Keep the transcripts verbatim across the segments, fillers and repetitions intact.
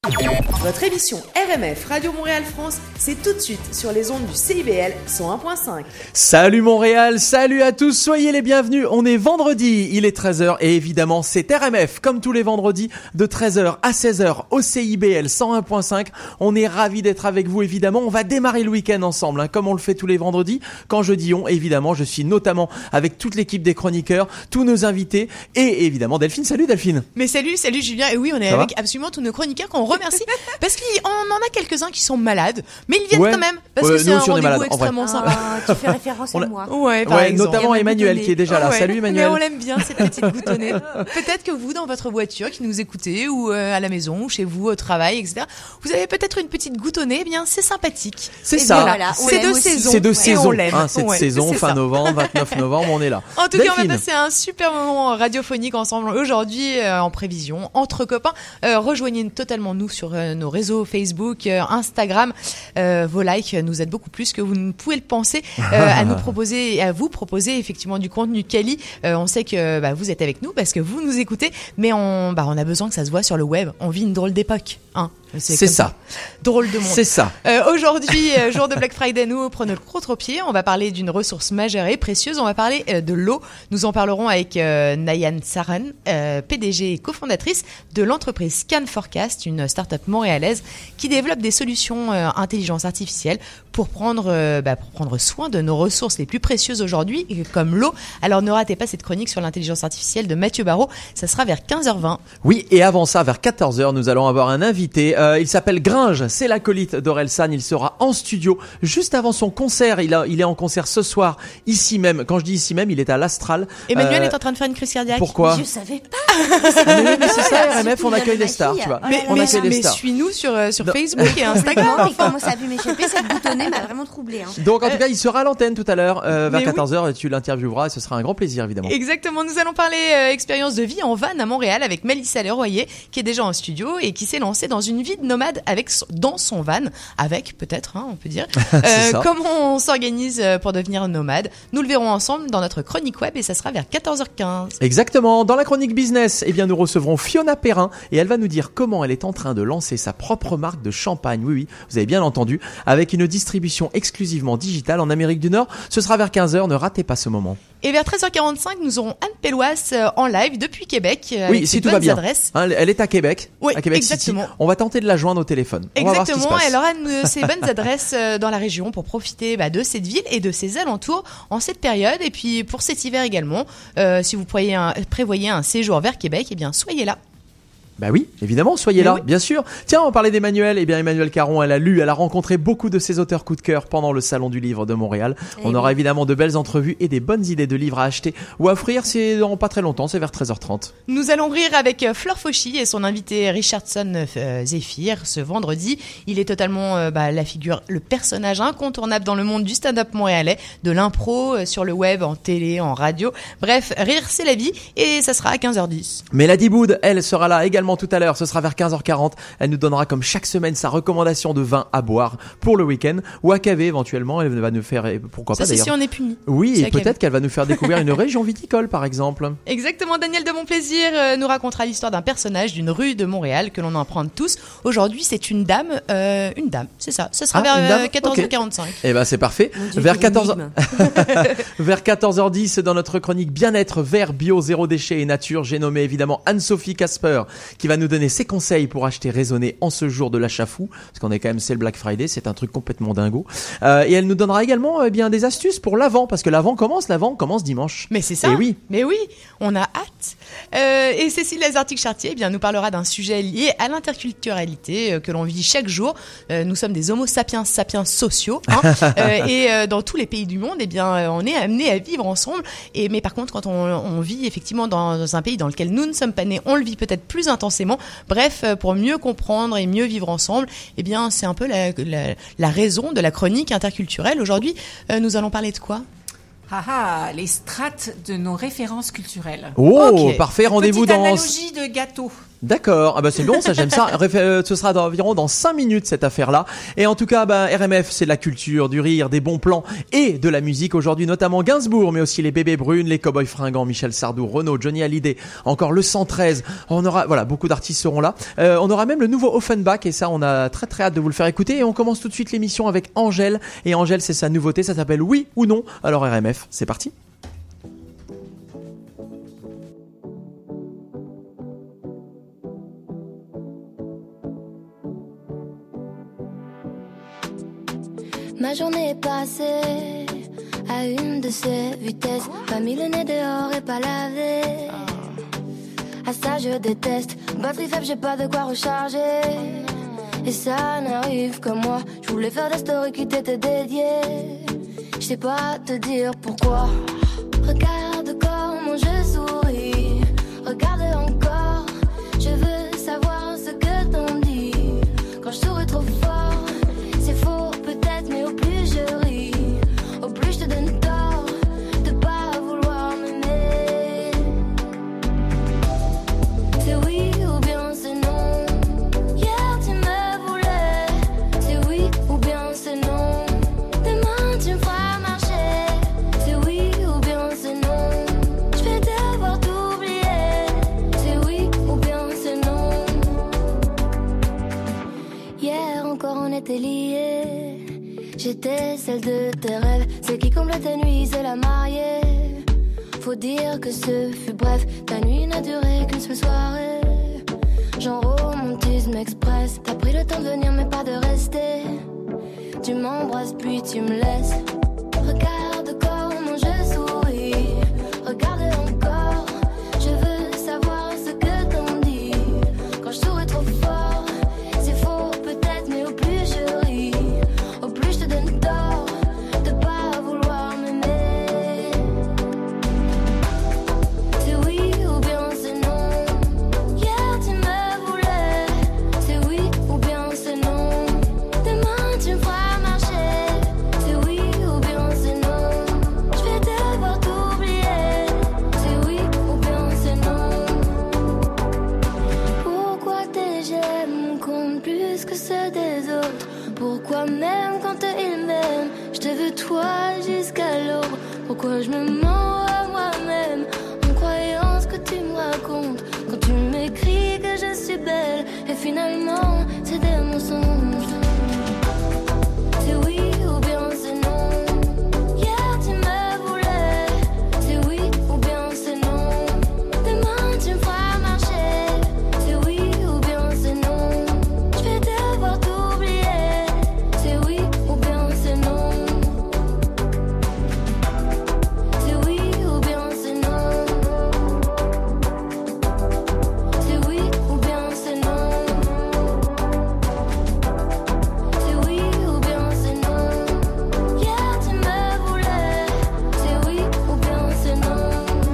Votre émission R M F Radio Montréal France, c'est tout de suite sur les ondes du C I B L cent un point cinq. Salut Montréal, salut à tous, soyez les bienvenus. On est vendredi, il est treize heures et évidemment c'est R M F comme tous les vendredis de treize heures à seize heures au C I B L cent un point cinq. On est ravis d'être avec vous évidemment. On va démarrer le week-end ensemble hein, comme on le fait tous les vendredis. Quand je dis on, évidemment, je suis notamment avec toute l'équipe des chroniqueurs, tous nos invités et évidemment Delphine. Salut Delphine. Mais salut, salut Julien. Et oui, on est Ça avec va absolument tous nos chroniqueurs qu'on remercie parce qu'on en a quelques-uns qui sont malades, mais ils viennent ouais. quand même parce ouais, que c'est nous un aussi, on est rendez-vous malades, extrêmement sympa. Ah, tu fais référence à moi. Ouais, par ouais, exemple. notamment Emmanuel qui est déjà là. Ouais. Salut Emmanuel. Mais on l'aime bien cette petite goutonnée. Peut-être que vous, dans votre voiture, qui nous écoutez, ou euh, à la maison, ou chez vous, au travail, et cetera, vous avez peut-être une petite goutonnée. Eh bien, c'est sympathique. C'est Et ça. Voilà, On c'est l'aime de aussi. saison. C'est de Et saison. on l'aime. Hein, c'est de Ouais, saison. c'est Fin ça. novembre, vingt-neuf novembre, on est là. En tout cas, on va Delphine. passer un super moment radiophonique ensemble aujourd'hui euh, en prévision, entre copains. Euh, rejoignez totalement nous sur euh, nos réseaux Facebook, euh, Instagram. Euh, vos likes nous aident beaucoup plus que vous ne pouvez le penser euh, à nous proposer, à vous proposer effectivement du contenu quali. Euh, on sait que bah, vous êtes avec nous parce que vous nous écoutez, mais on, bah, on a besoin que ça se voit sur le web. On vit une drôle d'époque, hein. C'est, c'est ça. ça. Drôle de monde. C'est ça. Euh, aujourd'hui, euh, jour de Black Friday, nous prenons le contre-pied. On va parler d'une ressource majeure et précieuse. On va parler euh, de l'eau. Nous en parlerons avec euh, Nayan Saran, euh, P D G et cofondatrice de l'entreprise Scan Forecast, une start-up montréalaise qui développe des solutions euh, intelligence artificielle pour prendre, euh, bah, pour prendre soin de nos ressources les plus précieuses aujourd'hui, comme l'eau. Alors ne ratez pas cette chronique sur l'intelligence artificielle de Mathieu Barrault. Ça sera vers quinze heures vingt. Oui, et avant ça, vers quatorze heures, nous allons avoir un invité. Euh, il s'appelle Gringe, c'est l'acolyte d'Orelsan. Il sera en studio juste avant son concert. Il, a, il est en concert ce soir, ici même. Quand je dis ici même, il est à l'Astral. Emmanuel Euh, est en train de faire une crise cardiaque. Pourquoi? Je savais pas. Ah, mais, mais c'est ça, R M F, on Surtout, accueille il y a des stars, ma tu vois. fille. Mais, on mais, accueille des mais stars. suis-nous sur, euh, sur Non. Facebook et Instagram. Vraiment, il Enfin, commence à vu m'échapper. Cette boutonnée m'a vraiment troublée. Hein. Donc en tout cas, il sera à l'antenne tout à l'heure euh, vers Mais quatorze heures et tu l'intervieweras et ce sera un grand plaisir évidemment. Exactement, nous allons parler euh, expérience de vie en van à Montréal avec Mélissa Leroyer qui est déjà en studio et qui s'est lancée dans une vie de nomade avec son- dans son van, avec peut-être, hein, on peut dire. C'est ça. Comment on s'organise euh, pour devenir nomade. Nous le verrons ensemble dans notre chronique web et ça sera vers quatorze heures quinze. Exactement. Dans la chronique business, eh bien, nous recevrons Fiona Perrin et elle va nous dire comment elle est en train de lancer sa propre marque de champagne. Oui, oui, vous avez bien entendu, avec une distribution exclusivement digitale en Amérique du Nord. Ce sera vers quinze heures. Ne ratez pas ce moment. Et vers treize heures quarante-cinq, nous aurons Anne Pellouas euh, en live depuis Québec euh, Oui, avec si ses tout va bonnes bien. adresses. Hein, elle est à Québec, Oui, à Québec exactement. City. On va tenter de la joindre au téléphone. On va voir ce qui se Exactement, passe. elle aura une- ses bonnes adresses euh, dans la région pour profiter bah, de cette ville et de ses alentours en cette période. Et puis pour cet hiver également, euh, si vous prévoyez un, prévoyez un séjour vers Québec, eh bien soyez là. Bah oui, évidemment, soyez Mais là, oui. bien sûr. Tiens, on parlait d'Emmanuel. Eh bien, Emmanuel Caron, elle a lu, elle a rencontré beaucoup de ses auteurs coup de cœur pendant le Salon du Livre de Montréal. Eh on oui. aura évidemment de belles entrevues et des bonnes idées de livres à acheter ou à offrir. C'est dans pas très longtemps, c'est vers treize heures trente. Nous allons rire avec euh, Fleur Fauchy et son invité Richardson euh, Zephyr ce vendredi. Il est totalement euh, bah, la figure, le personnage incontournable dans le monde du stand-up montréalais, de l'impro euh, sur le web, en télé, en radio. Bref, rire c'est la vie et ça sera à quinze heures dix. Mélanie Boud, elle sera là également tout à l'heure. Ce sera vers quinze heures quarante. Elle nous donnera comme chaque semaine sa recommandation de vin à boire pour le week-end ou à caver éventuellement. Elle va nous faire, pourquoi Ça pas c'est d'ailleurs. si on est puni. Oui, C'est et à caver. peut-être qu'elle va nous faire découvrir une région viticole par exemple. Exactement, Daniel de Montplaisir euh, nous racontera l'histoire d'un personnage d'une rue de Montréal que l'on emprunte tous. Aujourd'hui, c'est une dame, euh, une dame, c'est ça. Ce sera Ah, vers une dame euh, quatorze heures Ok. quarante-cinq. Eh ben c'est parfait. Mon Dieu, Vers quelle quatorze énigme. vers quatorze heures dix dans notre chronique bien-être vert bio zéro déchet et nature, j'ai nommé évidemment Anne-Sophie Casper qui va nous donner ses conseils pour acheter raisonné en ce jour de l'achat fou parce qu'on est quand même c'est le Black Friday, c'est un truc complètement dingo. Euh, et elle nous donnera également eh bien des astuces pour l'Avent parce que l'Avent commence, l'Avent commence dimanche. Mais c'est ça. Eh oui. Mais oui, on a hâte. Euh, et Cécile Lazartique-Chartier, eh bien, nous parlera d'un sujet lié à l'interculturalité euh, que l'on vit chaque jour. Euh, nous sommes des homo sapiens sapiens sociaux, hein, euh, et euh, dans tous les pays du monde, eh bien, euh, on est amenés à vivre ensemble. Et mais par contre, quand on, on vit effectivement dans, dans un pays dans lequel nous ne sommes pas nés, on le vit peut-être plus intensément. Bref, euh, pour mieux comprendre et mieux vivre ensemble, eh bien, c'est un peu la, la, la raison de la chronique interculturelle. Aujourd'hui, euh, nous allons parler de quoi ? Ah ah, les strates de nos références culturelles. Oh, Ok. parfait, rendez-vous Petite dans analogie de gâteau. D'accord, ah bah c'est bon, ça j'aime ça. Réf- Ce sera environ dans cinq minutes cette affaire-là. Et en tout cas, bah, R M F, c'est de la culture, du rire, des bons plans et de la musique. Aujourd'hui, notamment Gainsbourg, mais aussi les Bébés Brunes, les Cowboys Fringants, Michel Sardou, Renaud, Johnny Hallyday, encore le cent treize. On aura, voilà, beaucoup d'artistes seront là. Euh, on aura même le nouveau Offenbach et ça, on a très très hâte de vous le faire écouter. Et on commence tout de suite l'émission avec Angèle. Et Angèle, c'est sa nouveauté, ça s'appelle Oui ou Non. Alors R M F, c'est parti. Ma journée est passée à une de ces vitesses. Pas mis le nez dehors et pas lavé. À ça je déteste. Batterie faible, j'ai pas de quoi recharger. Et ça n'arrive que moi. Je voulais faire des stories qui t'étaient dédiées. Je sais pas te dire pourquoi. Regarde comment je souris. Regarde encore. Je veux savoir ce que t'en dis. Quand je souris trop fort, c'est faux peut-être, mais au plus je ris, au plus je te donne tort de pas vouloir m'aimer. C'est oui ou bien c'est non. Hier tu me voulais. C'est oui ou bien c'est non. Demain tu me feras marcher. C'est oui ou bien c'est non. Je vais devoir t'oublier. C'est oui ou bien c'est non. Hier encore on était liés. J'étais celle de tes rêves, celle qui comble tes nuits, c'est la mariée. Faut dire que ce fut bref, ta nuit n'a duré qu'une seule soirée. Genre romantisme express, t'as pris le temps de venir mais pas de rester. Tu m'embrasses puis tu me laisses. Regarde comment je souris, regarde encore. Je veux savoir ce que t'en dis. Quand je souris trop fort, c'est faux peut-être, mais au plus je ris, au plus je te donne tort de pas vouloir m'aimer. C'est oui ou bien c'est non. Hier tu me voulais. C'est oui ou bien c'est non. Demain tu me feras marcher. C'est oui ou bien c'est non. Je vais devoir t'oublier. C'est oui ou bien c'est non. Pourquoi tes j'aime comptent plus que ceux des autres? Pourquoi même quand ils m'aiment, je te veux toi jusqu'à l'aube? Pourquoi je me mens à moi-même en croyant ce que tu me racontes? Quand tu m'écris que je suis belle et finalement c'est des mensonges. C'est oui ou bien c'est non. Hier tu me voulais. C'est oui ou bien c'est non. Demain tu me feras marcher. C'est oui ou bien c'est non. Je vais devoir t'oublier. C'est oui ou bien c'est non. C'est oui ou bien c'est non. C'est oui ou bien c'est non. C'est oui ou bien c'est non. Hier tu me voulais. C'est oui ou bien c'est non.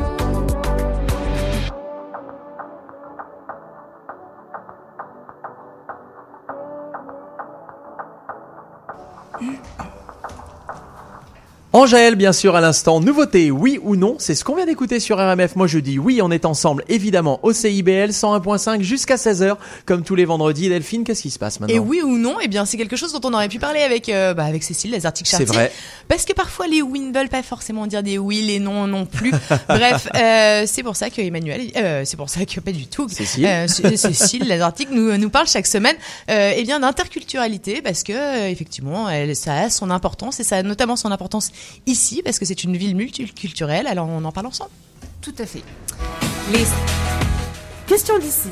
Angèle, bien sûr, à l'instant. Nouveauté, oui ou non, c'est ce qu'on vient d'écouter sur R M F. Moi, je dis oui, on est ensemble, évidemment, au C I B L cent un point cinq jusqu'à seize heures, comme tous les vendredis. Delphine, qu'est-ce qui se passe maintenant? Et oui ou non, eh bien, c'est quelque chose dont on aurait pu parler avec, euh, bah, avec Cécile, les articles Chartier. C'est vrai. Parce que parfois, les oui ne veulent pas forcément dire des oui, les non non plus. Bref, euh, c'est pour ça que Emmanuel, euh, c'est pour ça que pas du tout. Cécile. Euh, Cécile, les articles nous, nous parle chaque semaine, euh, eh bien, d'interculturalité, parce que, euh, effectivement, elle, ça a son importance, et ça a notamment son importance ici, parce que c'est une ville multiculturelle, alors on en parle ensemble. Tout à fait. Les questions d'ici.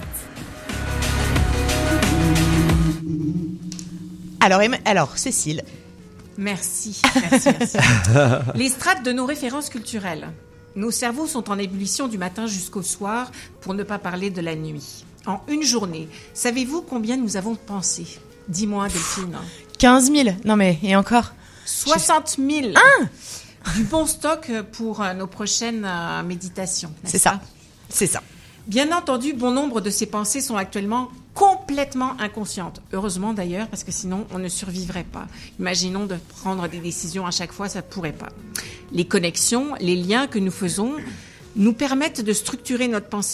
Alors, Em- alors Cécile. Merci, merci, merci. Les strates de nos références culturelles. Nos cerveaux sont en ébullition du matin jusqu'au soir, pour ne pas parler de la nuit. En une journée, savez-vous combien nous avons pensé? Dis-moi, Delphine. quinze mille. Non mais, et encore? soixante mille. Ah! Du bon stock pour euh, nos prochaines euh, méditations. n'est-ce C'est ça. pas? C'est ça. Bien entendu, bon nombre de ces pensées sont actuellement complètement inconscientes. Heureusement d'ailleurs, parce que sinon on ne survivrait pas. Imaginons de prendre des décisions à chaque fois, ça ne pourrait pas. Les connexions, les liens que nous faisons nous permettent de structurer notre pensée.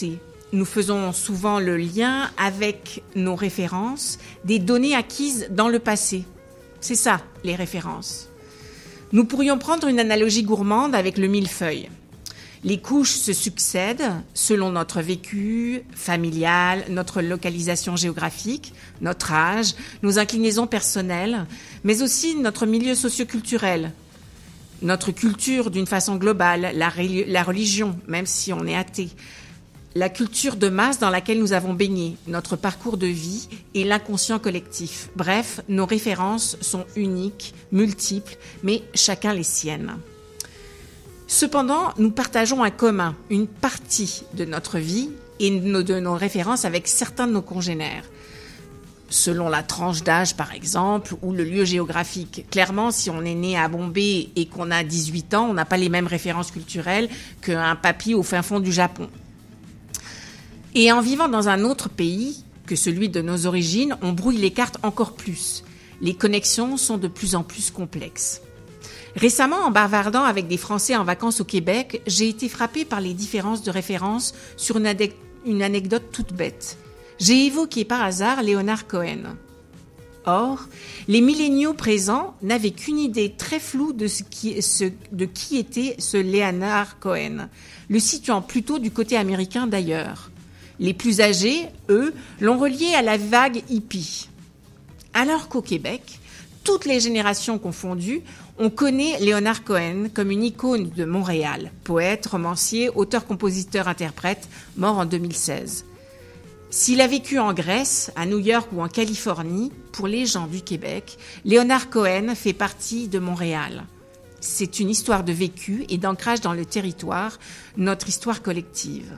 nous faisons souvent le lien avec nos références des données acquises dans le passé. C'est ça, les références. Nous pourrions prendre une analogie gourmande avec le millefeuille. Les couches se succèdent selon notre vécu familial, notre localisation géographique, notre âge, nos inclinaisons personnelles, mais aussi notre milieu socio-culturel, notre culture d'une façon globale, la, la religion, même si on est athée, la culture de masse dans laquelle nous avons baigné, notre parcours de vie et l'inconscient collectif. Bref, nos références sont uniques, multiples, mais chacun les siennes. Cependant, nous partageons un commun, une partie de notre vie et de nos références avec certains de nos congénères. Selon la tranche d'âge, par exemple, ou le lieu géographique. Clairement, si on est né à Bombay et qu'on a dix-huit ans, on n'a pas les mêmes références culturelles qu'un papy au fin fond du Japon. Et en vivant dans un autre pays que celui de nos origines, on brouille les cartes encore plus. Les connexions sont de plus en plus complexes. Récemment, en bavardant avec des Français en vacances au Québec, j'ai été frappée par les différences de référence sur une, adec- une anecdote toute bête. J'ai évoqué par hasard Leonard Cohen. Or, les milléniaux présents n'avaient qu'une idée très floue de, ce qui, ce, de qui était ce Leonard Cohen, le situant plutôt du côté américain d'ailleurs. Les plus âgés, eux, l'ont relié à la vague hippie. Alors qu'au Québec, toutes les générations confondues, on connaît Leonard Cohen comme une icône de Montréal, poète, romancier, auteur, compositeur, interprète, mort en deux mille seize. S'il a vécu en Grèce, à New York ou en Californie, pour les gens du Québec, Leonard Cohen fait partie de Montréal. C'est une histoire de vécu et d'ancrage dans le territoire, notre histoire collective.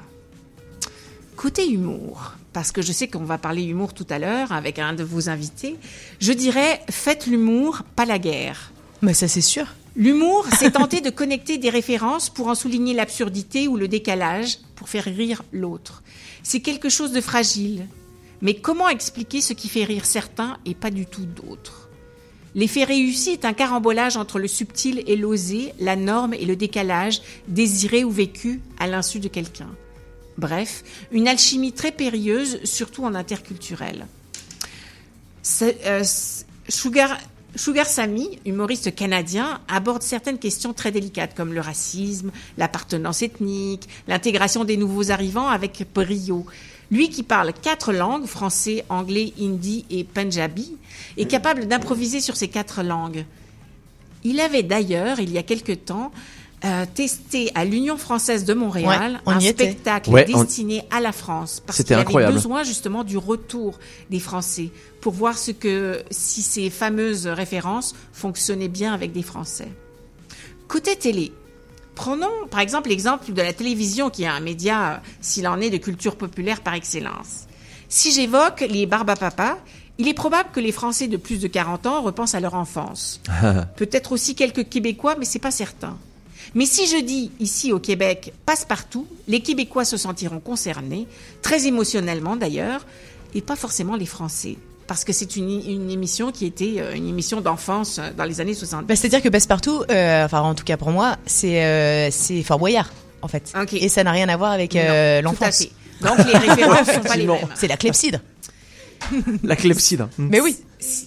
Côté humour, parce que je sais qu'on va parler humour tout à l'heure avec un de vos invités, je dirais faites l'humour, pas la guerre. Mais ça c'est sûr. L'humour, c'est tenter de connecter des références pour en souligner l'absurdité ou le décalage, pour faire rire l'autre. C'est quelque chose de fragile. Mais comment expliquer ce qui fait rire certains et pas du tout d'autres ? L'effet réussi est un carambolage entre le subtil et l'osé, la norme et le décalage, désiré ou vécu à l'insu de quelqu'un. Bref, une alchimie très périlleuse, surtout en interculturel. C'est, euh, Sugar... Sugar Sammy, humoriste canadien, aborde certaines questions très délicates comme le racisme, l'appartenance ethnique, l'intégration des nouveaux arrivants avec brio. Lui qui parle quatre langues, français, anglais, hindi et punjabi, est capable d'improviser sur ces quatre langues. Il avait d'ailleurs, il y a quelque temps, euh, testé à l'Union française de Montréal ouais, un était. spectacle ouais, destiné on... à la France. Parce C'était qu'il avait incroyable. besoin justement du retour des Français pour voir ce que, si ces fameuses références fonctionnaient bien avec des Français. Côté télé, prenons par exemple l'exemple de la télévision qui est un média, s'il en est, de culture populaire par excellence. Si j'évoque les Barbapapas, il est probable que les Français de plus de quarante ans repensent à leur enfance. Peut-être aussi quelques Québécois, mais c'est pas certain. Mais si je dis ici au Québec passe-partout, les Québécois se sentiront concernés, très émotionnellement d'ailleurs, et pas forcément les Français. Parce que c'est une, une émission qui était une émission d'enfance dans les années soixante-dix. Bah, c'est-à-dire que Passepartout, euh, enfin en tout cas pour moi, c'est euh, c'est Fort Boyard en fait. Okay. Et ça n'a rien à voir avec euh, non, l'enfance. Tout à fait. Donc les références ne sont pas les mêmes. C'est la clepsydre. La clepsydre. Mais oui. Si,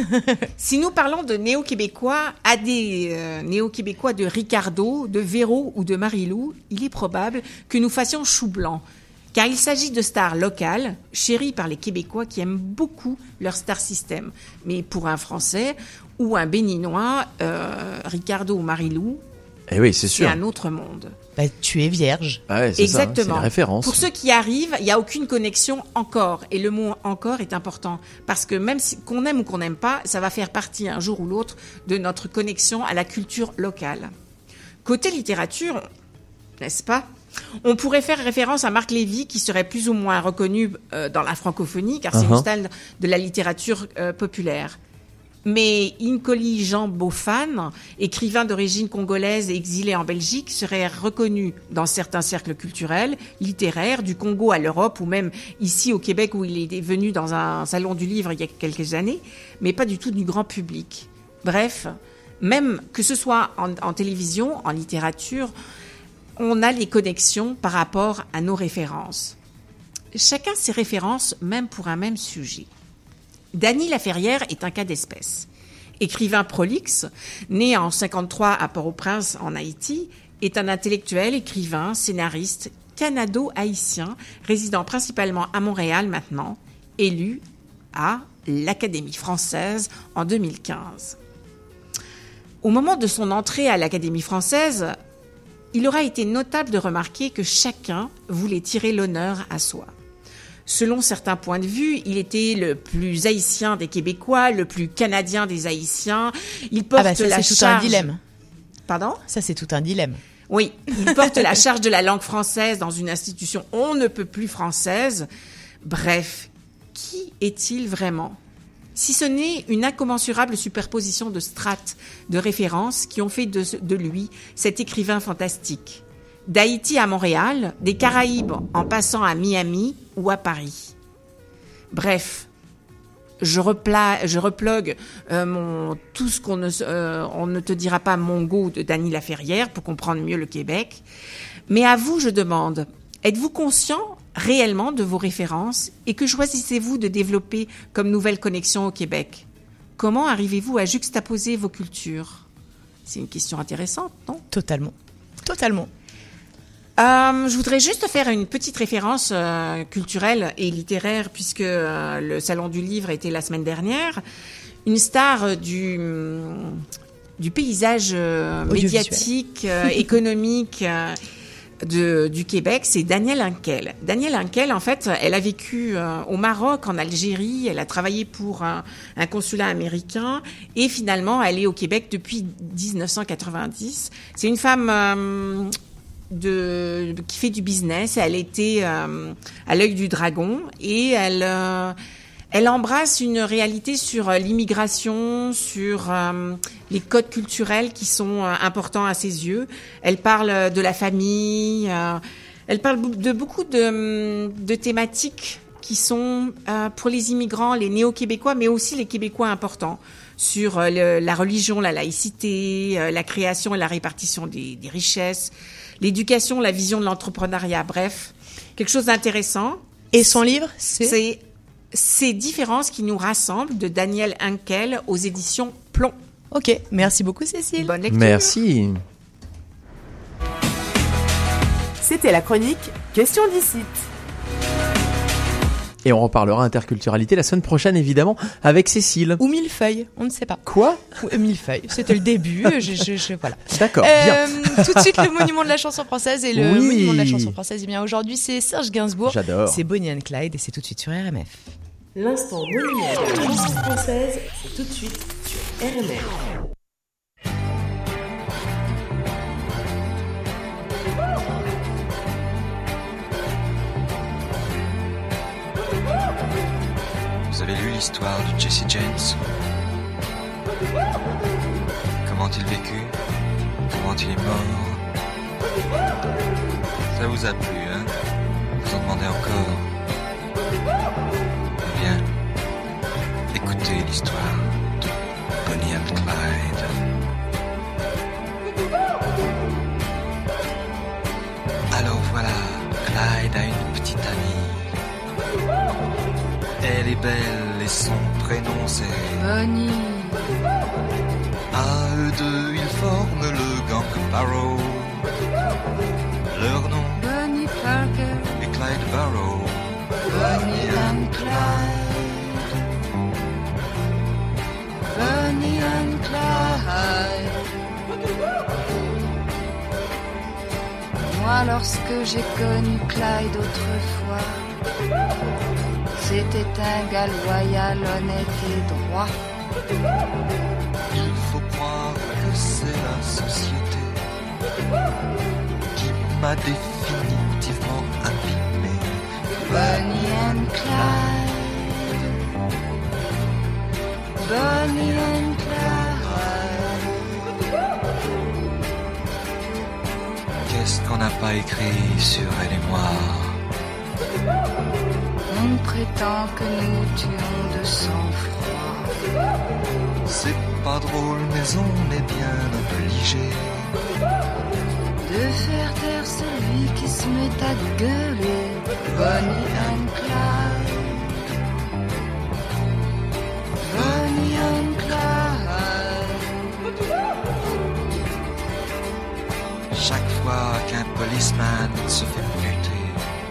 si nous parlons de néo-québécois à des euh, néo-québécois de Ricardo, de Véro ou de Marie-Lou, il est probable que nous fassions chou blanc. Car il s'agit de stars locales, chéries par les Québécois qui aiment beaucoup leur star system. Mais pour un Français ou un Béninois, euh, Ricardo ou Marie-Lou, Eh oui, c'est c'est sûr. un autre monde. Bah, tu es vierge. Ah ouais, c'est Exactement. ça, hein, c'est une référence. Pour ceux qui arrivent, il n'y a aucune connexion encore. Et le mot encore est important. Parce que même si, qu'on aime ou qu'on n'aime pas, ça va faire partie un jour ou l'autre de notre connexion à la culture locale. Côté littérature, n'est-ce pas ? On pourrait faire référence à Marc Lévy, qui serait plus ou moins reconnu euh, dans la francophonie, car c'est Uh-huh. une style de la littérature euh, populaire. Mais Inkoli Jean Bofan, écrivain d'origine congolaise et exilé en Belgique, serait reconnu dans certains cercles culturels, littéraires, du Congo à l'Europe ou même ici au Québec où il est venu dans un salon du livre il y a quelques années, mais pas du tout du grand public. Bref, même que ce soit en, en télévision, en littérature, on a les connexions par rapport à nos références. chacun ses références, même pour un même sujet. Dany Laferrière est un cas d'espèce. Écrivain prolixe, né en cinquante-trois à Port-au-Prince, en Haïti, est un intellectuel, écrivain, scénariste, canado-haïtien, résidant principalement à Montréal maintenant, élu à l'Académie française en deux mille quinze. Au moment de son entrée à l'Académie française, il aura été notable de remarquer que chacun voulait tirer l'honneur à soi. Selon certains points de vue, il était le plus haïtien des Québécois, le plus canadien des Haïtiens. Il porte ah bah ça, la c'est charge... tout un dilemme. Pardon ? Ça, c'est tout un dilemme. Oui, il porte la charge de la langue française dans une institution on ne peut plus française. Bref, qui est-il vraiment ? Si ce n'est une incommensurable superposition de strates, de références qui ont fait de, de lui cet écrivain fantastique. D'Haïti à Montréal, des Caraïbes en passant à Miami ou à Paris. Bref, je, repla, je replogue euh, mon, tout ce qu'on ne, euh, on ne te dira pas Mongo de Dany Laferrière pour comprendre mieux le Québec. Mais à vous, je demande, êtes-vous conscient réellement de vos références et que choisissez-vous de développer comme nouvelle connexion au Québec ? Comment arrivez-vous à juxtaposer vos cultures ? C'est une question intéressante, non ? Totalement. Totalement. Euh, je voudrais juste faire une petite référence euh, culturelle et littéraire puisque euh, le Salon du Livre était la semaine dernière. Une star du, du paysage euh, médiatique, euh, économique euh, de, du Québec, c'est Danielle Henkel. Danielle Henkel, en fait, elle a vécu euh, au Maroc, en Algérie, elle a travaillé pour un, un consulat américain et finalement elle est au Québec depuis dix-neuf cent quatre-vingt-dix. C'est une femme... Euh, De, qui fait du business. Elle était euh, à l'œil du dragon et elle, euh, elle embrasse une réalité sur euh, l'immigration, sur euh, les codes culturels qui sont euh, importants à ses yeux. Elle parle de la famille, euh, elle parle de beaucoup de, de thématiques qui sont euh, pour les immigrants, les néo-québécois, mais aussi les Québécois importants, sur euh, le, la religion, la laïcité, euh, la création et la répartition des, des richesses, l'éducation, la vision de l'entrepreneuriat, bref, quelque chose d'intéressant. Et son livre, c'est C'est Ces différences qui nous rassemblent de Danielle Henkel aux éditions Plomb. Ok, merci beaucoup Cécile. Bonne lecture. Merci. C'était la chronique Question d'ici. Et on reparlera interculturalité la semaine prochaine, évidemment, avec Cécile. Ou millefeuille, on ne sait pas. Quoi ? Ou millefeuille, c'était le début. je, je, je, voilà. D'accord, Euh, bien. tout de suite, le monument de la chanson française. Et le Oui. monument de la chanson française, eh bien aujourd'hui, c'est Serge Gainsbourg. J'adore. C'est Bonnie and Clyde et c'est tout de suite sur R M F. L'instant monument de la chanson française, c'est tout de suite sur R M F. Vous avez lu l'histoire de Jesse James? Comment il vécut? Comment il est mort? Ça vous a plu, hein? Vous en demandez encore? Eh bien, écoutez l'histoire de Bonnie and Clyde. Alors voilà, Clyde a une petite amie. Elle est belle et son prénom c'est Bonnie. À eux deux, ils forment le gang Barrow. Leur nom Bonnie Parker. est Clyde Barrow. Bonnie and Clyde. Bonnie and Clyde. Moi, lorsque j'ai connu Clyde autrefois, c'était un gars loyal, honnête et droit. Il faut croire que c'est la société qui m'a définitivement abîmé. Bonnie and Clyde. Bonnie and Clyde. Qu'est-ce qu'on n'a pas écrit sur elle et moi? On prétend que nous tuons de sang-froid. C'est pas drôle, mais on est bien obligé de faire taire celui qui se met à gueuler. Bonnie and Clyde, Bonnie and Clyde. Chaque fois qu'un policeman se fait buter,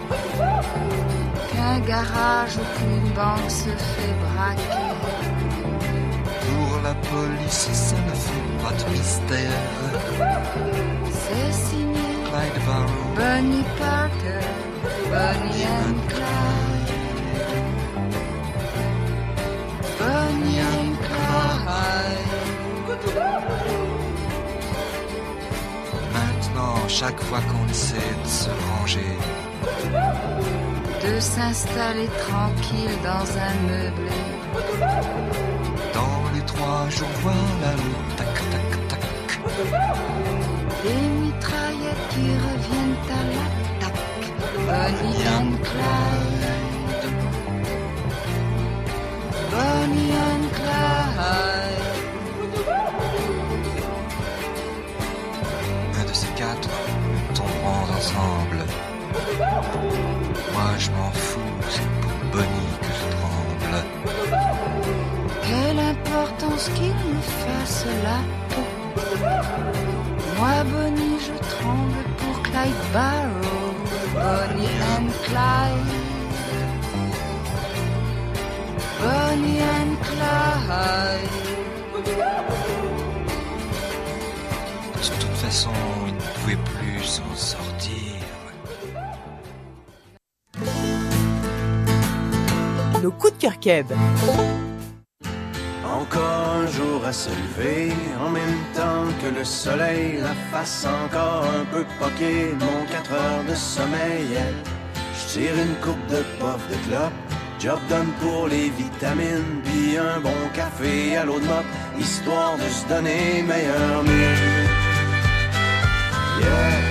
qu'un garage ou qu'une banque se fait braquer, pour la police ça ne fait pas de mystère. c'est signé Clyde Barrow, Bonnie Parker, Bonnie and Clyde, Bonnie and Clyde. Maintenant, chaque fois qu'on essaie de se ranger, de s'installer tranquille dans un meublé, dans les trois jours voilà le tac tac tac. des mitraillettes qui reviennent à l'attaque. Bonnie and Clyde, Bonnie and Clyde. Un de ces quatre, nous tomberons ensemble. Moi je m'en fous, c'est pour Bonnie que je tremble. Quelle importance qu'il me fasse la peau. Moi, Bonnie, je tremble pour Clyde Barrow. Bonnie and Clyde, Bonnie and Clyde. De toute façon, il ne pouvait plus s'en sortir. Nos coups de cœur Keb. Encore un jour à se lever, en même temps que le soleil, la face encore un peu poquée, mon quatre heures de sommeil. Je tire une coupe de puff de clope, job done pour les vitamines, puis un bon café à l'eau de mop, histoire de se donner meilleur mieux. Yeah.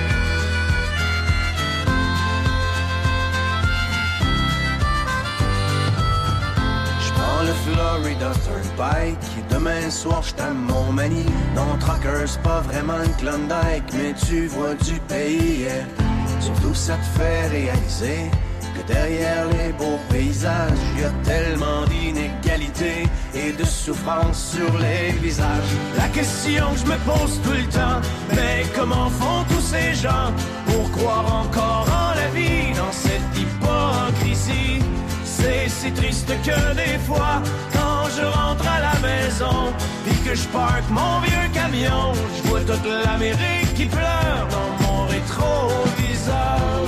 Le Florida Turnpike, demain soir j't'aime mon mani. Non, Trucker, c'est pas vraiment une Klondike, mais tu vois du pays, yeah. Surtout ça te fait réaliser que derrière les beaux paysages, y a tellement d'inégalités et de souffrance sur les visages. La question que je me pose tout le temps, mais comment font tous ces gens pour croire encore en la vie dans cette hypocrisie? C'est si triste que des fois, quand je rentre à la maison, puis que je parque mon vieux camion, je vois toute l'Amérique qui pleure dans mon rétroviseur.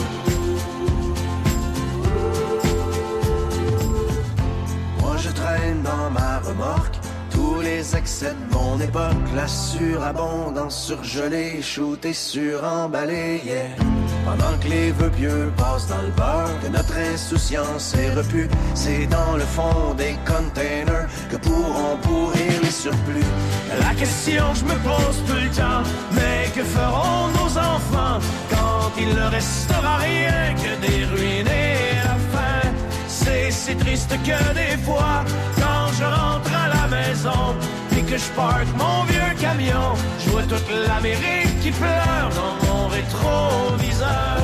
Moi je traîne dans ma remorque tous les excès de mon époque, la surabondance surgelée, shootée, suremballée, yeah. Pendant que les vœux pieux passent dans le beurre, que notre insouciance est repue, c'est dans le fond des containers que pourront pourrir les surplus. La question que je me pose tout le temps, mais que feront nos enfants quand il ne restera rien que des ruines et la faim? C'est si triste que des fois, quand je rentre à la maison et que je parque mon vieux camion, je vois toute l'Amérique qui pleure dans mon rétroviseur.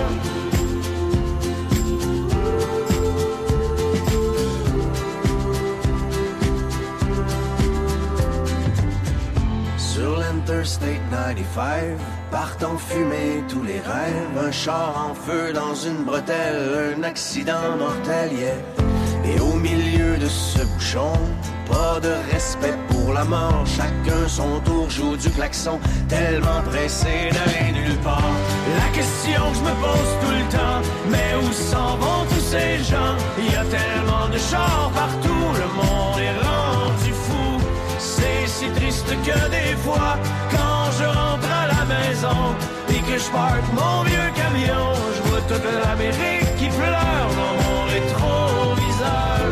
Sur l'Interstate quatre-vingt-quinze, partent en fumée tous les rêves, un char en feu dans une bretelle, un accident mortel, yeah. Et au milieu de ce bouchon, pas de respect pour la mort, chacun son tour joue du klaxon, tellement pressé d'aller nulle part. La question que je me pose tout le temps, mais où s'en vont tous ces gens? Il y a tellement de chars partout, le monde est rendu fou. C'est si triste que des fois, quand je rentre à la maison et que je parque mon vieux camion, je vois toute l'Amérique qui pleure dans mon rétroviseur.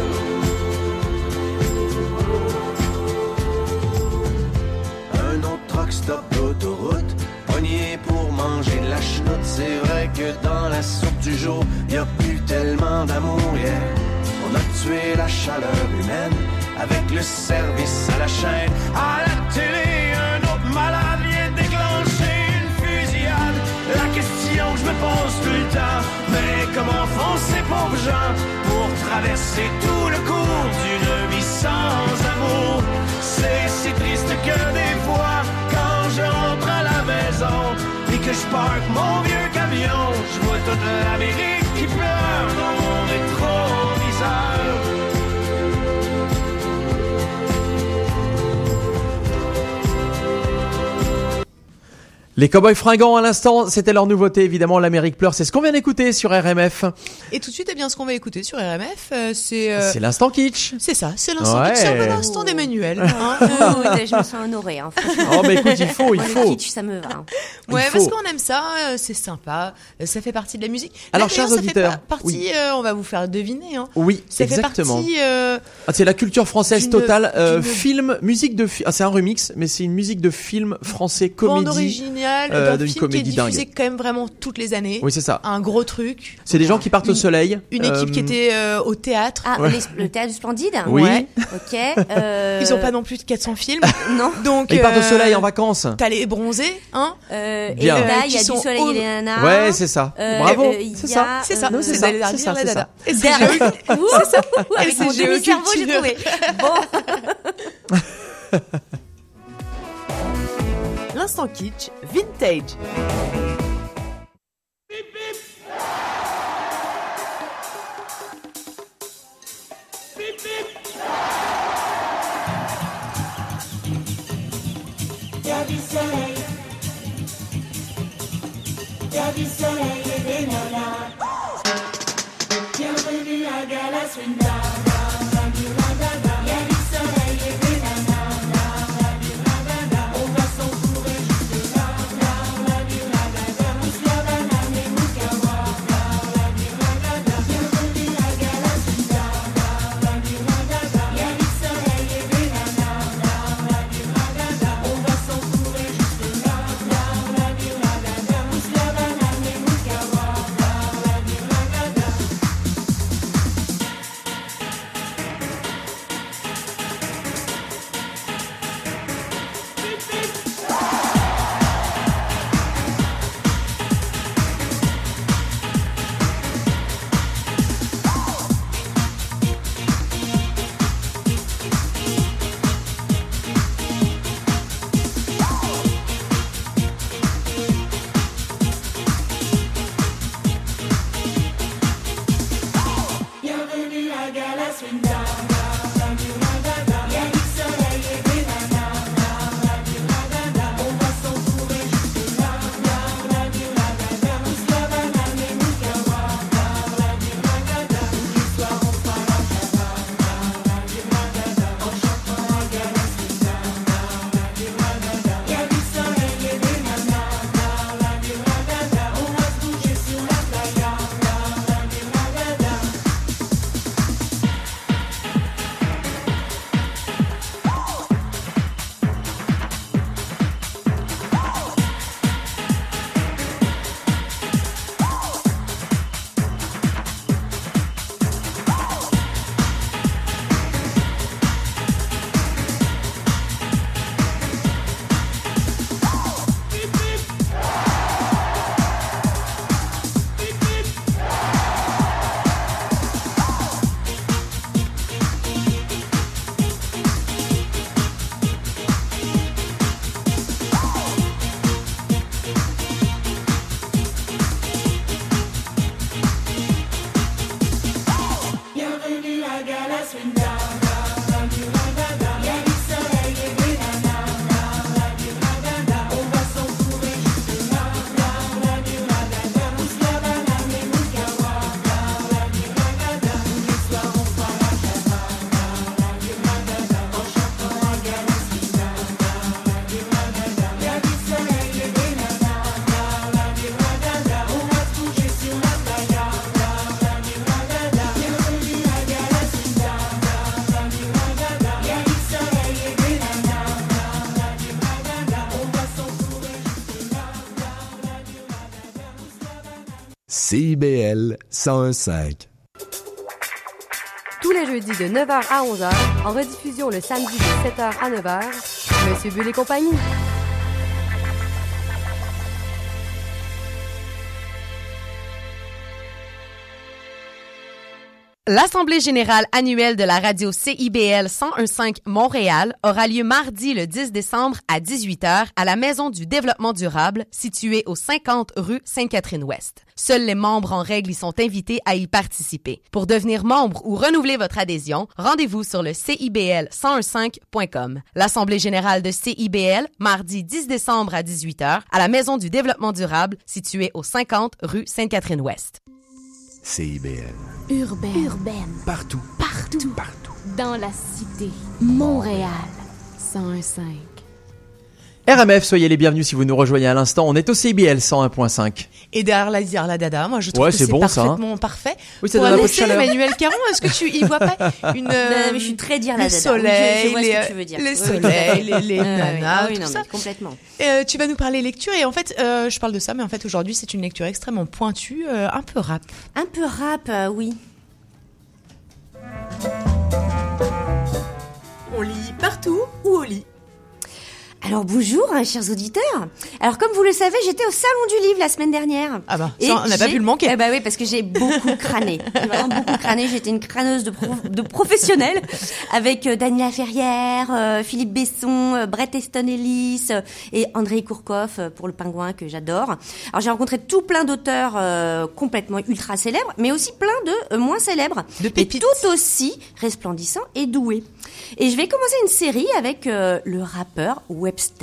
Un autre truck stop d'autoroute, pogné pour manger de la chenoute. C'est vrai que dans la soupe du jour, y a plus tellement d'amour, yeah. On a tué la chaleur humaine avec le service à la chaîne. À la télé, un autre malade vient déclencher une fusillade. La réponse tout le temps. Mais comment font ces pauvres gens pour traverser tout le cours d'une vie sans amour? C'est si triste que des fois, quand je rentre à la maison et que je parque mon vieux camion, je vois toute l'Amérique qui pleure dans mon rétroviseur. Les Cowboys Fringants à l'instant, c'était leur nouveauté évidemment, l'Amérique pleure, c'est ce qu'on vient d'écouter sur R M F. Et tout de suite, eh bien, ce qu'on va écouter sur R M F, euh, c'est... Euh... C'est l'instant kitsch. C'est ça, c'est l'instant ouais. kitsch, c'est un peu l'instant d'Emmanuel. Hein. Oh, je me sens honorée, hein, franchement. Oh, mais écoute, il faut, il Moi, faut. le kitsch, ça me va. Hein. Ouais, il parce faut. qu'on aime ça, euh, c'est sympa, euh, ça fait partie de la musique. Alors, Là, chers ça auditeurs, fait pa- partie, oui. euh, on va vous faire deviner. Hein. Oui, ça exactement. fait partie... Euh... Ah, c'est la culture française d'une- totale. Euh, d'une- film, musique de... Fi- ah, c'est un remix, mais c'est une musique de film français, Bande comédie. originale euh, d'un d'une film comédie qui est dingue. diffusé quand même vraiment toutes les années. Oui, c'est ça. Un gros truc. C'est des gens qui partent Une- au soleil. Une équipe Euh, qui était euh, au théâtre. Ah, Ouais. les- le théâtre du Splendide? Oui. Ouais. Ok. Euh... Ils ont pas non plus de quatre cents films. Non. Donc, Et ils partent au euh, soleil en vacances. T'as les bronzés, hein. Euh, et Bien. là, il y Qui a du sont soleil au- et des nanas. Ouais, c'est ça. Euh, Bravo, euh, il c'est y ça. a, C'est ça. euh, Non, c'est C'est ça, d'aller c'est ça, la c'est dada. ça. Et c'est Der- Géo- Ouh, c'est ça. avec Et mon c'est demi-cerveau, j'ai géoculture. trouvé. Bon. L'instant kitsch vintage. Y'a du soleil, y'a du soleil et des nanas. Bienvenue à Gala Swinda. Y'a du soleil et des nanas. On va s'entourer juste là. Pousse la banane et Moukawa. Bienvenue à Gala Swinda. Y'a du soleil et des nanas. On va s'entourer juste là. Pousse la banane et Moukawa. Bienvenue à Gala Swinda. Y'a du soleil et des nanas. On va s'entourer juste là. Pousse la banane et Moukawa. Tous les soirs on fera la cava. En chantant à Gala Swinda. Y'a du soleil et des nanas. On va se bouger sur la playa. Bienvenue à Gala Swinda. Y'a du soleil et des nanas. On va s'entourer juste là. Pousse la banane et Moukawa. Tous les soirs on fera la cava. En chantant à Gala Swinda. Y'a du soleil et des nanas. On va se bouger sur la playa. Bienvenue à Gala Swinda. Y'a du soleil et des nanas. On va s'entourer juste là. C I B L cent un virgule cinq. Tous les jeudis de neuf heures à onze heures, en rediffusion le samedi de sept heures à neuf heures, Monsieur Bull et compagnie. L'Assemblée générale annuelle de la radio C I B L cent un virgule cinq Montréal aura lieu mardi le dix décembre à dix-huit heures à la Maison du développement durable située au cinquante rue Sainte-Catherine-Ouest. Seuls les membres en règle y sont invités à y participer. Pour devenir membre ou renouveler votre adhésion, rendez-vous sur le C I B L cent un virgule cinq point com. L'Assemblée générale de C I B L, mardi dix décembre à dix-huit heures à la Maison du développement durable située au cinquante rue Sainte-Catherine-Ouest. C I B L. Urbaine. Urbaine. Partout. Partout. Partout. Dans la cité. Montréal. cent un virgule cinq. R M F, soyez les bienvenus si vous nous rejoignez à l'instant. On est au C I B L cent un virgule cinq. Et derrière la dire la dada, moi je trouve Ouais, que c'est c'est bon, ça, hein. parfaitement parfait. Oui, ça Pour donne un peu de laisser chaleur. Emmanuel Caron, est-ce que tu y vois pas une Non, mais je suis très dire la le dada. soleil, Oui, je- je vois ce les, que tu veux dire. les Oui, oui, soleils, tout à fait. les, les Ah oui, nanas, ah oui, tout non, ça. mais complètement. Euh, tu vas nous parler lecture et en fait, euh, je parle de ça, mais en fait aujourd'hui c'est une lecture extrêmement pointue, euh, un peu rap. Un peu rap, euh, oui. On lit partout ou au lit? Alors bonjour, hein, chers auditeurs. Alors comme vous le savez, j'étais au Salon du Livre la semaine dernière. Ah bah, Et ça, on n'a pas j'ai- pu le manquer. Eh bah oui, parce que j'ai beaucoup crâné. J'ai vraiment beaucoup crâné. J'étais une crâneuse de, pro- de professionnels avec euh, Daniela Ferrière, euh, Philippe Besson, euh, Bret Easton Ellis euh, et Andrei Kourkov euh, pour Le Pingouin que j'adore. Alors j'ai rencontré tout plein d'auteurs euh, complètement ultra célèbres, mais aussi plein de euh, moins célèbres, De mais pépites. tout aussi resplendissants et doués. Et je vais commencer une série avec euh, le rappeur Webster.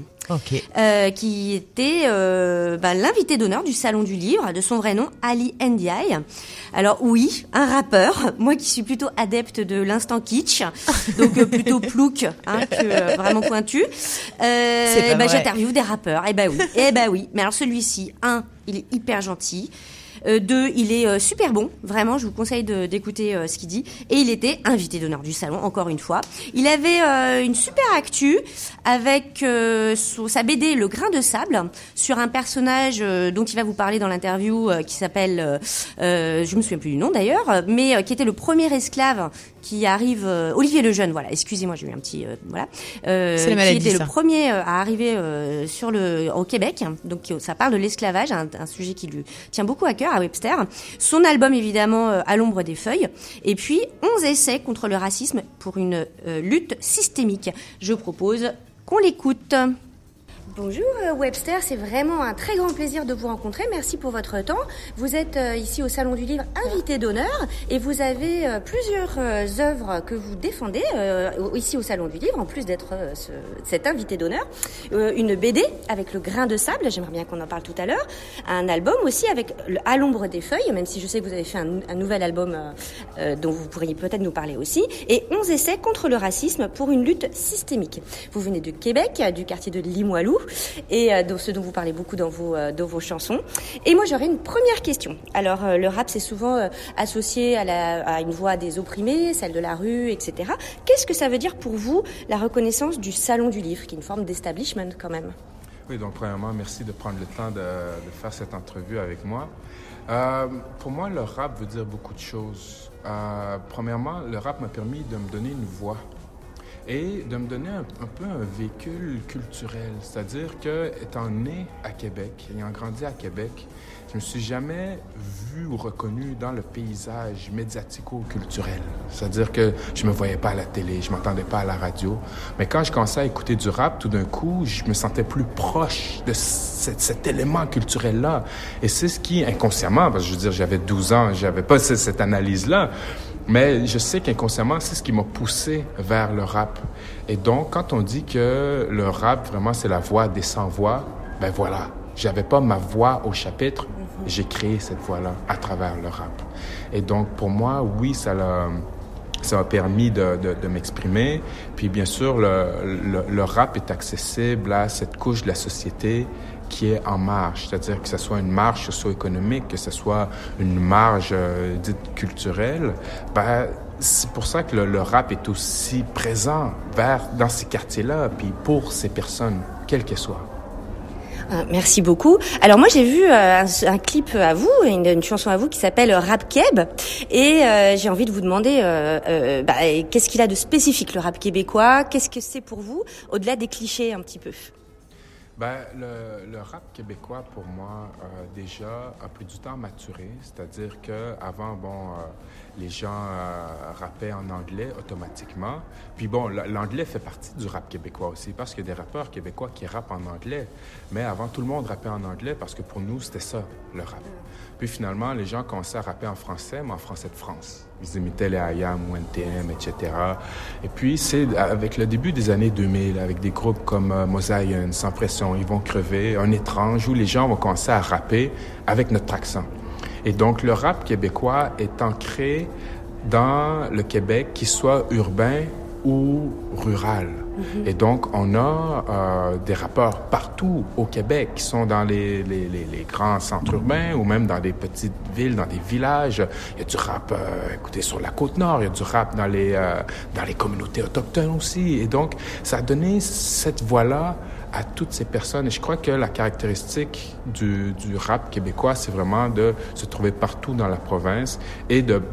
Ok. Euh, qui était euh, bah, l'invité d'honneur du Salon du Livre, de son vrai nom, Ali Ndiaye. Alors oui, un rappeur, moi qui suis plutôt adepte de l'instant kitsch, donc euh, plutôt plouc hein, que euh, vraiment pointu, euh, C'est pas eh ben, vrai. j'interviewe des rappeurs. Eh ben oui, eh ben oui. Mais alors celui-ci, un, il est hyper gentil. Euh, deux, il est euh, super bon, vraiment, je vous conseille de- d'écouter euh, ce qu'il dit. Et il était invité d'honneur du salon, encore une fois. Il avait euh, une super actu avec euh, son- sa B D Le Grain de Sable sur un personnage euh, dont il va vous parler dans l'interview euh, qui s'appelle, euh, euh, je me souviens plus du nom d'ailleurs, mais euh, qui était le premier esclave qui arrive, euh, Olivier Lejeune, voilà, excusez-moi, j'ai eu un petit, euh, voilà, euh, C'est la maladie, qui était ça. le premier euh, à arriver euh, sur le, au Québec. Donc euh, ça parle de l'esclavage, un, un sujet qui lui tient beaucoup à cœur à Webster. Son album évidemment euh, À l'ombre des feuilles. Et puis onze essais contre le racisme pour une euh, lutte systémique. Je propose qu'on l'écoute. Bonjour euh, Webster, c'est vraiment un très grand plaisir de vous rencontrer. Merci pour votre temps. Vous êtes euh, ici au Salon du Livre invité d'honneur et vous avez euh, plusieurs euh, œuvres que vous défendez euh, ici au Salon du Livre, en plus d'être euh, ce, cet invité d'honneur. Euh, une B D avec Le Grain de Sable, j'aimerais bien qu'on en parle tout à l'heure. Un album aussi avec le À l'ombre des feuilles, même si je sais que vous avez fait un, un nouvel album euh, euh, dont vous pourriez peut-être nous parler aussi. Et onze essais contre le racisme pour une lutte systémique. Vous venez de Québec, du quartier de Limoilou, et euh, de ce dont vous parlez beaucoup dans vos, euh, dans vos chansons. Et moi, j'aurais une première question. Alors, euh, le rap, c'est souvent euh, associé à, la, à une voix des opprimés, celle de la rue, et cetera. Qu'est-ce que ça veut dire pour vous, la reconnaissance du Salon du Livre, qui est une forme d'establishment quand même? Oui, donc premièrement, merci de prendre le temps de, de faire cette entrevue avec moi. Euh, pour moi, le rap veut dire beaucoup de choses. Euh, premièrement, le rap m'a permis de me donner une voix et de me donner un, un peu un véhicule culturel. C'est-à-dire que, étant né à Québec, ayant grandi à Québec, je me suis jamais vu ou reconnu dans le paysage médiatico-culturel. C'est-à-dire que je me voyais pas à la télé, je m'entendais pas à la radio. Mais quand je commençais à écouter du rap, tout d'un coup, je me sentais plus proche de cet, cet élément culturel-là. Et c'est ce qui, inconsciemment, parce que je veux dire, j'avais douze ans, j'avais pas cette, cette analyse-là, mais je sais qu'inconsciemment, c'est ce qui m'a poussé vers le rap. Et donc, quand on dit que le rap, vraiment, c'est la voix des sans-voix, ben voilà. J'avais pas ma voix au chapitre, j'ai créé cette voix-là à travers le rap. Et donc, pour moi, oui, ça l'a, ça m'a permis de, de, de m'exprimer. Puis, bien sûr, le, le, le rap est accessible à cette couche de la société qui est en marge, c'est-à-dire que ce soit une marge socio-économique, que ce soit une marge euh, dite culturelle, ben, c'est pour ça que le, le rap est aussi présent vers, dans ces quartiers-là, puis pour ces personnes, quelles qu'elles soient. Euh, Merci beaucoup. Alors moi j'ai vu euh, un, un clip à vous, une, une chanson à vous qui s'appelle Rap Keb, et euh, j'ai envie de vous demander euh, euh, bah, qu'est-ce qu'il a de spécifique le rap québécois, qu'est-ce que c'est pour vous, au-delà des clichés un petit peu? Ben, le, le rap québécois, pour moi, euh, déjà, a pris du temps à maturer. C'est-à-dire qu'avant, bon, euh, les gens euh, rappaient en anglais automatiquement. Puis bon, l'anglais fait partie du rap québécois aussi, parce qu'il y a des rappeurs québécois qui rappent en anglais. Mais avant, tout le monde rappait en anglais parce que pour nous, c'était ça, le rap. Puis finalement, les gens commençaient à rapper en français, mais en français de France. Ils imitaient les I A M ou N T M, et cetera. Et puis, c'est avec le début des années deux mille, avec des groupes comme euh, Mosaïen, Sans Pression, Ils vont crever, Un étrange, où les gens vont commencer à rapper avec notre accent. Et donc, le rap québécois est ancré dans le Québec, qu'il soit urbain ou rural. Mm-hmm. Et donc, on a euh, des rappeurs partout au Québec qui sont dans les, les, les, les grands centres urbains ou même dans des petites villes, dans des villages. Il y a du rap, euh, écoutez, sur la Côte-Nord. Il y a du rap dans les, euh, dans les communautés autochtones aussi. Et donc, ça a donné cette voix-là à toutes ces personnes. Et je crois que la caractéristique du, du rap québécois, c'est vraiment de se trouver partout dans la province et de,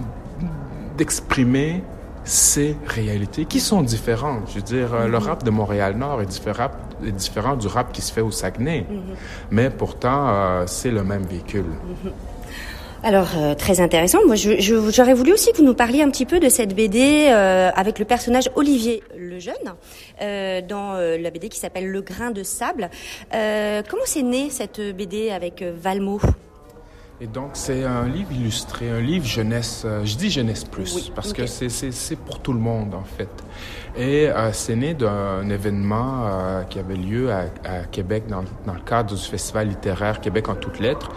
d'exprimer ces réalités qui sont différentes. Je veux dire, mm-hmm. le rap de Montréal-Nord est différent, est différent du rap qui se fait au Saguenay. Mm-hmm. Mais pourtant, euh, c'est le même véhicule. Mm-hmm. Alors, euh, très intéressant. Moi, je, je, j'aurais voulu aussi que vous nous parliez un petit peu de cette B D euh, avec le personnage Olivier Lejeune, euh, dans euh, la B D qui s'appelle Le Grain de Sable. Euh, comment c'est né cette B D avec euh, Valmont ? Et donc, c'est un livre illustré, un livre jeunesse, euh, je dis jeunesse plus, oui, parce okay. que c'est, c'est, c'est pour tout le monde, en fait. Et euh, c'est né d'un événement euh, qui avait lieu à, à Québec dans, dans le cadre du Festival littéraire Québec en toutes lettres,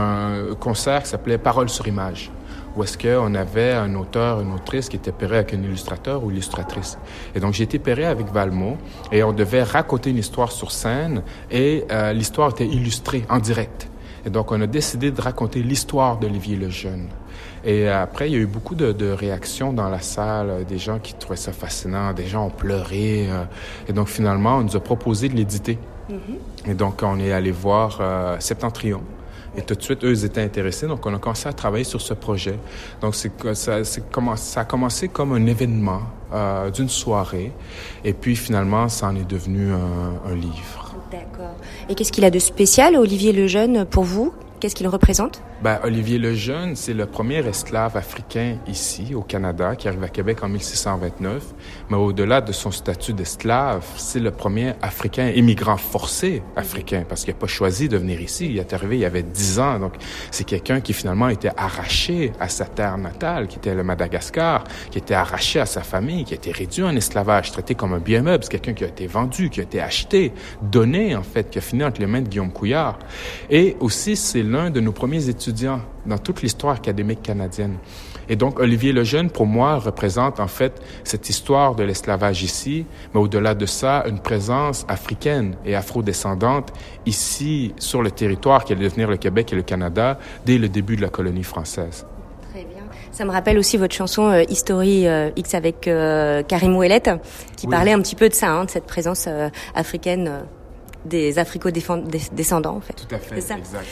un concert qui s'appelait Paroles sur image, où est-ce qu'on avait un auteur, une autrice qui était pairé avec un illustrateur ou illustratrice. Et donc, j'ai été pairé avec Valmont et on devait raconter une histoire sur scène et euh, l'histoire était illustrée en direct. Et donc, on a décidé de raconter l'histoire d'Olivier Lejeune. Et après, il y a eu beaucoup de, de réactions dans la salle, des gens qui trouvaient ça fascinant, des gens ont pleuré. Et donc, finalement, on nous a proposé de l'éditer. Mm-hmm. Et donc, on est allé voir euh, Septentrion. Et tout de suite, eux, ils étaient intéressés. Donc, on a commencé à travailler sur ce projet. Donc, c'est, ça, c'est, ça a commencé comme un événement euh, d'une soirée. Et puis, finalement, ça en est devenu un, un livre. D'accord. Et qu'est-ce qu'il a de spécial, Olivier Lejeune, pour vous ? Qu'est-ce qu'il représente? Ben, Olivier Lejeune, c'est le premier esclave africain ici, au Canada, qui arrive à Québec en mille six cent vingt-neuf. Mais au-delà de son statut d'esclave, c'est le premier Africain, immigrant forcé africain, parce qu'il n'a pas choisi de venir ici. Il est arrivé, il y avait dix ans. Donc, c'est quelqu'un qui finalement était arraché à sa terre natale, qui était le Madagascar, qui était arraché à sa famille, qui a été réduit en esclavage, traité comme un bien meuble. C'est quelqu'un qui a été vendu, qui a été acheté, donné, en fait, qui a fini entre les mains de Guillaume Couillard. Et aussi, c'est l'un de nos premiers étudiants dans toute l'histoire académique canadienne. Et donc, Olivier Lejeune, pour moi, représente en fait cette histoire de l'esclavage ici, mais au-delà de ça, une présence africaine et afro-descendante ici, sur le territoire qui allait devenir le Québec et le Canada, dès le début de la colonie française. Très bien. Ça me rappelle aussi votre chanson euh, History euh, X avec euh, Karim Ouellet, qui oui. parlait un petit peu de ça, hein, de cette présence euh, africaine euh. des Africo-descendants, en fait. Tout à fait, c'est ça. Exact.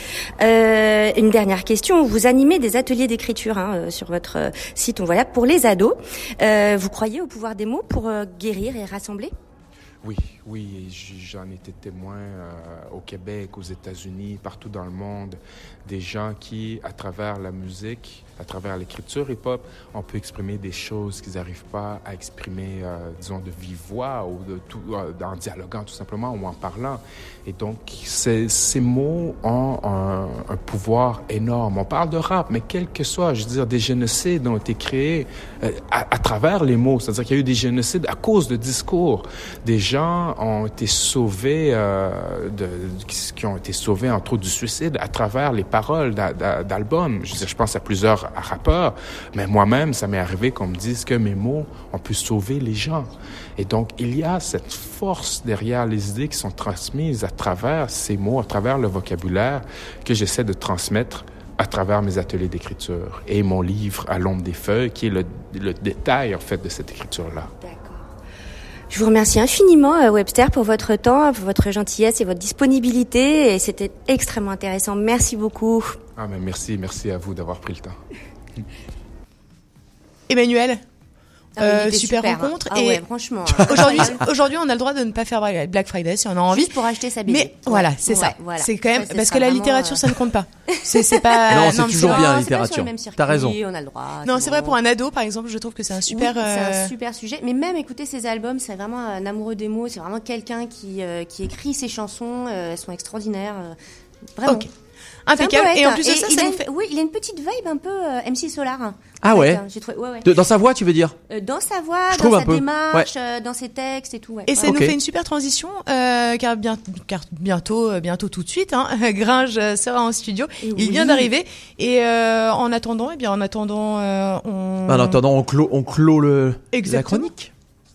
Euh, une dernière question. Vous animez des ateliers d'écriture hein, sur votre site, on voit là, pour les ados. Euh, vous croyez au pouvoir des mots pour euh, guérir et rassembler? Oui, oui, j'en étais témoin euh, au Québec, aux États-Unis, partout dans le monde, des gens qui, à travers la musique, à travers l'écriture hip-hop, on peut exprimer des choses qu'ils n'arrivent pas à exprimer, euh, disons, de vive voix ou de tout, euh, en dialoguant tout simplement ou en parlant. Et donc, ces, ces mots ont un, un pouvoir énorme. On parle de rap, mais quel que soit, je veux dire, des génocides ont été créés euh, à, à travers les mots. C'est-à-dire qu'il y a eu des génocides à cause de discours. Des gens ont été sauvés, euh, de, qui ont été sauvés entre autres du suicide à travers les paroles d'a, d'a, d'albums. Je veux dire, je pense à plusieurs rappeurs, mais moi-même, ça m'est arrivé qu'on me dise que mes mots ont pu sauver les gens. Et donc, il y a cette force derrière les idées qui sont transmises à travers ces mots, à travers le vocabulaire que j'essaie de transmettre à travers mes ateliers d'écriture et mon livre À l'ombre des feuilles, qui est le, le détail, en fait, de cette écriture-là. D'accord. Je vous remercie infiniment, Webster, pour votre temps, pour votre gentillesse et votre disponibilité. Et c'était extrêmement intéressant. Merci beaucoup. Ah, mais merci, merci à vous d'avoir pris le temps. Emmanuel, Ah, il Euh, était super, super, hein. rencontre. Ah et ouais, franchement. aujourd'hui, aujourd'hui, on a le droit de ne pas faire Black Friday si on a envie. Juste pour acheter sa B D. Mais voilà, c'est Ouais, ça. voilà. C'est quand même Ça, ce parce sera que la vraiment, littérature, euh, ça ne compte pas. C'est, c'est pas. Non, c'est mais toujours vrai. bien, la Non, c'est pas sur littérature. le même circuit, T'as raison. on a le droit. Non, c'est c'est vrai bon. pour un ado, par exemple, je trouve que c'est un super. Oui, c'est euh, un super sujet. Mais même écouter ses albums, c'est vraiment un amoureux des mots. C'est vraiment quelqu'un qui euh, qui écrit ses chansons. euh, elles sont extraordinaires. euh, vraiment. Ok. Impeccable. C'est un poète, Et en plus de hein. ça, il ça a nous une- fait. Oui, il a une petite vibe un peu euh, M C Solar. hein. Ah En fait, ouais. hein, J'ai trouvé. Ouais, ouais. De- dans sa voix, tu veux dire? Euh, dans sa voix, Je trouve dans un sa peu. démarche, euh, dans ses textes et tout. Ouais. Et ça Ouais. nous Ok. fait une super transition, euh, car, bien, car bientôt, euh, bientôt tout de suite, hein, Gringe euh, sera en studio. Et Il oui. vient d'arriver. Et euh, en attendant, eh bien, en attendant, euh, on. En attendant, on clôt, on clôt le, la Exactement. chronique.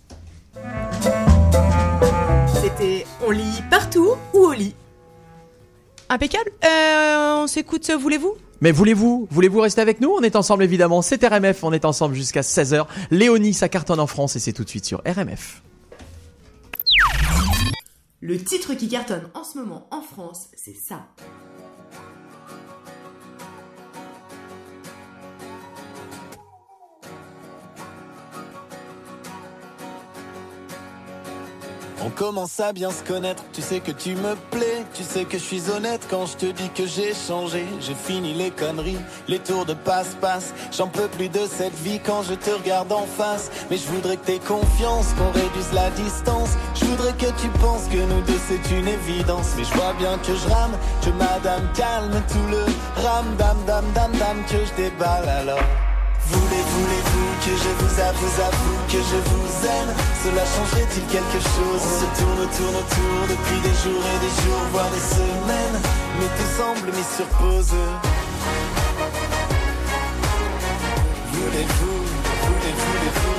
C'était On lit partout ou au lit. Impeccable. Euh, on s'écoute, euh, voulez-vous? Mais voulez-vous, voulez-vous rester avec nous? On est ensemble évidemment, c'est R M F, on est ensemble jusqu'à seize heures. Léonie, ça cartonne en France et c'est tout de suite sur R M F. Le titre qui cartonne en ce moment en France, c'est ça. On commence à bien se connaître, tu sais que tu me plais, tu sais que je suis honnête quand je te dis que j'ai changé. J'ai fini les conneries, les tours de passe-passe, j'en peux plus de cette vie quand je te regarde en face. Mais je voudrais que t'aies confiance, qu'on réduise la distance, je voudrais que tu penses que nous deux c'est une évidence. Mais je vois bien que je rame, que madame calme tout le ram, dam dam dam dam, que je déballe alors. Voulez, voulez-vous que je vous avoue, avoue que je vous aime? Cela changerait-il quelque chose? On se tourne, tourne autour depuis des jours et des jours, voire des semaines, mais tout semble mis sur pause. Voulez-vous, voulez, voulez-vous?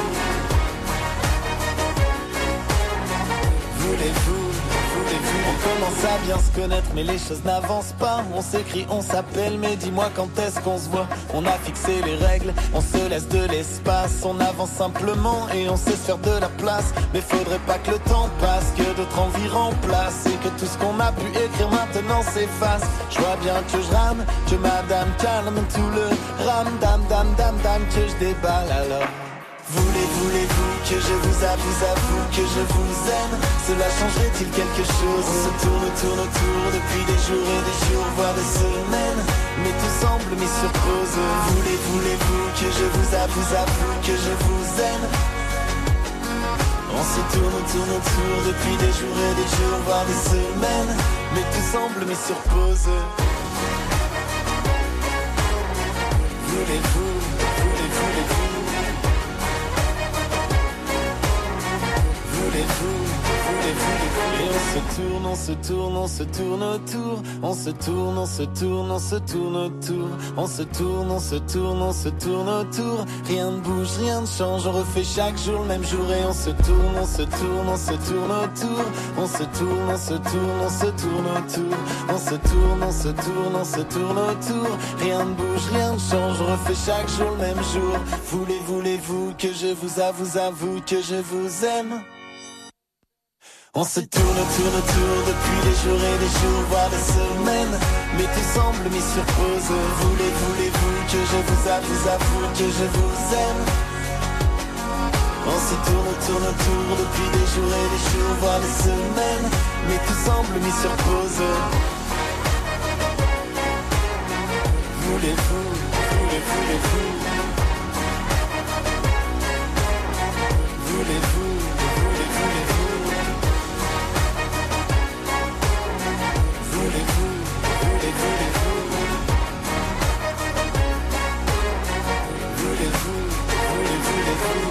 Voulez-vous, voulez-vous? On commence à bien se connaître mais les choses n'avancent pas. On s'écrit, on s'appelle mais dis-moi quand est-ce qu'on se voit? On a fixé les règles, on se laisse de l'espace. On avance simplement et on sait se faire de la place. Mais faudrait pas que le temps passe, que d'autres envies remplacent, et que tout ce qu'on a pu écrire maintenant s'efface. Je vois bien que je rame, que madame calme tout le ram, dam dam dam dam, que je déballe alors. Voulez, voulez-vous que je vous avoue, avoue que je vous aime? Cela changerait-il quelque chose? On se tourne, tourne autour depuis des jours et des jours, voire des semaines, mais tout semble mis sur pause. Voulez, voulez-vous que je vous avoue, avoue que je vous aime? On se tourne, tourne autour depuis des jours et des jours, voire des semaines, mais tout semble mis sur pause. Voulez-vous, voulez, voulez-vous? Voulez-vous, voulez-vous? Et on se tourne, on se tourne, on se tourne autour. On se tourne, on se tourne, on se tourne autour. On se tourne, on se tourne, on se tourne autour. Rien ne bouge, rien ne change. On refait chaque jour le même jour et on se tourne, on se tourne, on se tourne autour. On se tourne, on se tourne, on se tourne autour. On se tourne, on se tourne, on se tourne autour. Rien ne bouge, rien ne change. On refait chaque jour le même jour. Voulez, voulez-vous que je vous avoue, avoue que je vous aime? On se tourne, tourne, tourne depuis des jours et des jours, voire des semaines, mais tout semble mis sur pause. Voulez, voulez-vous que je vous avoue, avoue que je vous aime? On se tourne, tourne, tourne depuis des jours et des jours, voire des semaines, mais tout semble mis sur pause. Voulez-vous, voulez, voulez-vous? Voulez-vous, voulez, voulez-vous? Voulez-vous, voulez, voulez-vous? Voulez-vous, voulez, voulez-vous?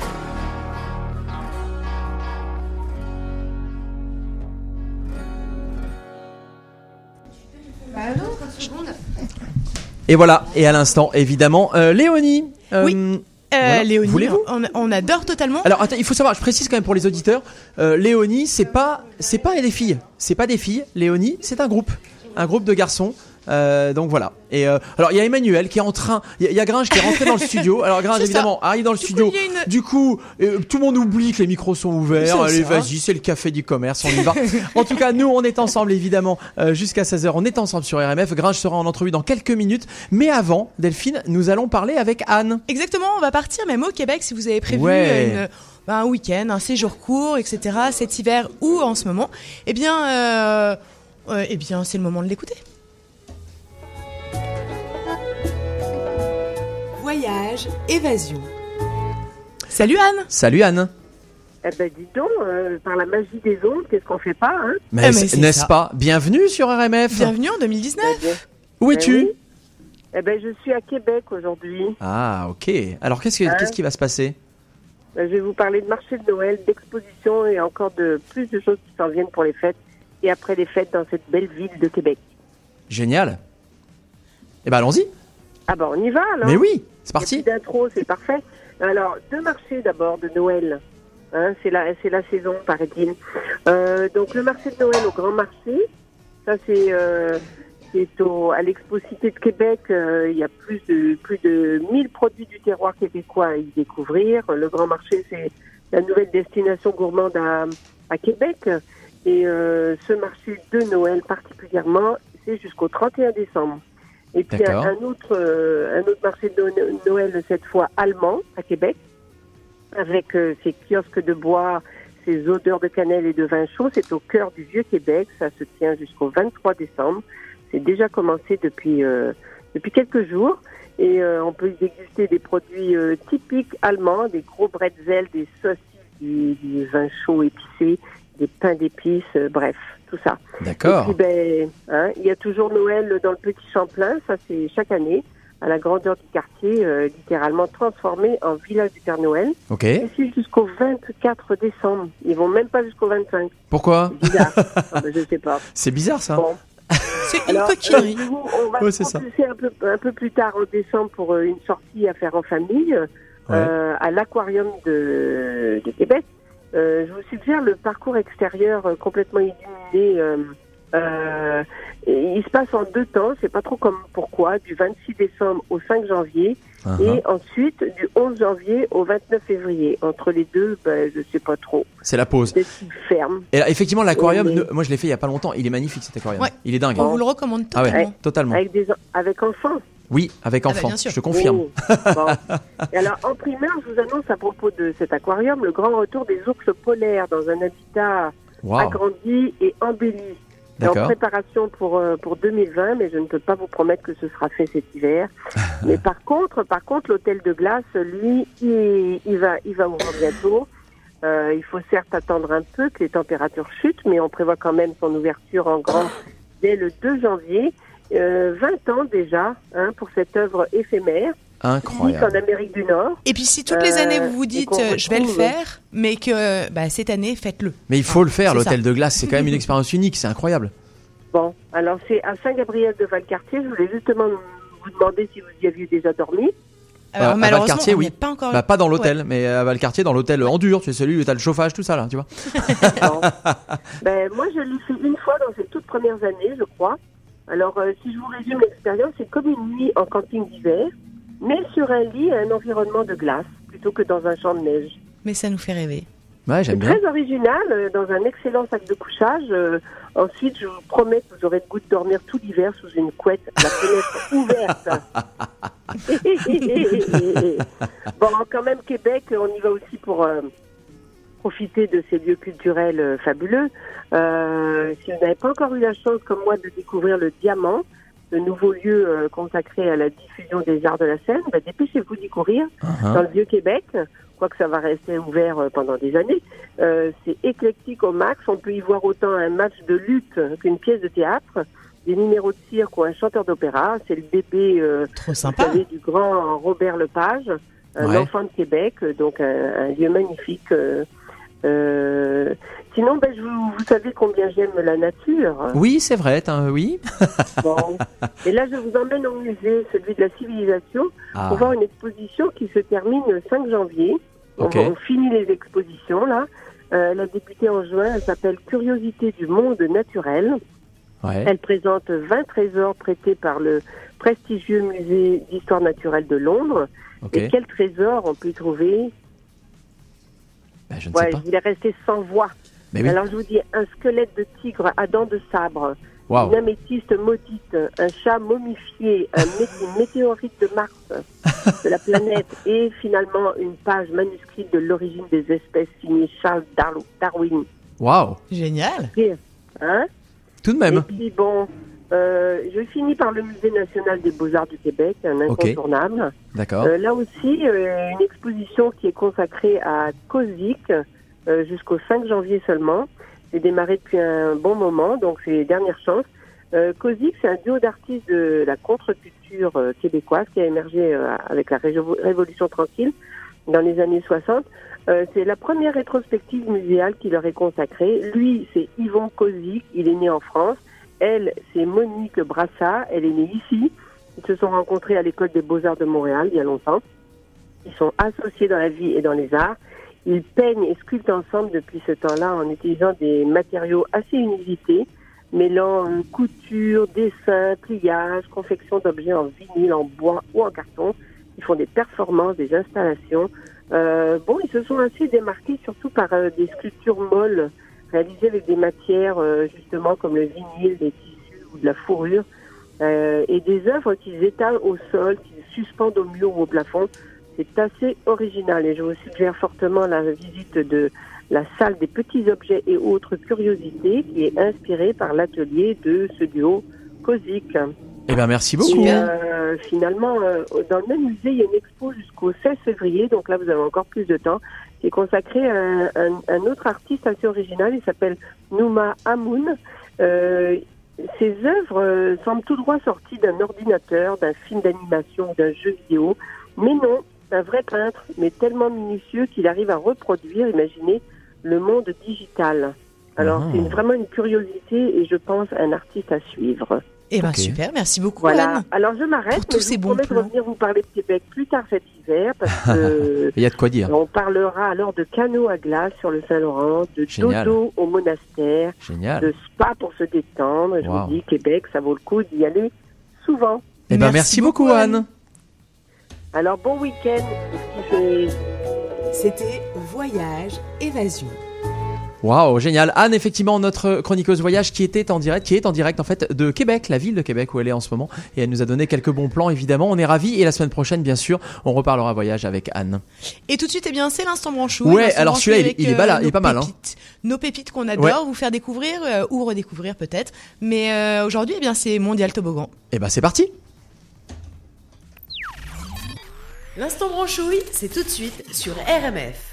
Bah non, trente secondes. Et voilà, et à l'instant, évidemment, euh, Léonie. euh, Oui. Euh, voilà. Léonie, Voulez-vous? on, on adore totalement. Alors attends, il faut savoir, je précise quand même pour les auditeurs, euh, Léonie, c'est pas, c'est pas des filles, c'est pas des filles. Léonie, c'est un groupe, un groupe de garçons Euh, donc voilà. Et euh, alors il y a Emmanuel qui est en train, il y, y a Gringe qui est rentré dans le studio. Alors Gringe C'est évidemment ça. arrive dans le Du studio. coup, il y a une- Du coup, euh, tout le monde oublie que les micros sont ouverts. C'est Allez, ça. vas-y, c'est le café du commerce, on y va. En tout cas, nous on est ensemble évidemment euh, jusqu'à seize heures. On est ensemble sur R M F. Gringe sera en entrevue dans quelques minutes. Mais avant, Delphine, nous allons parler avec Anne. Exactement, on va partir même au Québec si vous avez prévu Ouais. une, bah, un week-end, un séjour court, et cetera cet hiver ou en ce moment. Eh bien, euh, euh, eh bien, c'est le moment de l'écouter. Voyage, évasion. Salut Anne. Salut Anne. Eh ben dis donc, euh, par la magie des ondes, qu'est-ce qu'on fait pas, hein Mais, c'est- n'est-ce pas? Bienvenue sur R M F. Bienvenue en deux mille dix-neuf. Où Ben es-tu? oui. Eh ben je suis à Québec aujourd'hui. Ah, ok. Alors qu'est-ce que- Hein qu'est-ce qui va se passer? Ben, je vais vous parler de marché de Noël, d'exposition et encore de plus de choses qui s'en viennent pour les fêtes et après les fêtes dans cette belle ville de Québec. Génial. Eh ben allons-y. Ah ben on y va alors. Mais oui, c'est parti. Il y a plus d'intro, c'est parfait. Alors deux marchés d'abord de Noël. Hein, c'est la c'est la saison paraît-il. Euh, donc le marché de Noël au Grand Marché, ça c'est euh, c'est au à l'Expo Cité de Québec. Euh, il y a plus de plus de mille produits du terroir québécois à y découvrir. Le Grand Marché c'est la nouvelle destination gourmande à à Québec et euh, ce marché de Noël particulièrement c'est jusqu'au trente et un décembre. Et puis un, D'accord. un autre euh, un autre marché de No- Noël cette fois allemand à Québec avec euh, ses kiosques de bois, ses odeurs de cannelle et de vin chaud. C'est au cœur du Vieux-Québec. Ça se tient jusqu'au vingt-trois décembre. C'est déjà commencé depuis euh, depuis quelques jours. Et euh, on peut y déguster des produits euh, typiques allemands, des gros bretzels, des saucisses, du, du vin chaud épicé, des pains d'épices, euh, bref, tout ça. D'accord. Et puis, ben, hein, il y a toujours Noël dans le Petit Champlain. Ça, c'est chaque année, à la grandeur du quartier, euh, littéralement transformé en village du Père Noël. Ok. Et c'est jusqu'au vingt-quatre décembre. Ils vont même pas jusqu'au vingt-cinq. Pourquoi? Bizarre. Ah ben, je sais pas. C'est bizarre ça. Bon. C'est une Alors, coquinerie. euh, nous, on va Ouais, se c'est ça. propulser un peu, un peu plus tard en décembre pour euh, une sortie à faire en famille euh, à l'aquarium de, de Québec. Euh, je vous suggère le parcours extérieur euh, complètement illuminé. Euh, euh, et il se passe en deux temps, c'est pas trop comme pourquoi, du vingt-six décembre au cinq janvier Uh-huh. et ensuite du onze janvier au vingt-neuf février. Entre les deux, ben, je sais pas trop. C'est la pause. Peut-être qu'il ferme. Et là, effectivement, l'aquarium, Oui, mais- nous- moi je l'ai fait il y a pas longtemps. Il est magnifique cet aquarium. Ouais. Il est dingue. On vous le recommande Ah totalement. ouais, totalement. Avec, des, en- avec enfants. Oui, avec Ah bah, enfant. bien sûr. Je te confirme. Oh, bon. Et alors, en primaire, je vous annonce à propos de cet aquarium le grand retour des ours polaires dans un habitat Wow. agrandi et embelli. C'est en D'accord. préparation pour euh, pour deux mille vingt, mais je ne peux pas vous promettre que ce sera fait cet hiver. Mais par contre, par contre, l'hôtel de glace, lui, il, il va il va ouvrir bientôt. Euh, il faut certes attendre un peu que les températures chutent, mais on prévoit quand même son ouverture en grand dès le deux janvier. Euh, vingt ans déjà hein, pour cette œuvre éphémère. Unique Incroyable. en Amérique du Nord. Et puis si toutes les années vous vous Euh, et dites qu'on euh, je vais le retrouve- faire, mais que bah, cette année faites-le. Mais il faut le faire, C'est l'hôtel ça. de glace. C'est quand même une expérience unique. C'est incroyable. Bon, alors c'est à Saint-Gabriel de Valcartier. Je voulais justement vous demander si vous y aviez déjà dormi. Alors, Euh, à malheureusement, Valcartier, on oui. n'y est pas encore. Bah, pas dans l'hôtel, mais à Valcartier, dans l'hôtel en dur. Tu sais, celui où t'as le chauffage, tout ça là, tu vois. Ben, moi, je l'ai fait une fois dans ces toutes premières années, je crois. Alors, euh, si je vous résume l'expérience, c'est comme une nuit en camping d'hiver, mais sur un lit à un environnement de glace, plutôt que dans un champ de neige. Mais ça nous fait rêver. Ouais, C'est j'aime bien. très original, euh, dans un excellent sac de couchage. Euh, ensuite, je vous promets que vous aurez le goût de dormir tout l'hiver sous une couette, la fenêtre ouverte. Bon, quand même, Québec, on y va aussi pour euh, profiter de ces lieux culturels euh, fabuleux. Euh, si vous n'avez pas encore eu la chance, comme moi, de découvrir le Diamant, le nouveau lieu euh, consacré à la diffusion des arts de la scène, ben, dépêchez-vous d'y courir Uh-huh. dans le Vieux-Québec. Quoique ça va rester ouvert euh, pendant des années. Euh, c'est éclectique au max. On peut y voir autant un match de lutte qu'une pièce de théâtre, des numéros de cirque ou un chanteur d'opéra. C'est le bébé euh, Trop sympa. vous savez, du grand Robert Lepage, un Ouais. enfant de Québec, euh, donc un, un lieu magnifique. euh, euh, Sinon, ben, je vous, vous savez combien j'aime la nature. Oui, c'est vrai. t'as- Oui. Bon. Et là, je vous emmène au musée, celui de la civilisation, Ah. pour voir une exposition qui se termine le cinq janvier. On, Ok. va- on finit les expositions, là. Euh, elle a débuté en juin, elle s'appelle Curiosité du monde naturel. Ouais. Elle présente vingt trésors prêtés par le prestigieux musée d'histoire naturelle de Londres. Ok. Et quels trésors on peut y trouver? Ben, je ne Ouais, sais pas. il est resté sans voix. Mais oui. Alors je vous dis, un squelette de tigre à dents de sabre, Waouh. une améthyste maudite, un chat momifié, un mé- une météorite de Mars, de la planète, et finalement une page manuscrite de l'origine des espèces signée Charles Dar- Darwin. Waouh. Génial. Hein? Tout de même. Et puis bon, euh, je finis par le Musée national des beaux-arts du Québec, un Ok. incontournable. D'accord. Euh, là aussi, euh, une exposition qui est consacrée à Kozik euh, jusqu'au cinq janvier seulement. C'est démarré depuis un bon moment, donc c'est les dernières chances. Euh, Kozik, c'est un duo d'artistes de la contre-culture euh, québécoise qui a émergé euh, avec la Révo- Révolution tranquille dans les années soixante. Euh, c'est la première rétrospective muséale qui leur est consacrée. Lui, c'est Yvon Kozik, il est né en France. Elle, c'est Monique Brassard, elle est née ici. Ils se sont rencontrés à l'École des Beaux-Arts de Montréal il y a longtemps. Ils sont associés dans la vie et dans les arts. Ils peignent et sculptent ensemble depuis ce temps-là en utilisant des matériaux assez inusités, mêlant euh, couture, dessin, pliage, confection d'objets en vinyle, en bois ou en carton. Ils font des performances, des installations. Euh, bon, ils se sont ainsi démarqués surtout par euh, des sculptures molles réalisées avec des matières euh, justement comme le vinyle, des tissus ou de la fourrure, euh, et des œuvres qu'ils étalent au sol, qu'ils suspendent au mur ou au plafond. C'est assez original et je vous suggère fortement la visite de la salle des petits objets et autres curiosités qui est inspirée par l'atelier de ce duo Kozik. Eh bien, merci beaucoup. Et, euh, finalement, euh, dans le même musée, il y a une expo jusqu'au seize février, donc là vous avez encore plus de temps, qui est consacrée à un, un, un autre artiste assez original, il s'appelle Nouma Hamoun. Euh, ses œuvres euh, semblent tout droit sorties d'un ordinateur, d'un film d'animation, d'un jeu vidéo, mais non, c'est un vrai peintre, mais tellement minutieux qu'il arrive à reproduire, imaginez, le monde digital. Alors Ah. c'est une- vraiment une curiosité et je pense un artiste à suivre. Eh ben Ok. super, merci beaucoup Voilà. Anne. Alors je m'arrête. Pour tous mais ces je vous bons promets de plans. revenir vous parler de Québec plus tard cet hiver parce que Il y a de quoi dire. on parlera alors de canot à glace sur le Saint-Laurent, de Génial. dodo au monastère, Génial. de spa pour se détendre. Et je Wow. vous dis, Québec, ça vaut le coup d'y aller souvent. Eh ben, merci beaucoup, Anne. Alors bon week-end. Et puis, je- C'était Voyage Évasion. Waouh, génial. Anne, effectivement, notre chroniqueuse voyage qui était en direct, qui est en direct en fait de Québec, la ville de Québec où elle est en ce moment, et elle nous a donné quelques bons plans. Évidemment, on est ravis. Et la semaine prochaine, bien sûr, on reparlera voyage avec Anne. Et tout de suite, eh bien, c'est l'instant branchouille. Ouais, L'instant alors celui-là, il- branchouille il est avec, pas là, euh, il est pas nos mal, hein. pépites. Nos pépites qu'on adore, Ouais. vous faire découvrir euh, ou redécouvrir peut-être. Mais euh, aujourd'hui, eh bien, c'est Mondial Toboggan. Eh ben, c'est parti. L'instant branchouille, c'est tout de suite sur R M F.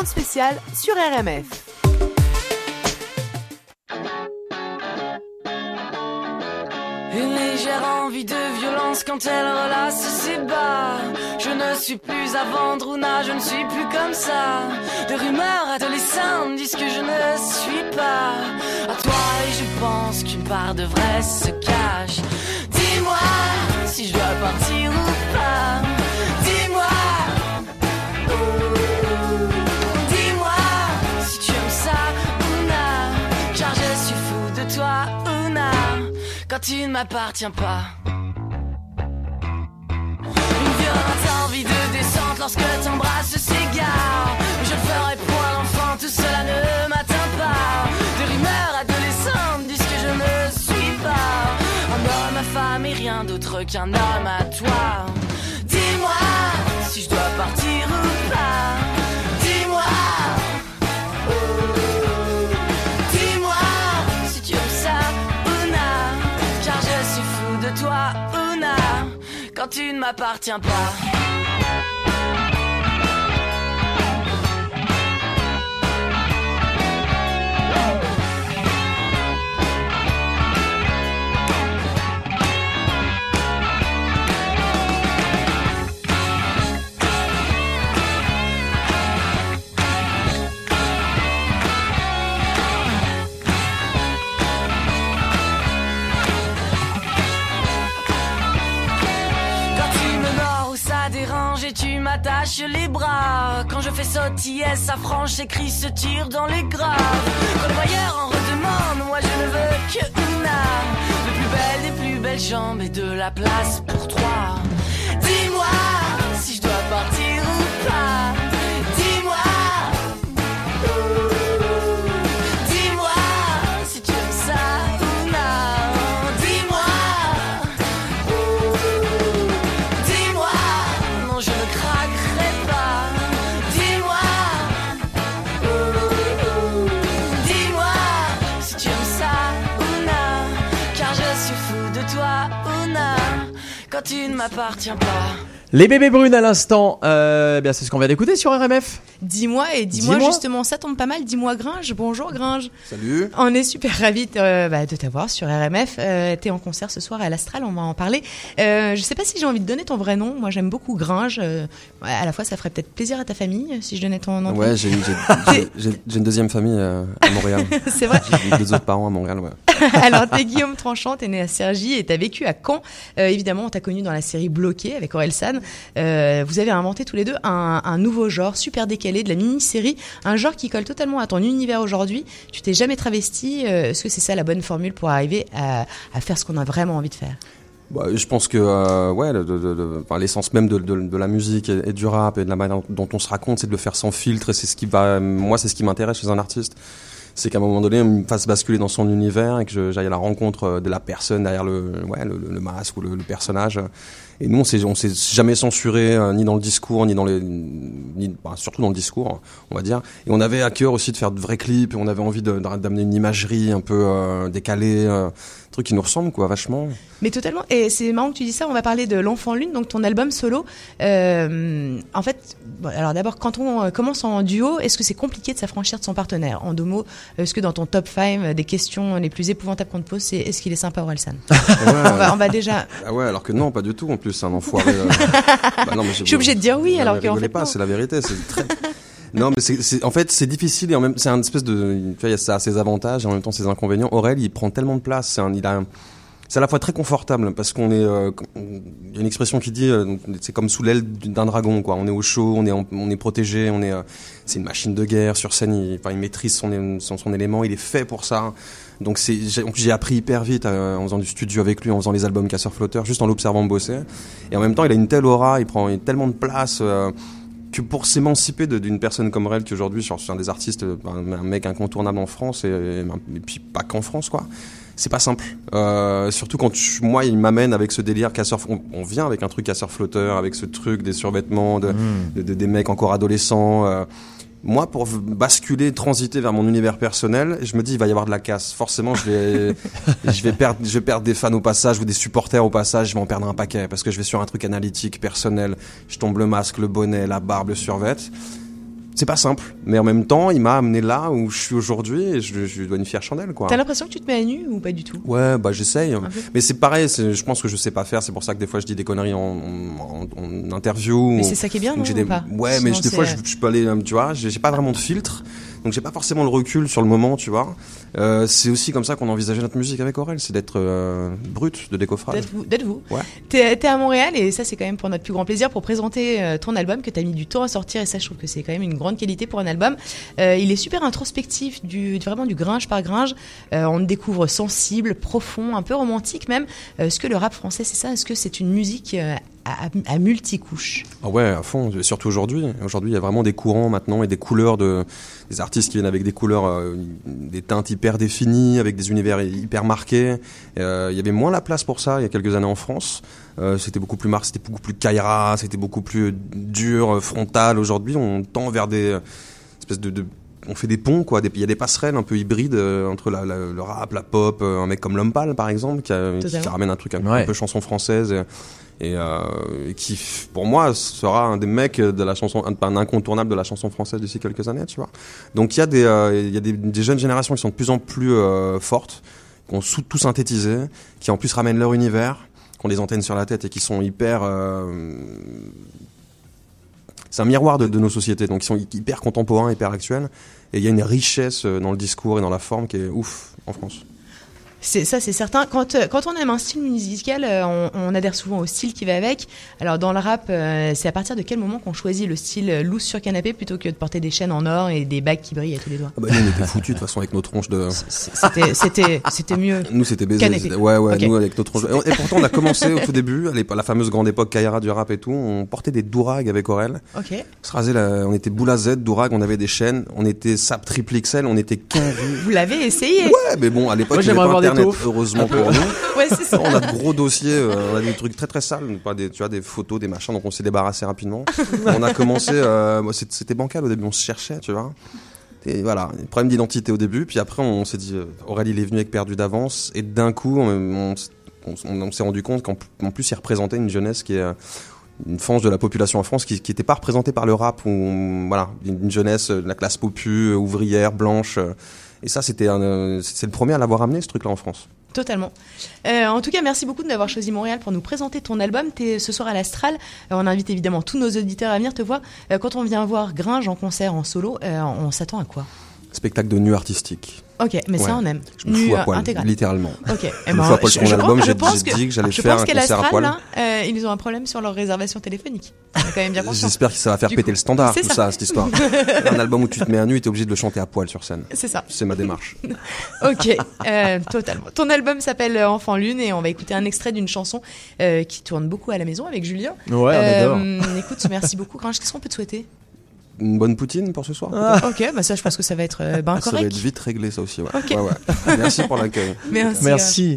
cinquante spécial sur R M F. Une légère envie de violence quand elle relasse ses bas. Je ne suis plus à vendre ou na, je ne suis plus comme ça. De rumeurs adolescentes disent que je ne suis pas à toi et je pense qu'une part de vrai se cache. Dis-moi si je dois partir ou pas. Dis-moi, dis-moi si tu aimes ça ou na, car je suis fou de toi ou na. Quand tu ne m'appartiens pas. Une violente envie de descente lorsque t'embrasses s'égare. Mais je ne ferai point l'enfant, tout cela ne m'atteint pas. Des rumeurs adolescentes disent que je ne suis pas un homme à femme et rien d'autre qu'un homme à toi. Dis-moi si je dois partir ou pas. Dis-moi, dis-moi si tu aimes ça ou na, car je suis fou de toi ou na, quand tu ne m'appartiens pas. Et tu m'attaches les bras. Quand je fais sautiller sa frange, ses cris se tirent dans les graves. Quand le voyeur en redemande, moi je ne veux que una, de plus belle des plus belles jambes et de la place pour trois. Dis-moi si je dois partir ou pas. Dis-moi, dis-moi si tu aimes ça ou na. Dis-moi, dis-moi, non je ne craquerai pas. Dis-moi, dis-moi si tu aimes ça ou na, car je suis fou de toi ou na, quand tu ne m'appartiens pas. Les bébés brunes à l'instant, euh, eh bien c'est ce qu'on vient d'écouter sur R M F. Dis-moi et dis-moi, Dis-moi. justement, ça tombe pas mal. Dis-moi Gringe. Bonjour Gringe. Salut. On est super ravis de, euh, bah, de t'avoir sur R M F. Euh, t'es en concert ce soir à l'Astral, on va en parler. Euh, je sais pas si j'ai envie de donner ton vrai nom. Moi j'aime beaucoup Gringe. Euh, ouais, à la fois ça ferait peut-être plaisir à ta famille si je donnais ton nom. Ouais, j'ai, j'ai, j'ai, j'ai, j'ai une deuxième famille euh, à Montréal. C'est vrai. J'ai deux autres parents à Montréal, ouais. Alors t'es Guillaume Tranchant, t'es né à Cergy et t'as vécu à Caen. Euh, évidemment on t'a connu dans la série Bloqué avec Orelsan. Euh, vous avez inventé tous les deux un, un nouveau genre super décalé de la mini-série, un genre qui colle totalement à ton univers aujourd'hui. Tu t'es jamais travesti. Euh, est-ce que c'est ça la bonne formule pour arriver à, à faire ce qu'on a vraiment envie de faire? Bah, je pense que euh, ouais, de, de, de, enfin, l'essence même de, de, de la musique et, et du rap et de la manière dont on se raconte, c'est de le faire sans filtre. Et c'est ce qui va, moi, c'est ce qui m'intéresse chez un artiste. C'est qu'à un moment donné, on me fasse basculer dans son univers et que je, j'aille à la rencontre de la personne derrière le, ouais, le, le masque ou le, le personnage. Et nous, on s'est, on s'est jamais censuré, euh, ni dans le discours, ni dans les, ni, bah, surtout dans le discours, on va dire. Et on avait à cœur aussi de faire de vrais clips. Et on avait envie de, d'amener une imagerie un peu euh, décalée, euh, un truc qui nous ressemble, quoi, vachement. Mais totalement. Et c'est marrant que tu dis ça. On va parler de L'Enfant Lune, donc ton album solo. Euh, en fait, bon, alors d'abord, quand on commence en duo, est-ce que c'est compliqué de s'affranchir de son partenaire? En deux mots, est-ce que dans ton top cinq des questions les plus épouvantables qu'on te pose, c'est est-ce qu'il est sympa Orelsan? Ouais, on, va, on va déjà. Ah ouais, alors que non, pas du tout. En plus, c'est un enfoiré. Euh... bah non, mais je suis obligée de dire oui, alors qu'en fait pas. Non. C'est la vérité. C'est très. Non, mais c'est, c'est, en fait, c'est difficile et en même, c'est un espèce de, tu vois, il y a ça a ses avantages et en même temps ses inconvénients. Aurel, il prend tellement de place. C'est un, il a, un, c'est à la fois très confortable parce qu'on est, euh, il y a une expression qui dit, euh, c'est comme sous l'aile d'un dragon, quoi. On est au chaud, on est, en, on est protégé, on est, euh, c'est une machine de guerre sur scène. Il, enfin, il maîtrise son, son, son élément, il est fait pour ça. Donc c'est, j'ai, j'ai appris hyper vite euh, en faisant du studio avec lui, en faisant les albums Casseur Flotteur, juste en l'observant bosser. Et en même temps, il a une telle aura, il prend tellement de place. Euh, que pour s'émanciper de, d'une personne comme Rel, qui aujourd'hui sur un des artistes, un, un mec incontournable en France et, et, et puis pas qu'en France, quoi. C'est pas simple. Euh, surtout quand tu, moi, il m'amène avec ce délire casseur. On, on vient avec un truc casseur flotteur, avec ce truc des survêtements, de, mmh. de, de des mecs encore adolescents. Euh, Moi, pour basculer, transiter vers mon univers personnel, je me dis il va y avoir de la casse. Forcément, je vais, je vais perdre, je vais perdre des fans au passage ou des supporters au passage. Je vais en perdre un paquet parce que je vais sur un truc analytique, personnel. Je tombe le masque, le bonnet, la barbe, le survêt. c'est pas simple, mais en même temps, il m'a amené là où je suis aujourd'hui et je, je lui dois une fière chandelle, quoi. T'as l'impression que tu te mets à nu ou pas du tout? Ouais, bah j'essaye. Mais c'est pareil, c'est, je pense que je sais pas faire. C'est pour ça que des fois je dis des conneries en, en, en interview. Mais ou, c'est ça qui est bien, donc non, j'ai des, ou pas? Ouais, Sinon, mais des fois je, c'est- je peux aller, tu vois, j'ai, j'ai pas vraiment de filtre. Donc j'ai pas forcément le recul sur le moment, tu vois. Euh, c'est aussi comme ça qu'on envisageait notre musique avec Aurel, c'est d'être euh, brut, de décoffrage. D'être vous. D'être vous. Ouais. T'es, t'es à Montréal et ça c'est quand même pour notre plus grand plaisir pour présenter euh, ton album que t'as mis du temps à sortir et ça je trouve que c'est quand même une grande qualité pour un album. Euh, il est super introspectif, du, vraiment du gringe par gringe. Euh, on le découvre sensible, profond, un peu romantique même. Euh, est-ce que le rap français c'est ça? Est-ce que c'est une musique euh, à, à, à multicouches? Ah ouais, à fond, surtout aujourd'hui. Aujourd'hui, il y a vraiment des courants maintenant et des couleurs de des artistes qui viennent avec des couleurs, euh, des teintes hyper définies, avec des univers hyper marqués. Euh, il y avait moins la place pour ça il y a quelques années en France. Euh, c'était beaucoup plus marqué, c'était beaucoup plus Kaira, c'était beaucoup plus dur, frontal. Aujourd'hui, on tend vers des euh, espèces de, de on fait des ponts, quoi. Il y a des passerelles un peu hybrides euh, entre la, la, le rap, la pop, euh, un mec comme L'Homme Pâle, par exemple, qui, a, qui, qui ramène un truc un, Ouais. un peu chanson française. Et, et, euh, et qui, pour moi, sera un des mecs de la chanson, un, un incontournable de la chanson française d'ici quelques années, tu vois. Donc il y a des, euh, il y a des, des jeunes générations qui sont de plus en plus euh, fortes, qui ont sous, tout synthétisé, qui en plus ramènent leur univers, qui ont des antennes sur la tête et qui sont hyper... Euh, c'est un miroir de, de nos sociétés, donc ils sont hyper contemporains, hyper actuels, et il y a une richesse dans le discours et dans la forme qui est ouf en France. C'est, ça, c'est certain. Quand, euh, quand on aime un style musical, euh, on, on adhère souvent au style qui va avec. Alors, dans le rap, euh, c'est à partir de quel moment qu'on choisit le style euh, loose sur canapé plutôt que de porter des chaînes en or et des bagues qui brillent à tous les doigts? Ah bah, nous, on était foutus de toute façon avec nos tronches de. C'était, c'était, c'était mieux. Nous, c'était baisé. Canapé. C'était- Ouais, ouais, Ok. nous, avec nos tronches. Et, et pourtant, on a commencé au tout début, à l'époque- la fameuse grande époque Kaira du rap et tout. On portait des dourags avec Aurel. Ok. On se rasait la- on était boule à Z, dourag, on avait des chaînes. On était sap triple X L, on était quinze. Vous l'avez essayé? Ouais, mais bon, à l'époque, Moi, il n'y j'aimerais avait pas avoir des Internet, taufs. heureusement Un peu. pour nous. Ouais, c'est ça. On a de gros dossiers, euh, on a des trucs très très sales, pas des, tu vois, des photos, des machins, donc on s'est débarrassé rapidement. On a commencé, euh, moi, c'était c'était bancal au début, on se cherchait, tu vois. Et voilà, problème d'identité au début, puis après on s'est dit, euh, Aurel il est venu avec Perdu d'avance, et d'un coup on, on, on, on s'est rendu compte qu'en en plus il représentait une jeunesse qui est euh, une frange de la population en France qui n'était pas représentée par le rap, ou voilà, une jeunesse de la classe popu, ouvrière, blanche. Et ça, c'était un, euh, c'est le premier à l'avoir amené, ce truc-là, en France. Totalement. Euh, en tout cas, merci beaucoup de d'avoir choisi Montréal pour nous présenter ton album. T'es ce soir à l'Astral. Euh, on invite évidemment tous nos auditeurs à venir te voir. Euh, quand on vient voir Gringe en concert, en solo, euh, on s'attend à quoi? Spectacle de nu artistique. Ok, mais ça Ouais. on aime. Je me Nu, fous à euh, poil, intégral. littéralement. Ok. Je Eh me ben, fous à poil je- sur mon je album, pense- j'ai je pense j'ai que- dit que j'allais je faire pense un qu'à concert à l'Astral, poil. là, euh, ils ont un problème sur leur réservation téléphonique. On est quand même bien conscient. J'espère que ça va faire Du péter coup, le standard, c'est tout ça. ça, cette histoire. Un album où tu te mets à nu et t'es obligé de le chanter à poil sur scène. C'est ça. C'est ma démarche. Ok, euh, totalement. Ton album s'appelle euh, Enfant Lune et on va écouter un extrait d'une chanson euh, qui tourne beaucoup à la maison avec Julien. Ouais, on adore. Écoute, merci beaucoup. Gringe, qu'est-ce qu'on peut te souhaiter? Une bonne poutine pour ce soir. Ok, bah ça, je pense que ça va être euh, ben Ah, ça va correct. être vite réglé, ça aussi. Ouais. Ok. Ouais, ouais. Merci pour l'accueil. Merci. Merci.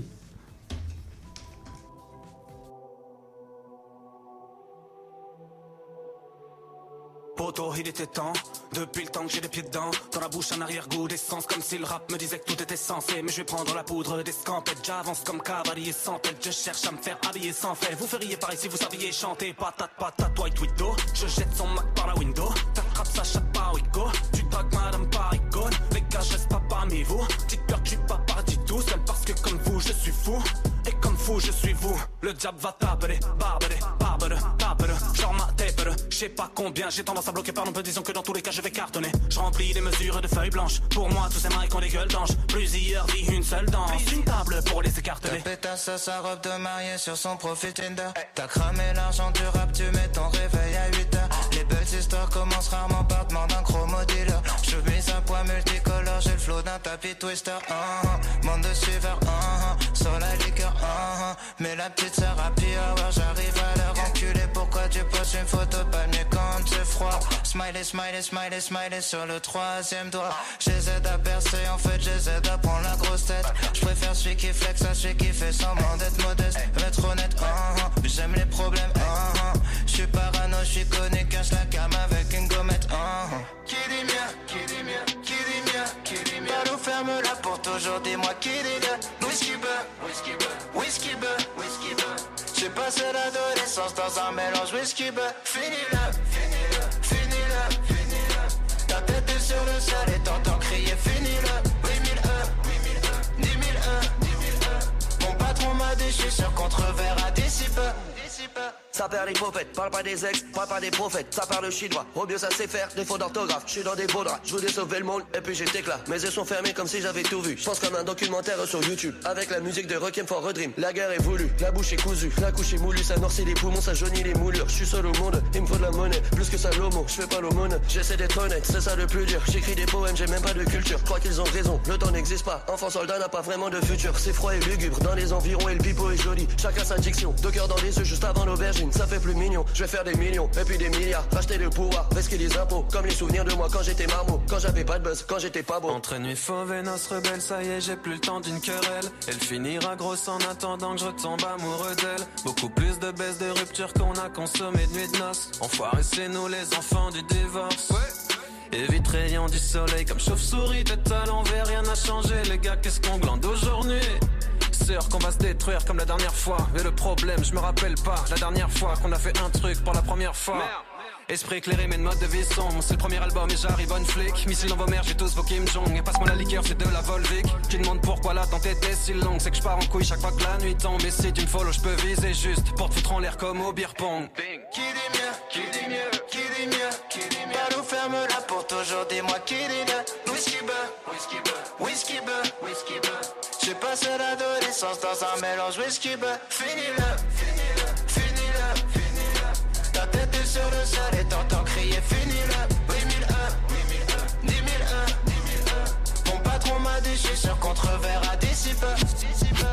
Poto, il était temps, depuis le temps que j'ai les pieds dedans. Dans la bouche un arrière-goût d'essence, comme si le rap me disait que tout était censé. Mais je vais prendre la poudre des scampettes, j'avance comme cavalier sans tête. Je cherche à me faire habiller sans fait. Vous feriez pareil si vous saviez chanter. Patate, patate, white widow. Je jette son Mac par la window. T'attrapes sa chatte par Wico. Tu tagues madame par icône. Les gars, je reste pas parmi vous. Dites peur que je suis pas parti tout seul parce que comme vous, je suis fou. Et comme fou, je suis vous. Le diable va taper, barber, barber, taper. Genre ma taper. Je sais pas combien, j'ai tendance à bloquer par nos peu, disons que dans tous les cas je vais cartonner. Je remplis les mesures de feuilles blanches. Pour moi, tous ces maris qui ont des gueules d'ange. Plusieurs vies, une seule danse. Une table pour les écarteler. Ta pétasse à sa robe de mariée sur son profil Tinder. T'as cramé l'argent du rap, tu mets ton réveil à huit heures. Les belles histoires commencent rarement par demande d'un chromodile. Je mise un poids multicolore, j'ai le flow d'un tapis twister. Uh-huh. Monde de suiveurs, uh-huh. Sur la liqueur, uh-huh. Mais la petite sœur à P-Hour, j'arrive à leur enculer. Pourquoi tu poses une photo, pas mieux quand c'est froid. Smiley, smiley, smiley, smiley sur le troisième doigt. J'essaie à percer, en fait j'essaie à prendre la grosse tête. Je préfère celui qui flex à celui qui fait semblant d'être modeste. Être honnête, uh-huh. J'aime les problèmes, uh-huh. J'suis parano, j'suis connu, cache la cam avec une gommette, uh-huh. Qui dit mien, qui dit mien, qui dit mien, qui dit mien. Balou ferme là pour toujours, dis-moi qui dit le whisky beurre, whisky beurre, whisky beurre, whisky beurre. J'ai passé l'adolescence dans un mélange whisky beurre. Finis-le, finis-le, finis-le, finis-le. sur le sol et t'entends crier finis-le. huit mille E, dix mille E. Mon patron m'a dit, je suis sûr qu'on te reverra d'ici peu. Ça perd les prophètes, parle pas des ex, parle pas des prophètes. Ça parle chinois, au mieux ça sait faire, défaut d'orthographe. Je suis dans des beaux draps, je voulais sauver le monde et puis j'étais là. Mes yeux sont fermés comme si j'avais tout vu. Je pense comme un documentaire sur YouTube, avec la musique de Requiem for a Dream. La guerre est voulue, la bouche est cousue, la couche est moulue, ça noircit les poumons, ça jaunit les moulures. Je suis seul au monde, il me faut de la monnaie, plus que ça l'homo, je fais pas l'aumône. J'essaie d'être honnête, c'est ça le plus dur. J'écris des poèmes, j'ai même pas de culture. Crois qu'ils ont raison, le temps n'existe pas. Enfant soldat n'a pas vraiment de futur. C'est froid et lugubre, dans les environs et le pipeau est joli. Chacun sa diction, deux cœurs dans les yeux juste avant l'aubergine. Ça fait plus mignon, je vais faire des millions et puis des milliards. Racheter le pouvoir, risquer les impôts. Comme les souvenirs de moi quand j'étais marmot, quand j'avais pas de buzz, quand j'étais pas beau. Entre nuit fauve et noces rebelles, ça y est, j'ai plus le temps d'une querelle. Elle finira grosse en attendant que je retombe amoureux d'elle. Beaucoup plus de baisse de rupture qu'on a consommé de nuit de noces. Enfoiré, c'est nous les enfants du divorce. Et vite rayon du soleil comme chauve-souris, tête à l'envers, rien n'a changé. Les gars, qu'est-ce qu'on glande aujourd'hui? Sûr qu'on va se détruire comme la dernière fois. Mais le problème, je me rappelle pas la dernière fois qu'on a fait un truc pour la première fois. Merde. Esprit éclairé mais de mode de vie sombre. C'est le premier album et j'arrive on flic. Missile dans vos mères, j'ai tous vos Kim Jong. Et passe-moi la liqueur, c'est de la Volvic. Qui demande pourquoi l'attente était si longue. C'est que je pars en couille chaque fois que la nuit tombe. Et si tu me follow, je peux viser juste pour te foutre en l'air comme au beer pong. Qui dit mieux, qui dit mieux, qui dit mieux, qui dit mieux. Pas nous ferme là pour toujours, dis-moi qui dit mieux. Whisky beurre, whisky beurre, whisky beurre, whisky beurre. J'ai passé l'adolescence dans un mélange whisky beurre. Finis-le, finis-le, finis-le, finis-le. Ta tête est sur le sol et t'entends crier finis-le. huit mille E, dix mille E, dix mille E. Mon patron m'a dit, je suis sûr qu'on te reverra d'ici peu, d'ici peu.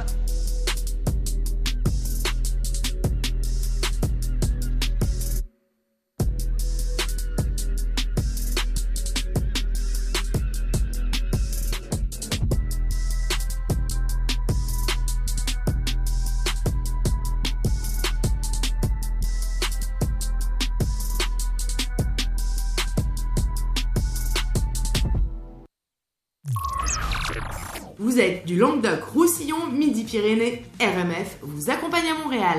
Vous êtes du Languedoc-Roussillon, Midi-Pyrénées, R M F vous accompagne à Montréal.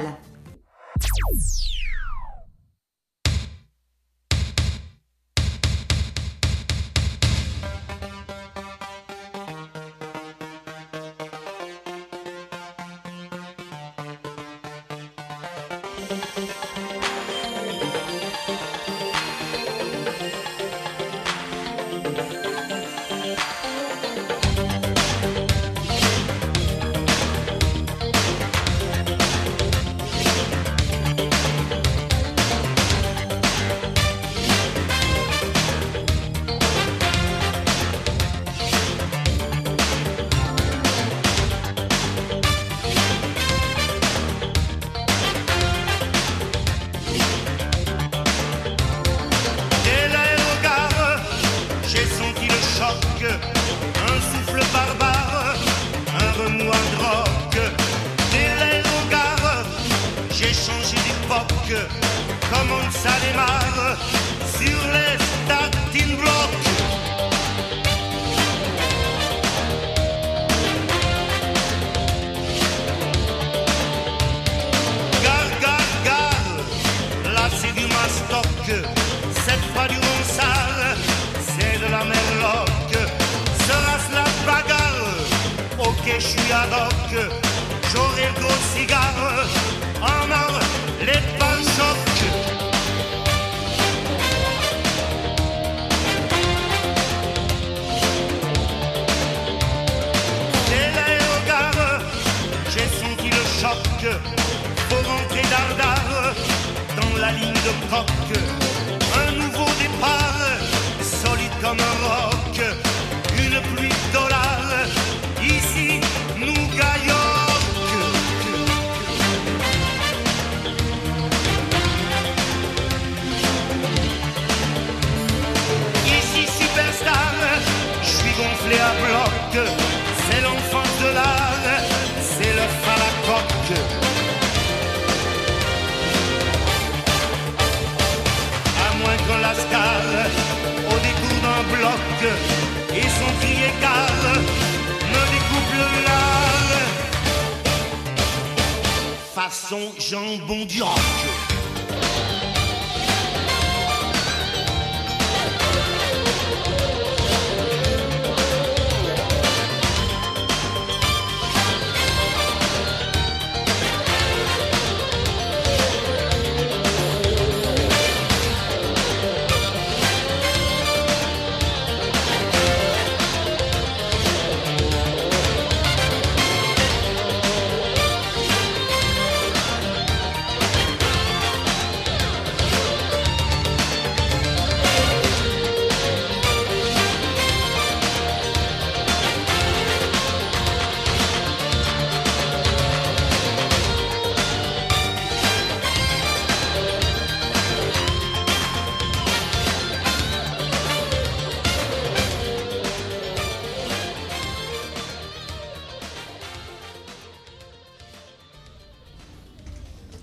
Jambon du rock.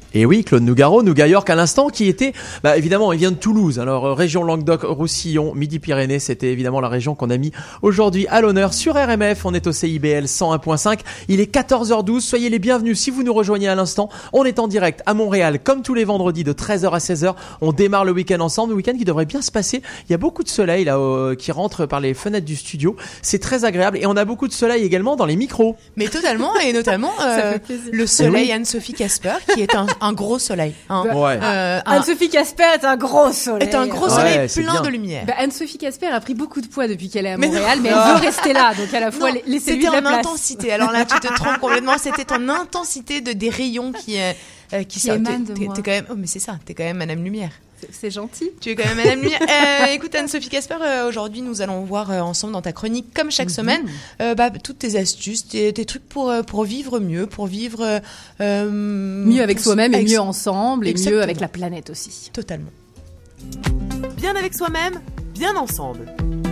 Et oui, Claude Nougaro, Nougat York à l'instant, qui était, bah évidemment, il vient de Toulouse. Alors euh, région Languedoc-Roussillon, Midi-Pyrénées, c'était évidemment la région qu'on a mis aujourd'hui à l'honneur sur R M F. On est au C I B L cent un point cinq. Il est quatorze heures douze. Soyez les bienvenus si vous nous rejoignez à l'instant. On est en direct à Montréal, comme tous les vendredis de treize heures à seize heures. On démarre le week-end ensemble, le week-end qui devrait bien se passer. Il y a beaucoup de soleil là euh, qui rentre par les fenêtres du studio. C'est très agréable et on a beaucoup de soleil également dans les micros. Mais totalement, et notamment euh, le soleil Anne-Sophie Casper, qui est un, un gros soleil. Hein. Ouais. Euh, un- Anne-Sophie Casper est un gros soleil. est un gros Ouais, soleil c'est plein bien. de lumière. Bah, Anne-Sophie Casper a pris beaucoup de poids depuis qu'elle est à Mais Montréal, non. mais elle Ah. veut rester là. Donc à la fois, Non, laissez-lui c'était de la en place. intensité. Alors là, tu te trompes complètement. C'était en intensité de des rayons qui euh, euh, qui, Qui sortent. émanent de T'es- moi. T'es quand même. Oh, mais c'est ça. T'es quand même Madame Lumière. C'est- C'est gentil. Tu es quand même Madame Lumière. Euh, écoute Anne-Sophie Casper, euh, aujourd'hui nous allons voir euh, ensemble dans ta chronique, comme chaque Mhm. semaine, euh, bah, toutes tes astuces, tes, tes trucs pour euh, pour vivre mieux, pour vivre euh, euh, Mieux avec pour- soi-même et avec- mieux ensemble et Exactement. mieux avec la planète aussi. Totalement. Bien avec soi-même, bien ensemble.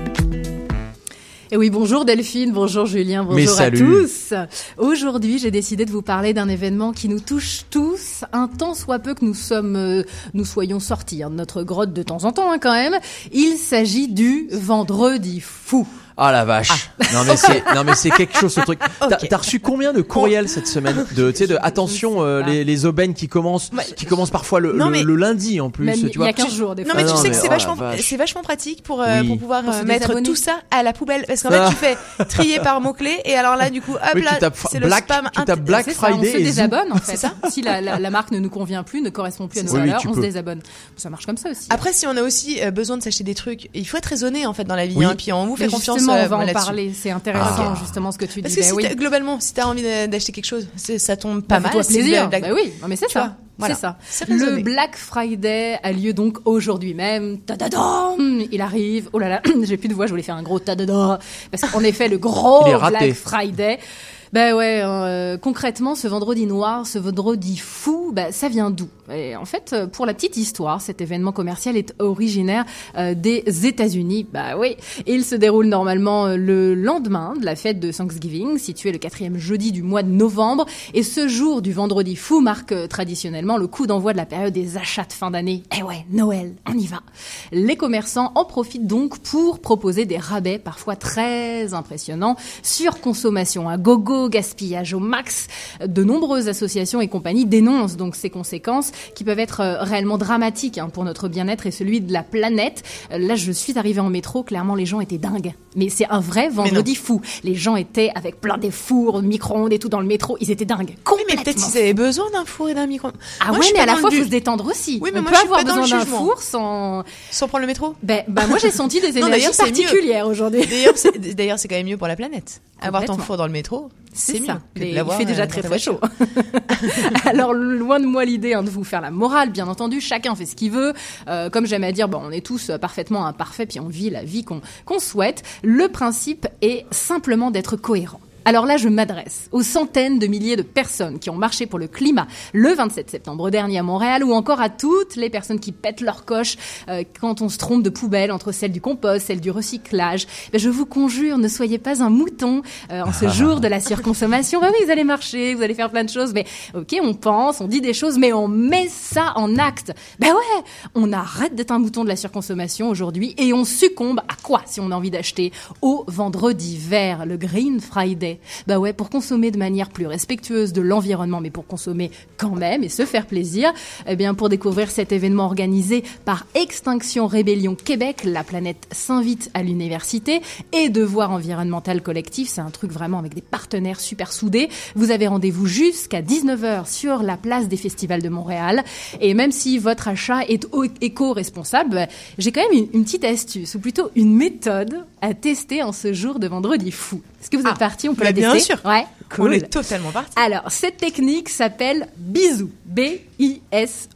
Et oui, bonjour Delphine, bonjour Julien, Mais bonjour à salut. tous. Aujourd'hui, j'ai décidé de vous parler d'un événement qui nous touche tous, un tant soit peu que nous sommes, euh, nous soyons sortis hein, de notre grotte de temps en temps hein, quand même. Il s'agit du Vendredi fou. Ah la vache. Non mais c'est non mais c'est quelque chose ce truc. T'as, t'as reçu combien de courriels cette semaine de tu sais de attention euh, les les aubaines qui commencent qui commencent parfois le, Non, le, mais- le lundi en plus Même tu il y vois. a quinze jours des Non fois. mais Ah tu non, sais mais que c'est oh la vachement, vache. c'est vachement pratique pour euh, Oui. pour pouvoir Pour se euh, mettre désabonner. tout ça à la poubelle, parce qu'en fait Ah. tu fais trier par mots clés et alors là du coup hop Oui, tu là tapes c'est le Black- spam. tu tapes int- Black C'est ça, on Friday se et désabonne en fait. C'est ça. Si la, la, la marque ne nous convient plus, ne correspond plus à nos Oui, oui, valeurs, tu on peux. se désabonne. Ça marche comme ça aussi. Après, si on a aussi euh, besoin de s'acheter des trucs, il faut être raisonné en fait dans la vie. Oui. Hein, puis on vous fait Mais confiance. justement, euh, on va en là-dessus. parler. C'est intéressant Ah. justement ce que tu Parce dis. que Ben si oui. t'as- globalement, si t'as envie de- d'acheter quelque chose, c'est- ça tombe pas Bah, mal. fais-toi c'est de plaisir. la- Bah oui, non, mais c'est Tu ça. vois, voilà. C'est ça. C'est raisonné. Le Black Friday a lieu donc aujourd'hui même. Tadadam, il arrive. Oh là là, j'ai plus de voix. Je voulais faire un gros tadada parce qu'en effet, le gros Il est raté. Black Friday. Ben ouais, euh, concrètement, ce vendredi noir, ce vendredi fou, bah, ça vient d'où? Et en fait, euh, pour la petite histoire, cet événement commercial est originaire euh, des États-Unis. Bah oui, et il se déroule normalement euh, le lendemain de la fête de Thanksgiving, située le quatrième jeudi du mois de novembre. Et ce jour du vendredi fou marque euh, traditionnellement le coup d'envoi de la période des achats de fin d'année. Eh ouais, Noël, on y va. Les commerçants en profitent donc pour proposer des rabais parfois très impressionnants sur consommation à gogo, gaspillage au max. De nombreuses associations et compagnies dénoncent donc ces conséquences qui peuvent être euh, réellement dramatiques hein, pour notre bien-être et celui de la planète. Euh, Là, je suis arrivée en métro, clairement les gens étaient dingues. Mais c'est un vrai vendredi fou. Les gens étaient avec plein des fours, micro-ondes et tout dans le métro, ils étaient dingues. Oui, mais peut-être qu'ils avaient besoin d'un four et d'un micro. Ah Moi, ouais, je suis mais à pas la dans fois, le faut du- se détendre aussi. Oui, mais On moi, peut je suis avoir pas dans besoin le d'un jugement. four sans... Sans prendre le métro. Ben, ben moi, j'ai senti des Non, énergies d'ailleurs, c'est mieux. particulières aujourd'hui. D'ailleurs, c'est, d'ailleurs, c'est quand même mieux pour la planète. Avoir ton Complètement. four dans le métro, c'est, C'est mieux. ça. que de Mais il l'avoir, fait déjà euh, très dans ta très chaud. voiture. Alors loin de moi l'idée hein, de vous faire la morale, bien entendu, chacun fait ce qu'il veut. Euh, comme j'aime à dire, bon, on est tous euh, parfaitement imparfaits, puis on vit la vie qu'on qu'on souhaite. Le principe est simplement d'être cohérent. Alors là, je m'adresse aux centaines de milliers de personnes qui ont marché pour le climat le vingt-sept septembre dernier à Montréal, ou encore à toutes les personnes qui pètent leur coche euh, quand on se trompe de poubelle entre celle du compost, celle du recyclage. Ben, je vous conjure, ne soyez pas un mouton euh, en ce jour de la surconsommation. Ben oui, vous allez marcher, vous allez faire plein de choses, mais ok, on pense, on dit des choses, mais on met ça en acte. Ben ouais, on arrête d'être un mouton de la surconsommation aujourd'hui et on succombe à quoi si on a envie d'acheter? Au vendredi vert, le Green Friday. Bah ouais, pour consommer de manière plus respectueuse de l'environnement, mais pour consommer quand même et se faire plaisir. Eh bien, pour découvrir cet événement organisé par Extinction Rébellion Québec, la planète s'invite à l'université et Devoir environnemental collectif, c'est un truc vraiment avec des partenaires super soudés. Vous avez rendez-vous jusqu'à dix-neuf heures sur la place des festivals de Montréal. Et même si votre achat est au- éco-responsable, bah, j'ai quand même une, une petite astuce, ou plutôt une méthode à tester en ce jour de vendredi fou. Est-ce que vous êtes Ah, partis? On peut bah, la bien tester? sûr. Ouais, cool. On est totalement parti. Alors, cette technique s'appelle bisou. B I S O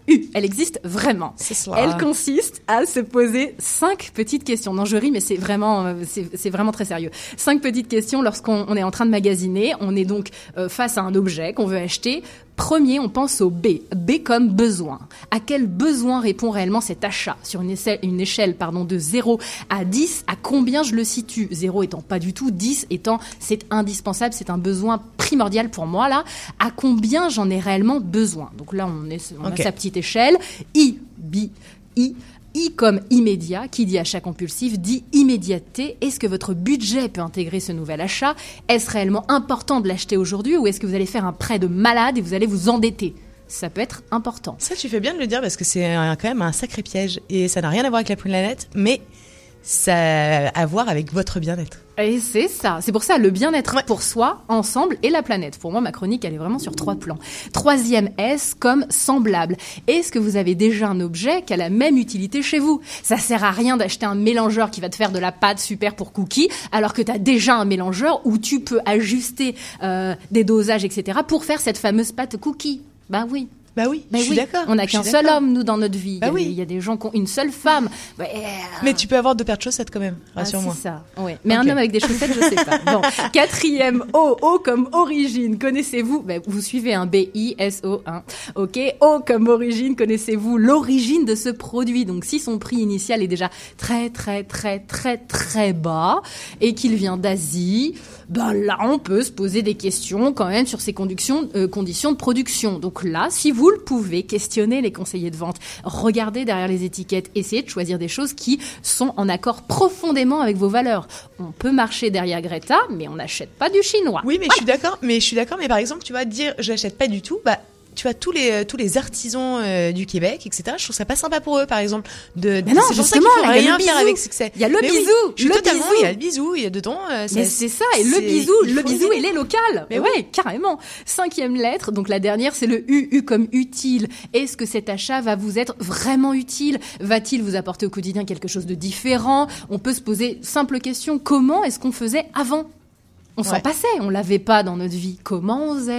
U. Elle existe vraiment. C'est cela. Elle consiste à se poser cinq petites questions. Non, je ris, mais c'est vraiment, euh, c'est, c'est vraiment très sérieux. Cinq petites questions lorsqu'on on est en train de magasiner. On est donc euh, face à un objet qu'on veut acheter. Premier, on pense au B. B comme besoin. À quel besoin répond réellement cet achat? Sur une échelle, une échelle pardon, de zéro à dix, à combien je le situe? zéro étant pas du tout, dix étant c'est indispensable, c'est un besoin primordial pour moi là. À combien j'en ai réellement besoin? Donc là, on, est, on Okay. a sa petite échelle. I, B, I. I comme immédiat, qui dit achat compulsif, dit immédiateté. Est-ce que votre budget peut intégrer ce nouvel achat? Est-ce réellement important de l'acheter aujourd'hui ou est-ce que vous allez faire un prêt de malade et vous allez vous endetter? Ça peut être important. Ça, tu fais bien de le dire parce que c'est un- quand même un sacré piège et ça n'a rien à voir avec la planète, mais ça a à voir avec votre bien-être. Et c'est ça. C'est pour ça, le bien-être pour soi, ensemble et la planète. Pour moi, ma chronique, elle est vraiment sur trois plans. Troisième S comme semblable. Est-ce que vous avez déjà un objet qui a la même utilité chez vous? Ça sert à rien d'acheter un mélangeur qui va te faire de la pâte super pour cookies, alors que tu as déjà un mélangeur où tu peux ajuster euh, des dosages, et cetera pour faire cette fameuse pâte cookie. Bah oui. Bah oui, Ben je suis oui. d'accord. On n'a je suis qu'un seul d'accord. homme, nous, dans notre vie. Bah il, y a oui. des, il y a des gens qui ont une seule femme. Bah, euh, Mais tu peux avoir deux paires de chaussettes quand même, Ah, rassure-moi. c'est ça. Ouais. Mais Ok. un homme avec des chaussettes, je sais pas. Bon. Quatrième O. O comme origine. Connaissez-vous, ben, vous suivez un B I S O un. Ok. O comme origine. Connaissez-vous l'origine de ce produit? Donc, si son prix initial est déjà très, très, très, très, très bas et qu'il vient d'Asie, ben là, on peut se poser des questions quand même sur ses conditions, euh, conditions de production. Donc là, si vous le pouvez, questionnez les conseillers de vente. Regardez derrière les étiquettes. Essayez de choisir des choses qui sont en accord profondément avec vos valeurs. On peut marcher derrière Greta, mais on n'achète pas du chinois. Oui, mais je suis d'accord. Mais je suis d'accord. Mais par exemple, tu vas dire, je l'achète pas du tout. Bah, tu vois tous les euh, tous les artisans euh, du Québec, et cetera. Je trouve ça pas sympa pour eux, par exemple. De, Mais non, c'est pour ça justement, qu'il faut là, il y a rien le faire bisou. avec succès. Il y a le Mais oui, bisou, je suis le totalement. bisou. Il y a le bisou. Il y a dedans. euh, Mais ça- c'est ça, et le c'est- bisou, il le faut bisou, les il est local. Mais ouais, carrément. Cinquième lettre, donc la dernière, c'est le U, U comme utile. Est-ce que cet achat va vous être vraiment utile? Va-t-il vous apporter au quotidien quelque chose de différent? On peut se poser simple question, comment est-ce qu'on faisait avant? On s'en Ouais. passait, on l'avait pas dans notre vie. Comment on faisait?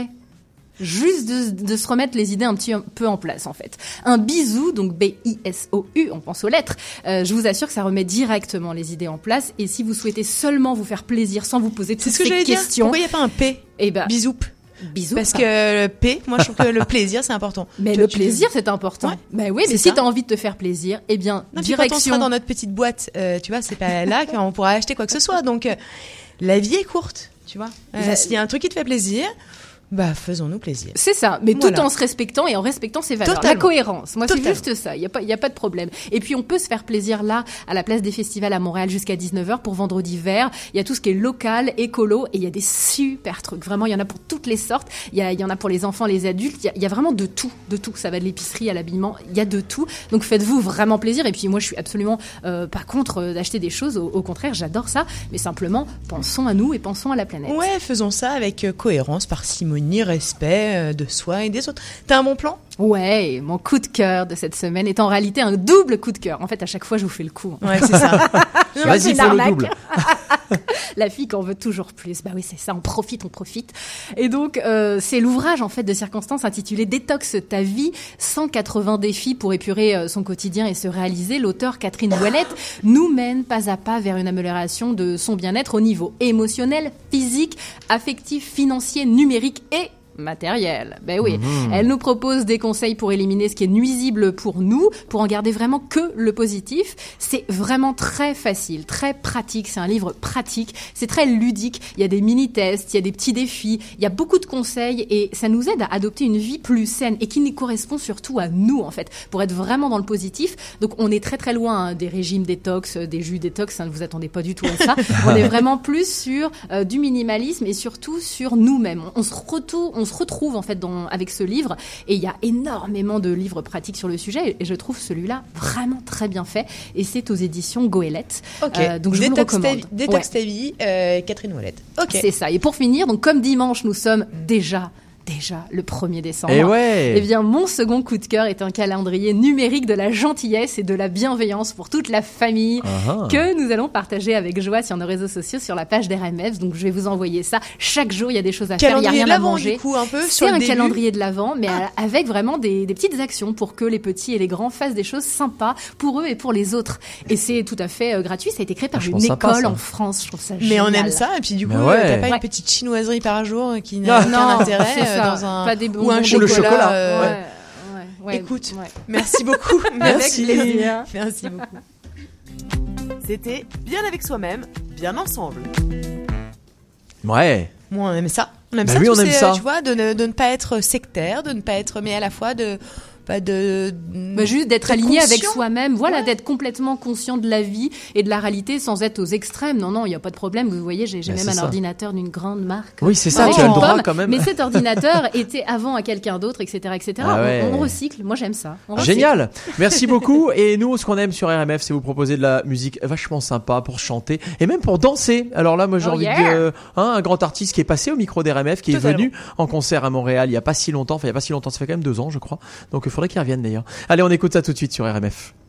Juste de, de se remettre les idées un petit peu en place, en fait. Un bisou, donc B I S O U, on pense aux lettres. Euh, je vous assure que ça remet directement les idées en place. Et si vous souhaitez seulement vous faire plaisir sans vous poser toutes C'est ce que ces j'allais dire. questions... Pourquoi il n'y a pas un P? Eh ben, Bisoup. bisous. Parce que le P, moi je trouve que le plaisir c'est important. Mais Tu le vois, tu- plaisir, c'est important. Ouais. Ben oui, mais C'est si ça. t'as envie de te faire plaisir, eh bien, Non, puis quand on direction... sera dans notre petite boîte, euh, tu vois, c'est pas là qu'on pourra acheter quoi que ce soit. Donc, euh, la vie est courte, tu vois. Euh, La- S'il y a un truc qui te fait plaisir, bah faisons-nous plaisir. C'est ça, mais Voilà. tout en se respectant et en respectant ses valeurs. Totalement. La cohérence, moi c'est Totalement. juste ça, il y a pas il y a pas de problème. Et puis on peut se faire plaisir là à la place des festivals à Montréal jusqu'à dix-neuf heures pour vendredi vert. Il y a tout ce qui est local, écolo et il y a des super trucs. Vraiment, il y en a pour toutes les sortes. Il y a il y en a pour les enfants, les adultes, il y a, il y a vraiment de tout, de tout. Ça va de l'épicerie à l'habillement, il y a de tout. Donc faites-vous vraiment plaisir et puis moi je suis absolument euh, pas contre euh, d'acheter des choses, au, au contraire, j'adore ça, mais simplement pensons à nous et pensons à la planète. Ouais, faisons ça avec euh, cohérence, parcimonie, respect euh, de soi et des autres. T'as un bon plan? Ouais, mon coup de cœur de cette semaine est en réalité un double coup de cœur. En fait, à chaque fois, je vous fais le coup. Ouais, c'est ça. Vas-y, Une fais le arnaque. double. La fille qui en veut toujours plus. Bah oui, c'est ça, on profite, on profite. Et donc, euh, c'est l'ouvrage en fait de circonstances intitulé Détox ta vie, cent quatre-vingts défis pour épurer euh, son quotidien et se réaliser. L'auteur Catherine Ouellette nous mène pas à pas vers une amélioration de son bien-être au niveau émotionnel, physique, affectif, financier, numérique et matériel. Ben oui, Mhm. elle nous propose des conseils pour éliminer ce qui est nuisible pour nous, pour en garder vraiment que le positif. C'est vraiment très facile, très pratique. C'est un livre pratique, c'est très ludique. Il y a des mini-tests, il y a des petits défis, il y a beaucoup de conseils et ça nous aide à adopter une vie plus saine et qui nous correspond surtout à nous en fait, pour être vraiment dans le positif. Donc on est très très loin hein, des régimes détox, des jus détox, hein, ne vous attendez pas du tout à ça. On est vraiment plus sur euh, du minimalisme et surtout sur nous-mêmes. On, on se retrouve, on se retrouve en fait dans, avec ce livre et il y a énormément de livres pratiques sur le sujet et je trouve celui-là vraiment très bien fait et c'est aux éditions Goélette. Ok. Euh, donc je vous le Détox ta recommande. vie- Détox Ouais. ta vie, euh, Catherine Ouellette. Ok. C'est ça. Et pour finir, donc comme dimanche nous sommes déjà déjà le premier décembre. Et ouais. Eh bien, mon second coup de cœur est un calendrier numérique de la gentillesse et de la bienveillance pour toute la famille Ah. que nous allons partager avec joie sur nos réseaux sociaux, sur la page d'R M F. Donc, je vais vous envoyer ça. Chaque jour, il y a des choses à faire, il n'y a Calendrier rien de à l'Avent, manger. du coup, un peu, C'est sur le un début. calendrier de l'Avent, mais à- avec vraiment des, des petites actions pour que les petits et les grands fassent des choses sympas pour eux et pour les autres. Et c'est tout à fait euh, gratuit. Ça a été créé par Vachement une sympa, école ça. en France. Je trouve ça Mais génial. on aime ça, et puis du coup, Mais euh, ouais. t'as pas Ouais. une petite chinoiserie par jour euh, qui n'a Non, aucun intérêt c'est euh, ça. dans un Pas des ou un bonbons. chocolat. Ou le chocolat. euh, Ouais, ouais, ouais. Écoute, Ouais. merci beaucoup. Merci. Avec plaisir. Merci beaucoup. C'était Bien avec soi-même, bien ensemble. Ouais. Moi, on aime ça. On aime Bah ça. oui, tous on aime ces, ça. Tu vois, de ne, de ne pas être sectaire, de ne pas être, mais à la fois de, pas de, Bah, juste d'être d'être aligné avec conscient. soi-même, voilà, d'être complètement conscient de la vie et de la réalité sans être aux extrêmes. Non, non, il n'y a pas de problème. Vous voyez, j'ai j'ai Bah, même c'est un ça. ordinateur d'une grande marque. Oui, c'est ça, Avec tu as le une droit pomme, quand même. Mais cet ordinateur était avant à quelqu'un d'autre, et cetera, et cetera. Ah ouais. on, on recycle. Moi, j'aime ça. On recycle. Génial. Merci beaucoup. Et nous, ce qu'on aime sur R M F, c'est vous proposer de la musique vachement sympa pour chanter et même pour danser. Alors là, moi, j'ai Oh envie yeah. de dire, euh, hein, un grand artiste qui est passé au micro d'R M F, qui est Totalement. venu en concert à Montréal il y a pas si longtemps. Enfin, il y a pas si longtemps. Ça fait quand même deux ans, je crois. Donc, il faudrait qu'il revienne d'ailleurs. Allez, on écoute ça tout de suite sur R M F.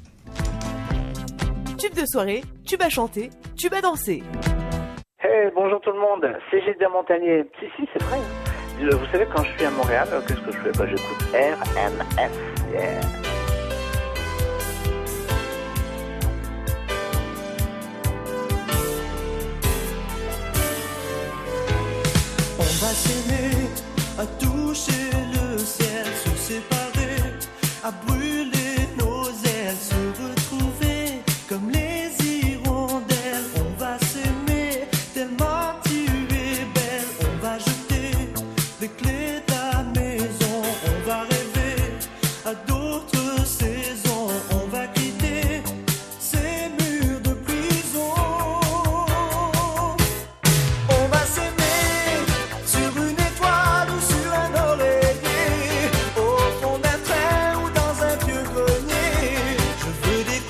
Tube de soirée, tube à chanter, tube à danser. Hey, bonjour tout le monde, c'est Gilles Montagnier. Si, si, c'est vrai. hein. Euh, Vous savez, quand je suis à Montréal, euh, qu'est-ce que je fais? Bah, j'écoute R M F. Yeah. On va s'aimer, à toucher le ciel, se séparer, à brûler nos ailes, se retrouver comme les hirondelles. On va s'aimer tellement tu es belle. On va jeter les clés de la maison. On va rêver à d'autres saisons. On va quitter ces murs de prison. On va s'aimer sur une étoile ou sur un oreiller, au fond d'un train ou dans un vieux grenier. Je veux des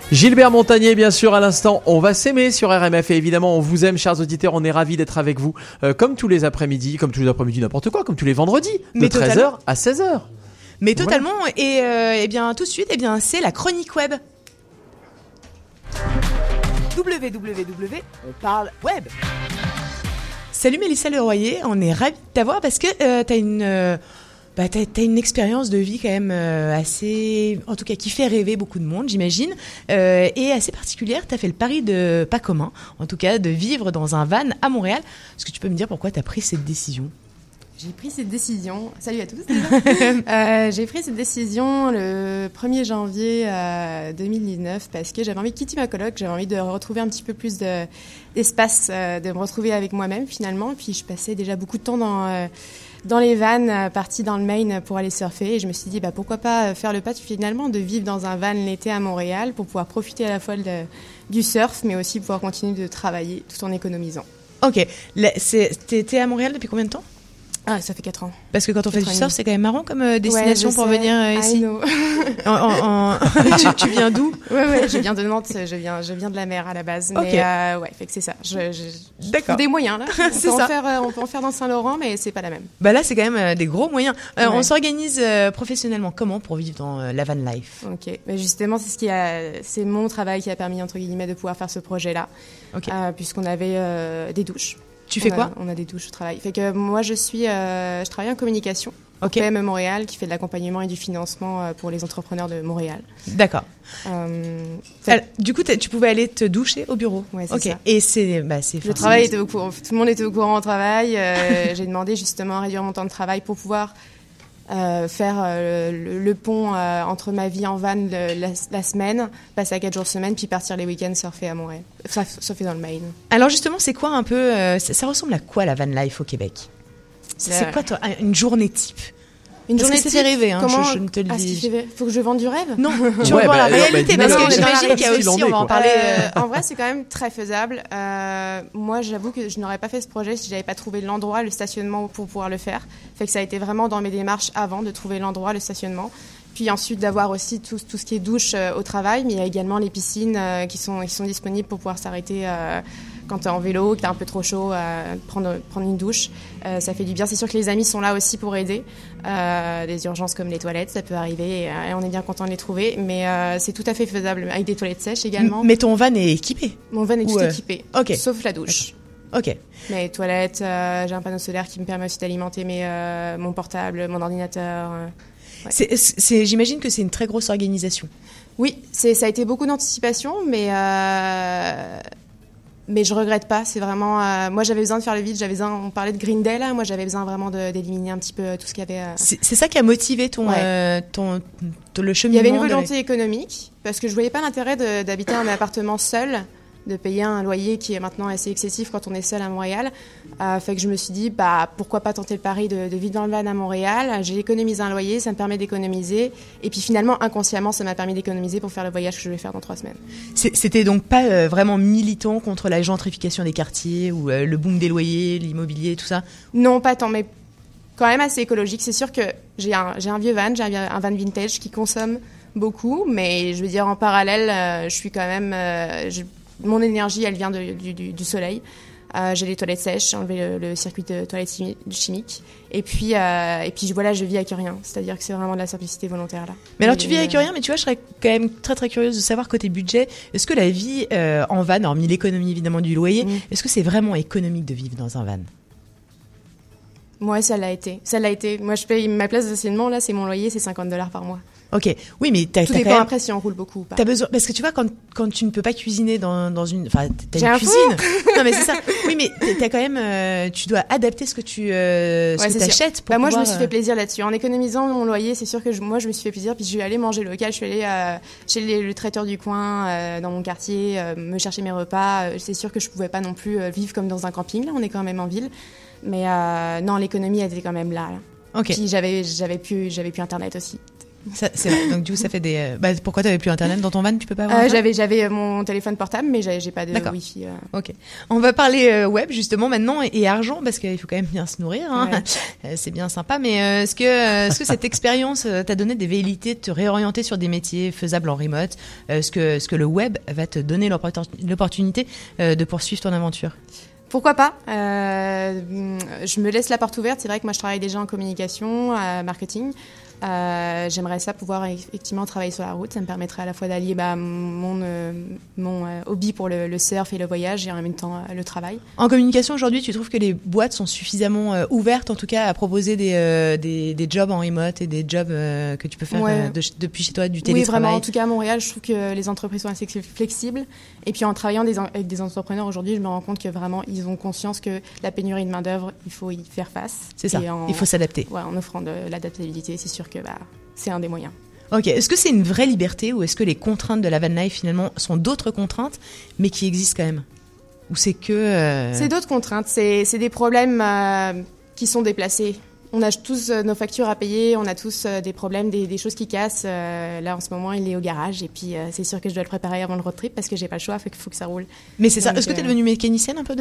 Gilbert Montagnier, bien sûr, à l'instant, on va s'aimer sur R M F et évidemment, on vous aime, chers auditeurs, on est ravis d'être avec vous, euh, comme tous les après-midi, comme tous les après-midi, n'importe quoi, comme tous les vendredis, de Mais treize heures à seize heures. Mais totalement, et, euh, et bien tout de suite, et bien c'est la chronique web. W W W, on parle web. Salut Mélissa Leroyer, on est ravis de t'avoir parce que euh, t'as une... Euh, Bah, t'as, t'as une expérience de vie quand même euh, assez, en tout cas qui fait rêver beaucoup de monde, j'imagine, euh, et assez particulière. T'as fait le pari de pas commun, en tout cas, de vivre dans un van à Montréal. Est-ce que tu peux me dire pourquoi t'as pris cette décision ? J'ai pris cette décision. Salut à tous. euh, j'ai pris cette décision le premier janvier euh, deux mille dix-neuf parce que j'avais envie de quitter ma coloc, j'avais envie de retrouver un petit peu plus de, d'espace, euh, de me retrouver avec moi-même finalement. Et puis je passais déjà beaucoup de temps dans euh, dans les vannes, euh, partie dans le Maine pour aller surfer. Et je me suis dit bah pourquoi pas faire le pas finalement de vivre dans un van l'été à Montréal pour pouvoir profiter à la fois de, du surf, mais aussi pouvoir continuer de travailler tout en économisant. Ok. Là, c'est, t'es, t'es à Montréal depuis combien de temps ? Ah, ça fait quatre ans. Parce que quand on fait du surf, c'est quand même marrant comme euh, destination ouais, pour sais. venir euh, ici. en, en, en... tu, tu viens d'où ? Ouais, ouais, je viens de Nantes, je viens, je viens de la mer à la base. Mais okay. euh, ouais, fait que c'est ça. Je, je, je D'accord. trouve des moyens là. On c'est peut ça. En faire, euh, on peut en faire dans Saint-Laurent, mais c'est pas la même. Bah là, c'est quand même euh, des gros moyens. Euh, ouais. On s'organise euh, professionnellement comment pour vivre dans euh, la van life ? Ok. Mais justement, c'est ce qui a, c'est mon travail qui a permis entre guillemets de pouvoir faire ce projet-là, okay. euh, puisqu'on avait euh, des douches. Tu fais on quoi a, On a des douches au travail. Fait que moi, je suis, euh, je travaille en communication. Okay. Au P M E Montréal, qui fait de l'accompagnement et du financement euh, pour les entrepreneurs de Montréal. D'accord. Euh, Alors, du coup, tu pouvais aller te doucher au bureau. Ouais, c'est okay. ça. Et c'est, bah, c'est. Le travail était au courant. Tout le monde était au courant au travail. Euh, j'ai demandé justement à réduire mon temps de travail pour pouvoir euh, faire euh, le, le pont euh, entre ma vie en van le, la, la semaine, passer à quatre jours semaine, puis partir les week-ends surfer à Montréal, enfin, surfer dans le Maine. Alors justement, c'est quoi un peu euh, ça, ça ressemble à quoi la van life au Québec ? C'est, c'est quoi toi, une journée type ? Une parce journée que ça fait rêver, hein, comment, je, je ne te le dis. Fait, faut que je vende du rêve ? Non, tu ouais, vois bah, la réalité, bah, parce non, que j'imagine qu'il y a aussi, on va en parler. Euh, en vrai, c'est quand même très faisable. Euh, moi, j'avoue que je n'aurais pas fait ce projet si j'avais pas trouvé l'endroit, le stationnement pour pouvoir le faire. Fait que ça a été vraiment dans mes démarches avant de trouver l'endroit, le stationnement. Puis ensuite d'avoir aussi tout, tout ce qui est douche euh, au travail, mais il y a également les piscines euh, qui sont qui sont disponibles pour pouvoir s'arrêter euh, quand t'es en vélo, que t'es un peu trop chaud, euh, prendre prendre une douche. Euh, ça fait du bien. C'est sûr que les amis sont là aussi pour aider. Euh, des urgences comme les toilettes, ça peut arriver et, euh, et on est bien content de les trouver. Mais euh, c'est tout à fait faisable avec des toilettes sèches également. Mais ton van est équipé ? Mon van est tout ouais. équipé, okay. sauf la douche. Ok. Mais les toilettes, euh, j'ai un panneau solaire qui me permet aussi d'alimenter mes, euh, mon portable, mon ordinateur. Euh, ouais. c'est, c'est, j'imagine que c'est une très grosse organisation. Oui, c'est, ça a été beaucoup d'anticipation, mais euh, mais je regrette pas. C'est vraiment, euh, moi j'avais besoin de faire le vide. J'avais besoin, on parlait de Green Day là, moi j'avais besoin vraiment de, d'éliminer un petit peu tout ce qu'il y avait. Euh... C'est, c'est ça qui a motivé ton, ouais. euh, ton, ton le cheminement. Il y avait une volonté de... économique parce que je voyais pas l'intérêt de, d'habiter un appartement seul, de payer un loyer qui est maintenant assez excessif quand on est seul à Montréal. Euh, fait que je me suis dit, bah, pourquoi pas tenter le pari de, de vivre dans le van à Montréal. J'ai économisé un loyer, ça me permet d'économiser. Et puis finalement, inconsciemment, ça m'a permis d'économiser pour faire le voyage que je vais faire dans trois semaines. C'est, c'était donc pas euh, vraiment militant contre la gentrification des quartiers ou euh, le boom des loyers, l'immobilier, tout ça ? Non, pas tant, mais quand même assez écologique. C'est sûr que j'ai un, j'ai un vieux van, j'ai un, un van vintage qui consomme beaucoup, mais je veux dire, en parallèle, euh, je suis quand même... Euh, je, mon énergie, elle vient de, du, du, du soleil. Euh, j'ai les toilettes sèches, j'ai enlevé le, le circuit de toilettes chimiques. Et puis, euh, et puis voilà, je vis avec rien. C'est-à-dire que c'est vraiment de la simplicité volontaire là. Mais alors, tu vis avec rien, mais tu vois, je serais quand même très très curieuse de savoir côté budget, est-ce que la vie euh, en van, hormis l'économie évidemment du loyer, mmh. est-ce que c'est vraiment économique de vivre dans un van ? Moi, ça l'a été. Ça l'a été. Moi, je paye ma place de stationnement, là, c'est mon loyer, c'est cinquante dollars par mois. Ok, oui, mais t'as, tout t'as dépend quand même... après si on roule beaucoup ou pas. T'as besoin, parce que tu vois, quand, quand tu ne peux pas cuisiner dans, dans une, enfin, t'as J'ai une un cuisine. Four Non, mais c'est ça. Oui, mais t'as quand même, euh, tu dois adapter ce que tu, euh, ouais, ce que t'achètes pour bah, moi, pouvoir, je me suis fait plaisir là-dessus. En économisant mon loyer, c'est sûr que je, moi, je me suis fait plaisir. Puis je suis allée manger local. Je suis allée euh, chez les, le traiteur du coin euh, dans mon quartier, euh, me chercher mes repas. C'est sûr que je pouvais pas non plus euh, vivre comme dans un camping. Là, on est quand même en ville. Mais euh, non, l'économie elle était quand même là. là. Okay. Puis j'avais, j'avais plus, j'avais plus internet aussi. Ça, c'est vrai. Donc du coup, ça fait des. euh, Bah, pourquoi t'avais plus internet dans ton van? Tu peux pas avoir Euh, ça j'avais, j'avais mon téléphone portable, mais j'ai, j'ai pas de D'accord. Wi-Fi. euh. Ok. On va parler euh, web justement maintenant et, et argent parce qu'il faut quand même bien se nourrir. Hein. Ouais. Euh, c'est bien sympa, mais euh, est-ce que euh, est-ce que cette expérience euh, t'a donné des velléités de te réorienter sur des métiers faisables en remote? Euh, Est-ce que est-ce que le web va te donner l'oppor- l'opportunité euh, de poursuivre ton aventure? Pourquoi pas euh, Je me laisse la porte ouverte. C'est vrai que moi, je travaille déjà en communication, euh, marketing. Euh, j'aimerais ça pouvoir effectivement travailler sur la route. Ça me permettrait à la fois d'allier bah, mon, euh, mon euh, hobby pour le, le surf et le voyage et en même temps euh, le travail. En communication aujourd'hui, tu trouves que les boîtes sont suffisamment euh, ouvertes, en tout cas, à proposer des, euh, des, des jobs en remote et des jobs euh, que tu peux faire Ouais. euh, de, depuis chez toi, du Oui, télétravail? vraiment. En tout cas, à Montréal, je trouve que les entreprises sont assez flexibles. Et puis, en travaillant des, avec des entrepreneurs aujourd'hui, je me rends compte que vraiment, ils ont conscience que la pénurie de main-d'œuvre, il faut y faire face. C'est ça. Et en- Il faut s'adapter. Ouais, en offrant de l'adaptabilité, c'est sûr que bah, c'est un des moyens. Ok, est-ce que c'est une vraie liberté ou est-ce que les contraintes de la van life finalement sont d'autres contraintes mais qui existent quand même? Ou c'est que... euh, C'est d'autres contraintes, c'est c'est des problèmes euh, qui sont déplacés. On a tous euh, nos factures à payer, on a tous euh, des problèmes, des, des choses qui cassent. Euh, là, en ce moment, il est au garage et puis euh, c'est sûr que je dois le préparer avant le road trip parce que j'ai pas le choix, fait qu'il faut que ça roule. Mais c'est ça, Donc, est-ce que t'es euh, devenue mécanicienne un peu de...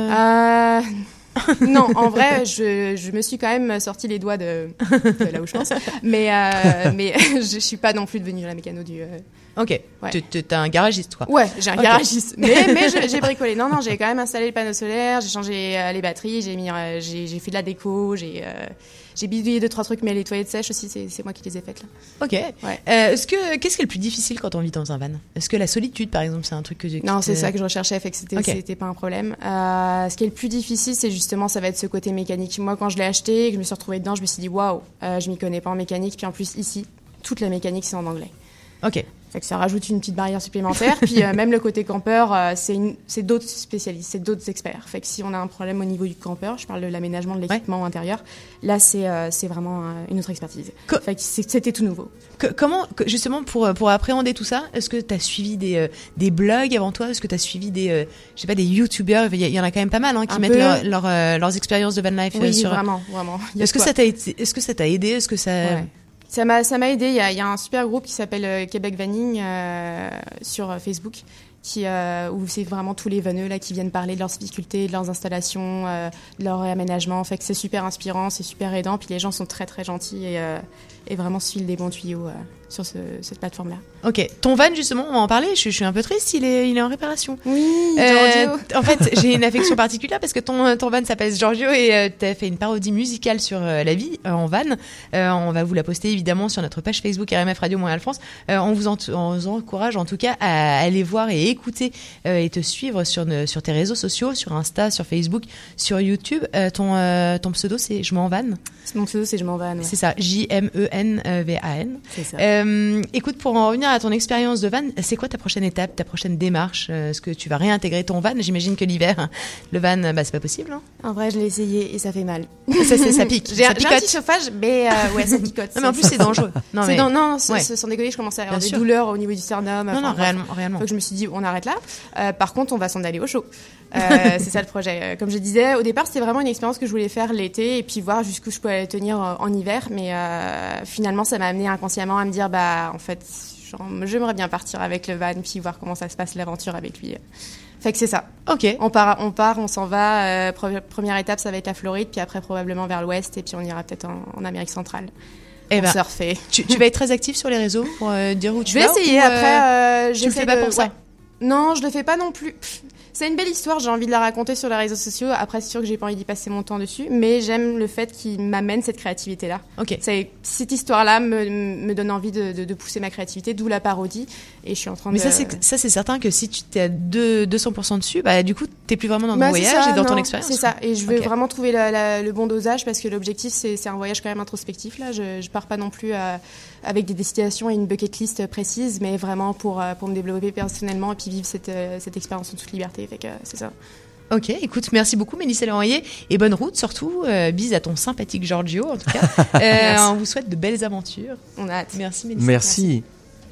Euh... non, en vrai, je, je me suis quand même sorti les doigts de, de là où je pense. Mais, euh, mais je suis pas non plus devenue la mécano du... euh, Ok, Ouais. Tu- tu- t'as un garagiste quoi. Ouais, j'ai un Ok. garagiste. Mais, mais je- j'ai bricolé. Non, non, j'ai quand même installé le panneau solaire, j'ai changé euh, les batteries, j'ai mis, euh, j'ai, j'ai fait de la déco, j'ai, euh, j'ai bidouillé deux trois trucs, mais les toilettes sèches aussi, c'est, c'est moi qui les ai faites là. Ok. Ouais. Euh, est-ce que, qu'est-ce qui est le plus difficile quand on vit dans un van? Est-ce que la solitude par exemple c'est un truc que... qui Non, te- c'est ça que je recherchais, fait que c'était, Ok. c'était pas un problème. Euh, ce qui est le plus difficile, c'est justement, ça va être ce côté mécanique. Moi, quand je l'ai acheté et que je me suis retrouvée dedans, je me suis dit, waouh, euh, je m'y connais pas en mécanique. Puis en plus, ici, toute la mécanique, c'est en anglais. Ok. Fait que ça rajoute une petite barrière supplémentaire. Puis euh, même le côté campeur, euh, c'est, une, c'est d'autres spécialistes, c'est d'autres experts. Fait que si on a un problème au niveau du campeur, je parle de l'aménagement de l'équipement intérieur, là c'est, euh, c'est vraiment euh, une autre expertise. Fait que c'est- c'était tout nouveau. Que- comment, que- justement, pour, pour appréhender tout ça, est-ce que tu as suivi des, euh, des blogs avant toi? Est-ce que tu as suivi des, euh, je sais pas, des youtubeurs? Il y, a- il y en a quand même pas mal hein, qui Un mettent peu. leur, leur, euh, leurs expériences de van life euh, Oui, sur... vraiment, vraiment. Il y a Est-ce de que, quoi. ça t'a été- est-ce que ça t'a aidé? Est-ce que ça... Ouais. Ça m'a, ça m'a aidé. Il y a, il y a un super groupe qui s'appelle euh, Québec Vanning euh, sur euh, Facebook, qui, euh, où c'est vraiment tous les vanneux là qui viennent parler de leurs difficultés, de leurs installations, euh, de leur réaménagement. Fait que c'est super inspirant, c'est super aidant. Puis les gens sont très très gentils et, euh, et vraiment se filent des bons tuyaux euh, sur ce, cette plateforme-là. Ok, ton van justement, on va en parler. Je, je suis un peu triste, il est, il est en réparation. Oui, Euh, Giorgio. en fait, j'ai une affection particulière parce que ton, ton van s'appelle Giorgio et euh, t'as fait une parodie musicale sur euh, la vie euh, en van. Euh, on va vous la poster évidemment sur notre page Facebook R M F Radio Montréal France. Euh, on, vous en- on vous encourage en tout cas à aller voir et écouter euh, et te suivre sur, ne- sur tes réseaux sociaux, sur Insta, sur Facebook, sur YouTube. Euh, ton, euh, ton pseudo c'est Je m'en van. Mon pseudo c'est Je m'en van. Ouais. C'est ça, J M E N V A N. C'est ça. Euh, écoute, pour en revenir à ton expérience de van, c'est quoi ta prochaine étape, ta prochaine démarche? Euh, Est-ce que tu vas réintégrer ton van? J'imagine que l'hiver, le van, bah, c'est pas possible. Hein. En vrai, je l'ai essayé et ça fait mal. Ça, c'est- ça pique, J'ai, ça un- j'ai un picote. petit chauffage, mais euh, ouais, ça picote. Non, mais en plus, c'est dangereux. Non, C'est mais- dan- non, c'est- Ouais. c'est- sans déconner, je commence à avoir Bien des sûr. douleurs au niveau du sternum. Non, Enfin, non, bref. réellement, réellement. Donc je me suis dit, on arrête là. Euh, par contre, on va s'en aller au chaud. Euh, c'est ça le projet. Euh, Comme je disais, au départ, c'était vraiment une expérience que je voulais faire l'été et puis voir jusqu'où je pouvais tenir euh, en hiver. Mais euh, finalement, ça m'a amené inconsciemment à me dire, bah, en fait, genre, j'aimerais bien partir avec le van puis voir comment ça se passe l'aventure avec lui. Fait que c'est ça. Ok. On part, on part, on s'en va. Euh, pre- première étape, ça va être la Floride, puis après probablement vers l'ouest et puis on ira peut-être en, en Amérique centrale. Eh pour ben, surfer. Tu, tu vas être très actif sur les réseaux pour euh, dire où tu Je vais vas essayer ou, euh, après. Euh, tu le j'essaie fais pas de- pour ça? ouais. Non, je le fais pas non plus. Pff, c'est une belle histoire, j'ai envie de la raconter sur les réseaux sociaux. Après, c'est sûr que j'ai pas envie d'y passer mon temps dessus, mais j'aime le fait qu'il m'amène cette créativité-là. Ok. C'est, cette histoire-là me, me donne envie de, de, de pousser ma créativité, d'où la parodie. Et je suis en train Mais de. ça, c'est, ça, c'est certain que si tu t'es à deux- deux cents pour cent dessus, bah, du coup, t'es plus vraiment dans ton Bah, c'est voyage ça, et dans ton non, expérience. C'est ça. Et je veux Ok. vraiment trouver la- la- le bon dosage parce que l'objectif, c'est, c'est un voyage quand même introspectif. Là, je, je pars pas non plus à- avec des destinations et une bucket list précise, mais vraiment pour, euh, pour me développer personnellement et puis vivre cette, euh, cette expérience en toute liberté. Fait que euh, c'est ça. Ok, écoute, merci beaucoup Mélissa Leroyer et bonne route surtout. Euh, bise à ton sympathique Giorgio en tout cas. Euh, Merci. on vous souhaite de belles aventures. On a hâte. Merci Mélissa. Merci.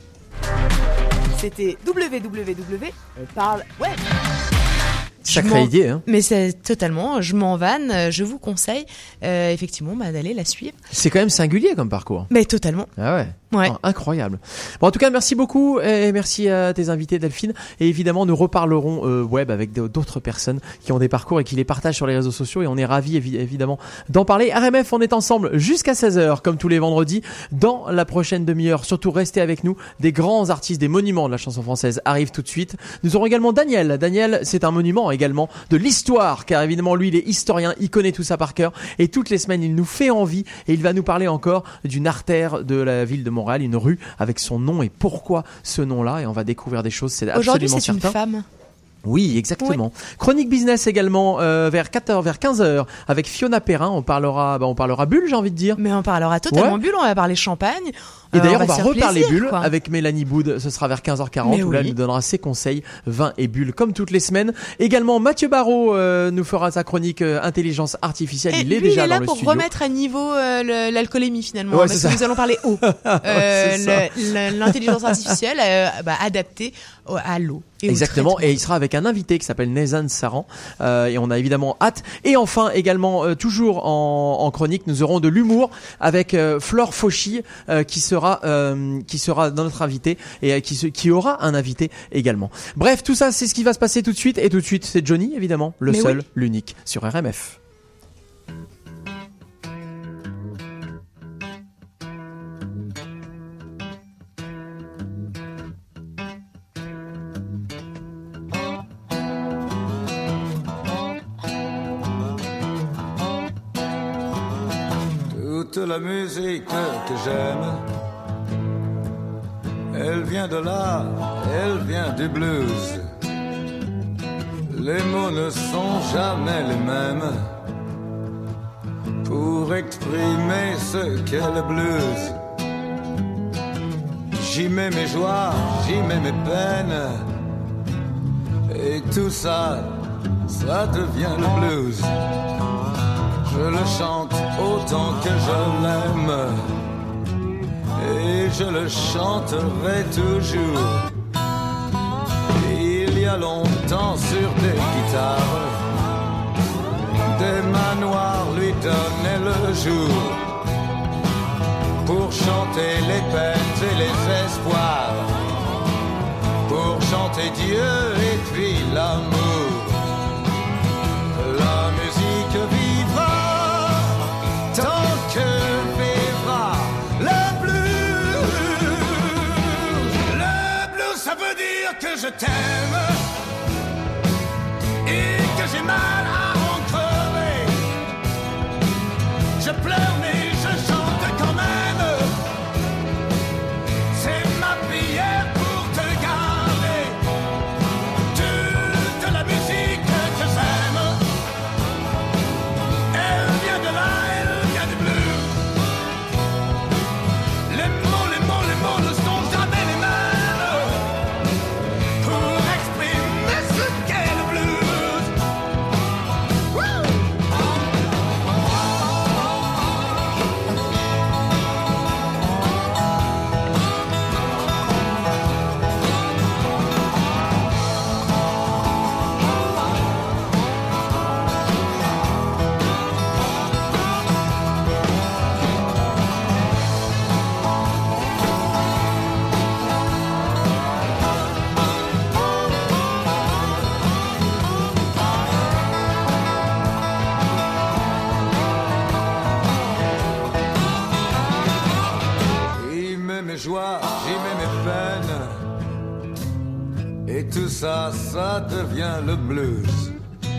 C'était W W W, on parle web. Sacrée Je m'en- idée, hein. Mais c'est totalement, je m'en vanne, euh, je vous conseille euh, effectivement bah, d'aller la suivre. C'est quand même singulier comme parcours. Mais totalement. Ah ouais. Ouais. Ah, incroyable. Bon, en tout cas, merci beaucoup et merci à tes invités, Delphine. Et évidemment, nous reparlerons euh, web avec d'autres personnes qui ont des parcours et qui les partagent sur les réseaux sociaux. Et on est ravis, évi- évidemment, d'en parler. R M F, on est ensemble jusqu'à seize heures, comme tous les vendredis. Dans la prochaine demi-heure, surtout restez avec nous. Des grands artistes, des monuments de la chanson française arrivent tout de suite. Nous aurons également Daniel. Daniel, c'est un monument également de l'histoire, car évidemment, lui, il est historien, il connaît tout ça par cœur. Et toutes les semaines, il nous fait envie et il va nous parler encore d'une artère de la ville de Montréal, une rue avec son nom et pourquoi ce nom-là, et on va découvrir des choses, c'est Aujourd'hui, absolument c'est une certain. femme. Oui, exactement. Chronique business également euh, vers quatorze, vers quinze heures avec Fiona Perrin. On parlera, bah, on parlera bulle, j'ai envie de dire. Mais on parlera totalement Ouais. bulle. On va parler champagne. Et Euh, d'ailleurs, on on va, va se faire reparler plaisir, bulles quoi. avec Mélanie Boud. Ce sera vers quinze heures quarante Mais où là, elle oui. nous donnera ses conseils vin et bulles comme toutes les semaines. Également, Mathieu Barraud euh, nous fera sa chronique euh, intelligence artificielle. Et il est lui, déjà il est là dans le pour studio. remettre à niveau euh, le- l'alcoolémie finalement, Ouais, parce c'est que ça. nous allons parler eau, Ouais, Euh, c'est ça. le- le- l'intelligence artificielle euh, bah, adaptée au- à l'eau. Et au Exactement, traitement. et il sera avec un invité qui s'appelle Nezan Saran, euh, et on a évidemment hâte. Et enfin, également, euh, toujours en, en chronique, nous aurons de l'humour avec euh, Flore Fauchy, euh, qui sera euh, qui sera notre invité et euh, qui, se- qui aura un invité également. Bref, tout ça, c'est ce qui va se passer tout de suite. Et tout de suite, c'est Johnny, évidemment, le Mais seul, oui. l'unique sur R M F. Toute la musique que j'aime, elle vient de là, elle vient du blues. Les mots ne sont jamais les mêmes pour exprimer ce qu'est le blues. J'y mets mes joies, j'y mets mes peines, et tout ça, ça devient le blues. Je le chante autant que je l'aime, et je le chanterai toujours. Il y a longtemps sur des guitares, des manoirs lui donnaient le jour pour chanter les peines et les espoirs, pour chanter Dieu et puis l'amour. La musique vivra tant que vivra le blues. Le blues, ça veut dire que je t'aime et que j'ai mal à en crever. Je pleure mais je chante quand même. C'est ma prière pour te garder. Toute la musique que j'aime, elle vient de là, elle vient du blues. Les mots, les mots, les mots ne sont jamais les mêmes pour exprimer ce qu'est le blues. Wouh! J'y mets mes joies, j'y mets mes peines, et tout ça, ça devient le blues.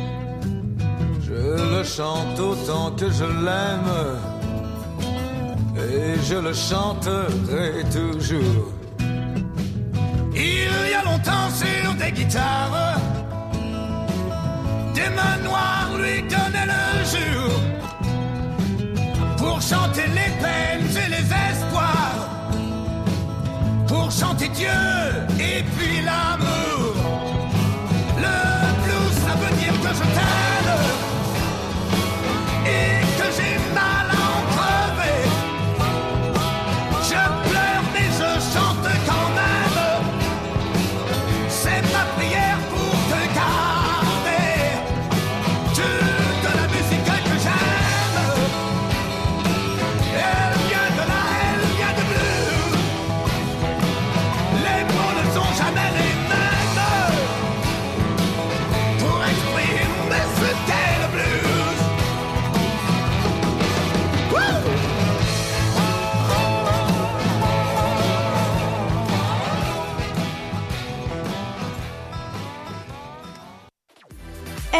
Je le chante autant que je l'aime, et je le chanterai toujours. Il y a longtemps sur des guitares, des manoirs lui donnaient le jour pour chanter les peines et les espoirs, pour chanter Dieu et puis l'amour. Le blues, ça veut dire que je t'aime et que j'ai mal à en crever. Je pleure mais je chante quand même. C'est ma prière pour te garder. Toute la musique que j'aime, elle vient de là, elle vient de blues.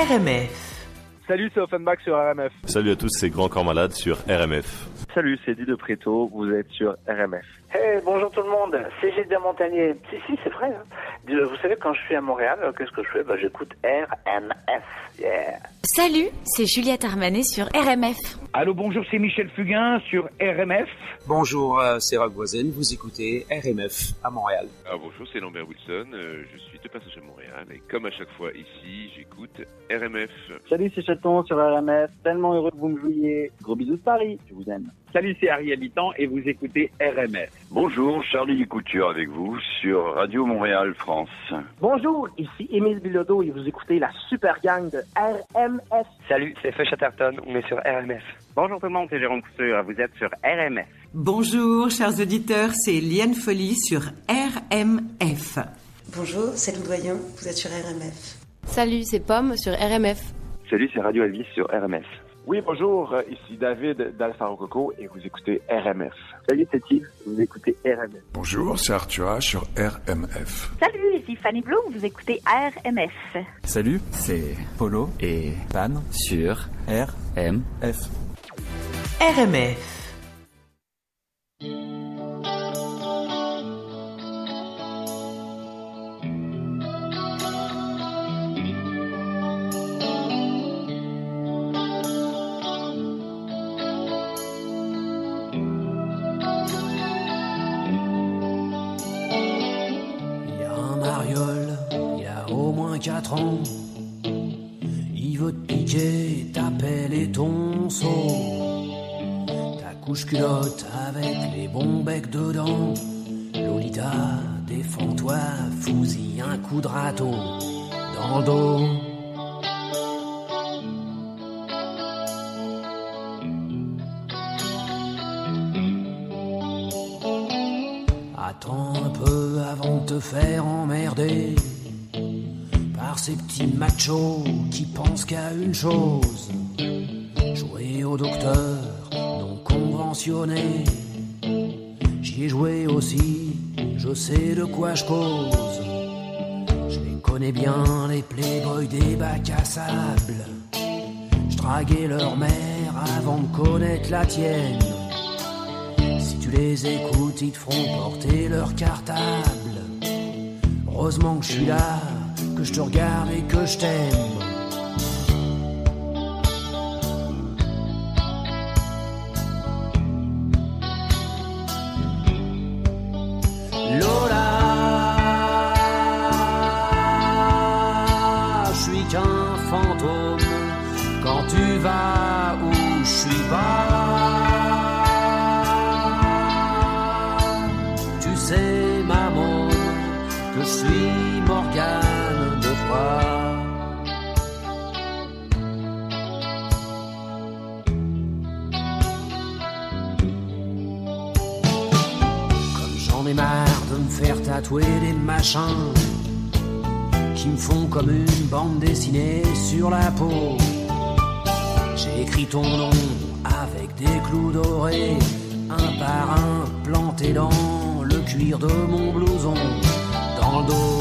R M F. Salut, c'est Offenbach sur R M F. Salut à tous, c'est Grand Corps Malade sur R M F. Salut, c'est Eddie de Préto, vous êtes sur R M F. Hey, bonjour tout le monde, c'est Gilles Montagnier. Si, si, c'est vrai. Hein. Vous savez, quand je suis à Montréal, qu'est-ce que je fais? Bah, j'écoute R M F. Yeah. Salut, c'est Juliette Armanet sur R M F. Allô, bonjour, c'est Michel Fugain sur R M F. Bonjour, euh, c'est Rock Voisin, vous écoutez R M F à Montréal. Ah, bonjour, c'est Lambert Wilson, euh, je suis de passage à Montréal et comme à chaque fois ici, j'écoute R M F. Salut, c'est Chaton sur R M F, tellement heureux que vous me jouiez. Gros bisous de Paris, je vous aime. Salut, c'est Harry Habitant et vous écoutez R M F. Bonjour, Charlie Couture avec vous sur Radio Montréal France. Bonjour, ici Émile Bilodeau et vous écoutez la super gang de R M F. Salut, c'est Feu Chatterton, on est sur R M F. Bonjour tout le monde, c'est Jérôme Couture, vous êtes sur R M F. Bonjour, chers auditeurs, c'est Liane Folly sur R M F. Bonjour, c'est Lou Doyen, vous êtes sur R M F. Salut, c'est Pomme sur R M F. Salut, c'est Radio Elvis sur R M F. Oui, bonjour, ici David d'Alpha Rococo et vous écoutez R M F. Salut, c'est Yves, vous écoutez R M F. Bonjour, c'est Arthur sur R M F. Salut, ici Fanny Bloom, vous écoutez R M F. Salut, c'est Polo et Pan sur R M F. R M F. quatre ans, il veut te piquer ta pelle et ton seau, ta couche culotte avec les bons becs dedans. Lolita, défends-toi, fous-y un coup de râteau dans le dos. Attends un peu avant de te faire emmerder par ces petits machos qui pensent qu'à une chose, jouer au docteur non conventionné. J'y ai joué aussi, je sais de quoi je cause. Je les connais bien, les playboys des bacs à sable. Je draguais leur mère avant de connaître la tienne. Si tu les écoutes, ils te feront porter leur cartable. Heureusement que je suis là, que je te regarde et que je t'aime. Lola, je suis qu'un fantôme quand tu vas où je suis pas. Tu sais, maman, que je suis Morgane de toi. Comme j'en ai marre de me faire tatouer des machins qui me font comme une bande dessinée sur la peau. J'ai écrit ton nom avec des clous dorés, un par un planté dans le cuir de mon blouson, dans le dos.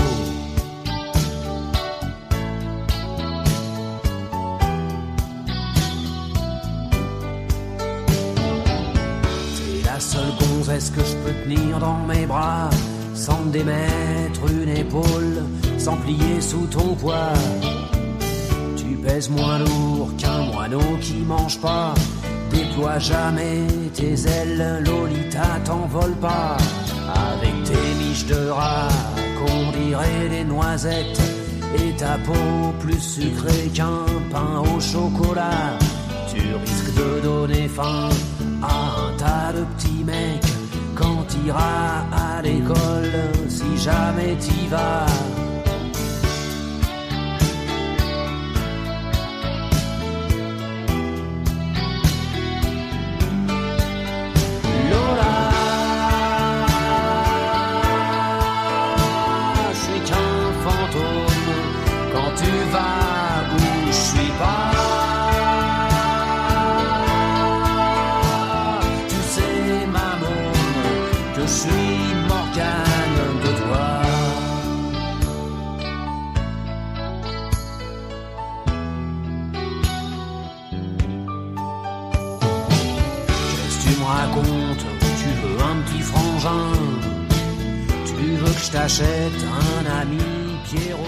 T'es la seule gonzesse que je peux tenir dans mes bras, sans me démettre une épaule, sans plier sous ton poids. Tu pèses moins lourd qu'un moineau qui mange pas. Déploie jamais tes ailes, Lolita, t'envole pas. Avec tes miches de rat qu'on dirait des noisettes, et ta peau plus sucrée qu'un pain au chocolat. Tu risques de donner faim à un tas de petits mecs quand t'iras à l'école, si jamais t'y vas. raconte où tu veux un petit frangin. Tu veux que je t'achète un ami Pierrot.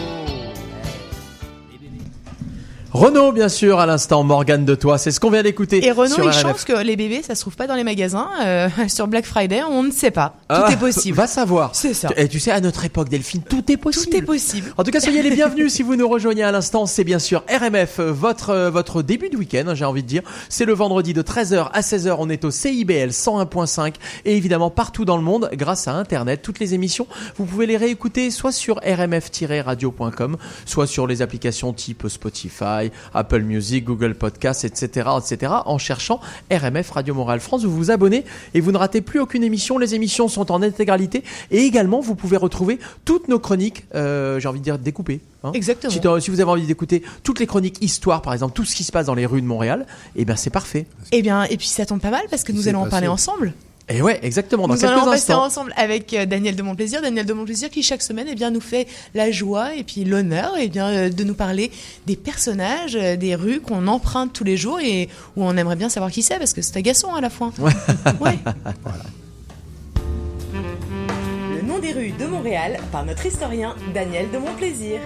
Renaud, bien sûr, à l'instant, Morgane de Toi, c'est ce qu'on vient d'écouter. Et Renaud, sur il R M F. chance que les bébés, ça se trouve pas dans les magasins. Euh, sur Black Friday, on ne sait pas. Tout Ah, est possible. Va savoir. C'est ça. Et tu sais, à notre époque, Delphine, tout est possible. Tout est possible. En tout cas, soyez les bienvenus si vous nous rejoignez à l'instant. C'est bien sûr R M F, votre, euh, votre début de week-end, hein, j'ai envie de dire. C'est le vendredi de treize heures à seize heures. On est au C I B L cent un point cinq et évidemment partout dans le monde grâce à Internet. Toutes les émissions, vous pouvez les réécouter soit sur r m f tiret radio point com, soit sur les applications type Spotify, Apple Music, Google Podcast, et cetera, et cetera. En cherchant R M F Radio Montréal France, vous vous abonnez et vous ne ratez plus aucune émission. Les émissions sont en intégralité et également vous pouvez retrouver toutes nos chroniques, euh, j'ai envie de dire découpées. Hein. Exactement. Si, si vous avez envie d'écouter toutes les chroniques histoire, par exemple, tout ce qui se passe dans les rues de Montréal, eh bien c'est parfait. Eh bien, et puis ça tombe pas mal parce que nous allons en parler ensemble. Et ouais, exactement. Dans nous quelques allons en passer instants. ensemble avec euh, Daniel de Montplaisir. Daniel de Montplaisir qui chaque semaine, eh bien, nous fait la joie et puis l'honneur, eh bien, euh, de nous parler des personnages, euh, des rues qu'on emprunte tous les jours et où on aimerait bien savoir qui c'est parce que c'est agaçant à la fois. Ouais. Ouais. Voilà. Le nom des rues de Montréal par notre historien Daniel de Montplaisir.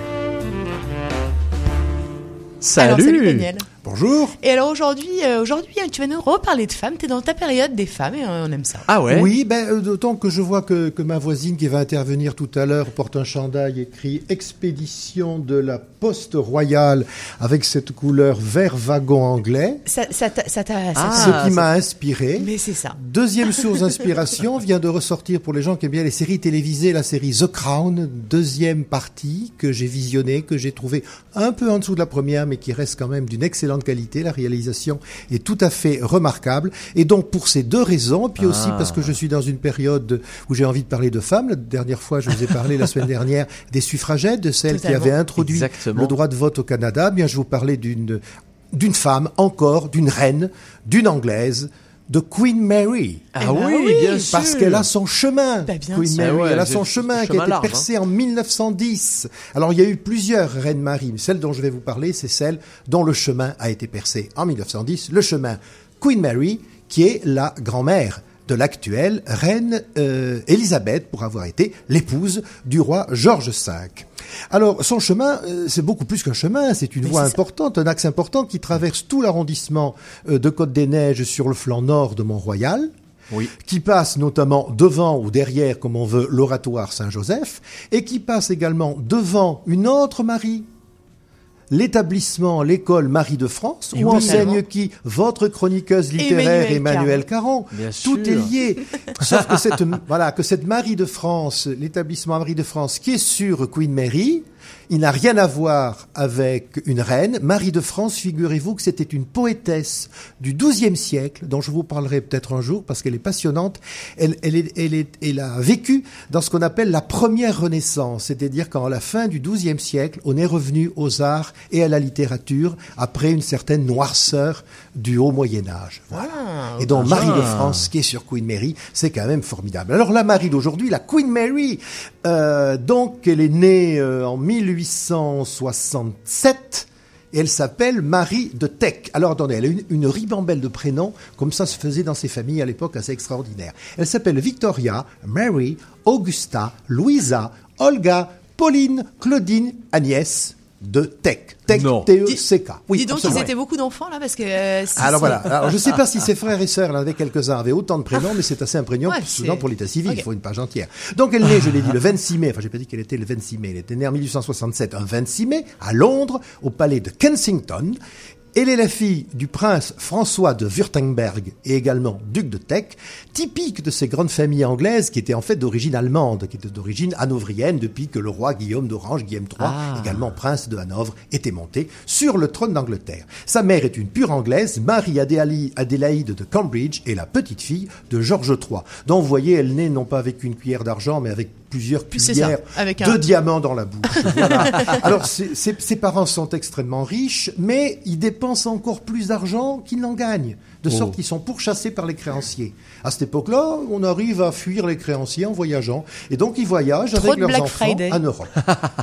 Salut. Alors, salut Daniel. Bonjour. Et alors aujourd'hui, euh, aujourd'hui, tu vas nous reparler de femmes. T'es dans ta période des femmes et euh, on aime ça. Ah ouais. Oui, ben euh, d'autant que je vois que, que ma voisine qui va intervenir tout à l'heure porte un chandail écrit Expédition de la Poste Royale avec cette couleur vert wagon anglais. Ça, ça, t'a, ça, t'a, ça Ah, ce qui m'a inspiré. Mais c'est ça. Deuxième source d'inspiration vient de ressortir pour les gens qui aiment bien les séries télévisées, la série The Crown, deuxième partie que j'ai visionnée, que j'ai trouvée un peu en dessous de la première, mais qui reste quand même d'une excellente qualité. La réalisation est tout à fait remarquable. Et donc, pour ces deux raisons, puis aussi Ah. parce que je suis dans une période où j'ai envie de parler de femmes. La dernière fois, je vous ai parlé la semaine dernière des suffragettes, de celles Totalement. qui avaient introduit Exactement. le droit de vote au Canada. Bien, je vous parlais d'une, d'une femme, encore, d'une reine, d'une Anglaise, de Queen Mary. Ah Eh ben oui, oui, bien Parce sûr. qu'elle a son chemin, Bah, bien Queen sûr. Mary. Ah ouais, elle a c'est- son c'est chemin qui a chemin été large, percé en mille neuf cent dix. Alors, il y a eu plusieurs reines Marie, mais celle dont je vais vous parler, c'est celle dont le chemin a été percé en mille neuf cent dix. Le chemin Queen Mary, qui est la grand-mère de l'actuelle reine euh, Élisabeth, pour avoir été l'épouse du roi George cinq. Alors, son chemin, euh, c'est beaucoup plus qu'un chemin, c'est une Mais voie c'est ça. importante, un axe important qui traverse tout l'arrondissement euh, de Côte-des-Neiges sur le flanc nord de Mont-Royal, Oui. qui passe notamment devant ou derrière, comme on veut, l'oratoire Saint-Joseph, et qui passe également devant une autre Marie, l'établissement, l'école Marie de France, Et où oui, enseigne tellement. qui? Votre chroniqueuse littéraire Emmanuel Emmanuel Caron. Bien Tout sûr. est lié. Sauf que cette, voilà, que cette Marie de France, l'établissement Marie de France, qui est sur Queen Mary, il n'a rien à voir avec une reine. Marie de France, figurez-vous que c'était une poétesse du douzième siècle, dont je vous parlerai peut-être un jour parce qu'elle est passionnante. Elle, elle, est, elle, est, elle a vécu dans ce qu'on appelle la première Renaissance, c'est-à-dire qu'à la fin du douzième siècle, on est revenu aux arts et à la littérature après une certaine noirceur du haut Moyen-Âge. Voilà. Ah, Et donc, ah. Marie de France, qui est sur Queen Mary, c'est quand même formidable. Alors, la Marie d'aujourd'hui, la Queen Mary, euh, donc, elle est née euh, en mille huit cent soixante-sept et elle s'appelle Marie de Teck. Alors, attendez, elle a une, une ribambelle de prénoms, comme ça se faisait dans ces familles à l'époque, assez extraordinaire. Elle s'appelle Victoria, Mary, Augusta, Louisa, Olga, Pauline, Claudine, Agnès de Teck. Teck, T E C K. Oui, Dis donc, absolument. ils étaient beaucoup d'enfants là parce que. Euh, si, Alors si. voilà. Alors je ne sais pas si ses frères et sœurs, il y en avait quelques-uns, avaient autant de prénoms, mais c'est assez imprégnant, Ouais, souvent c'est- pour l'état civil. Ok. Il faut une page entière. Donc elle naît, je l'ai dit, le vingt-six mai. Enfin, j'ai pas dit qu'elle était le vingt-six mai. Elle était née en mille huit cent soixante-sept, un vingt-six mai, à Londres, au palais de Kensington. Elle est la fille du prince François de Württemberg et également duc de Teck, typique de ces grandes familles anglaises qui étaient en fait d'origine allemande, qui étaient d'origine hanovrienne depuis que le roi Guillaume d'Orange, Guillaume trois, Ah. également prince de Hanovre, était monté sur le trône d'Angleterre. Sa mère est une pure anglaise, Marie Adélaïde Adélaïde de Cambridge, et la petite fille de George trois. Donc vous voyez, elle naît non pas avec une cuillère d'argent, mais avec plusieurs Puis c'est ça, cuillères avec de un- diamants dans la bouche. Voilà. Alors, ses, ses- ses parents sont extrêmement riches, mais ils dépensent encore plus d'argent qu'ils n'en gagnent, de Oh. sorte qu'ils sont pourchassés par les créanciers. À cette époque-là, on arrive à fuir les créanciers en voyageant, et donc ils voyagent Trop avec de leurs Black enfants Friday. en Europe.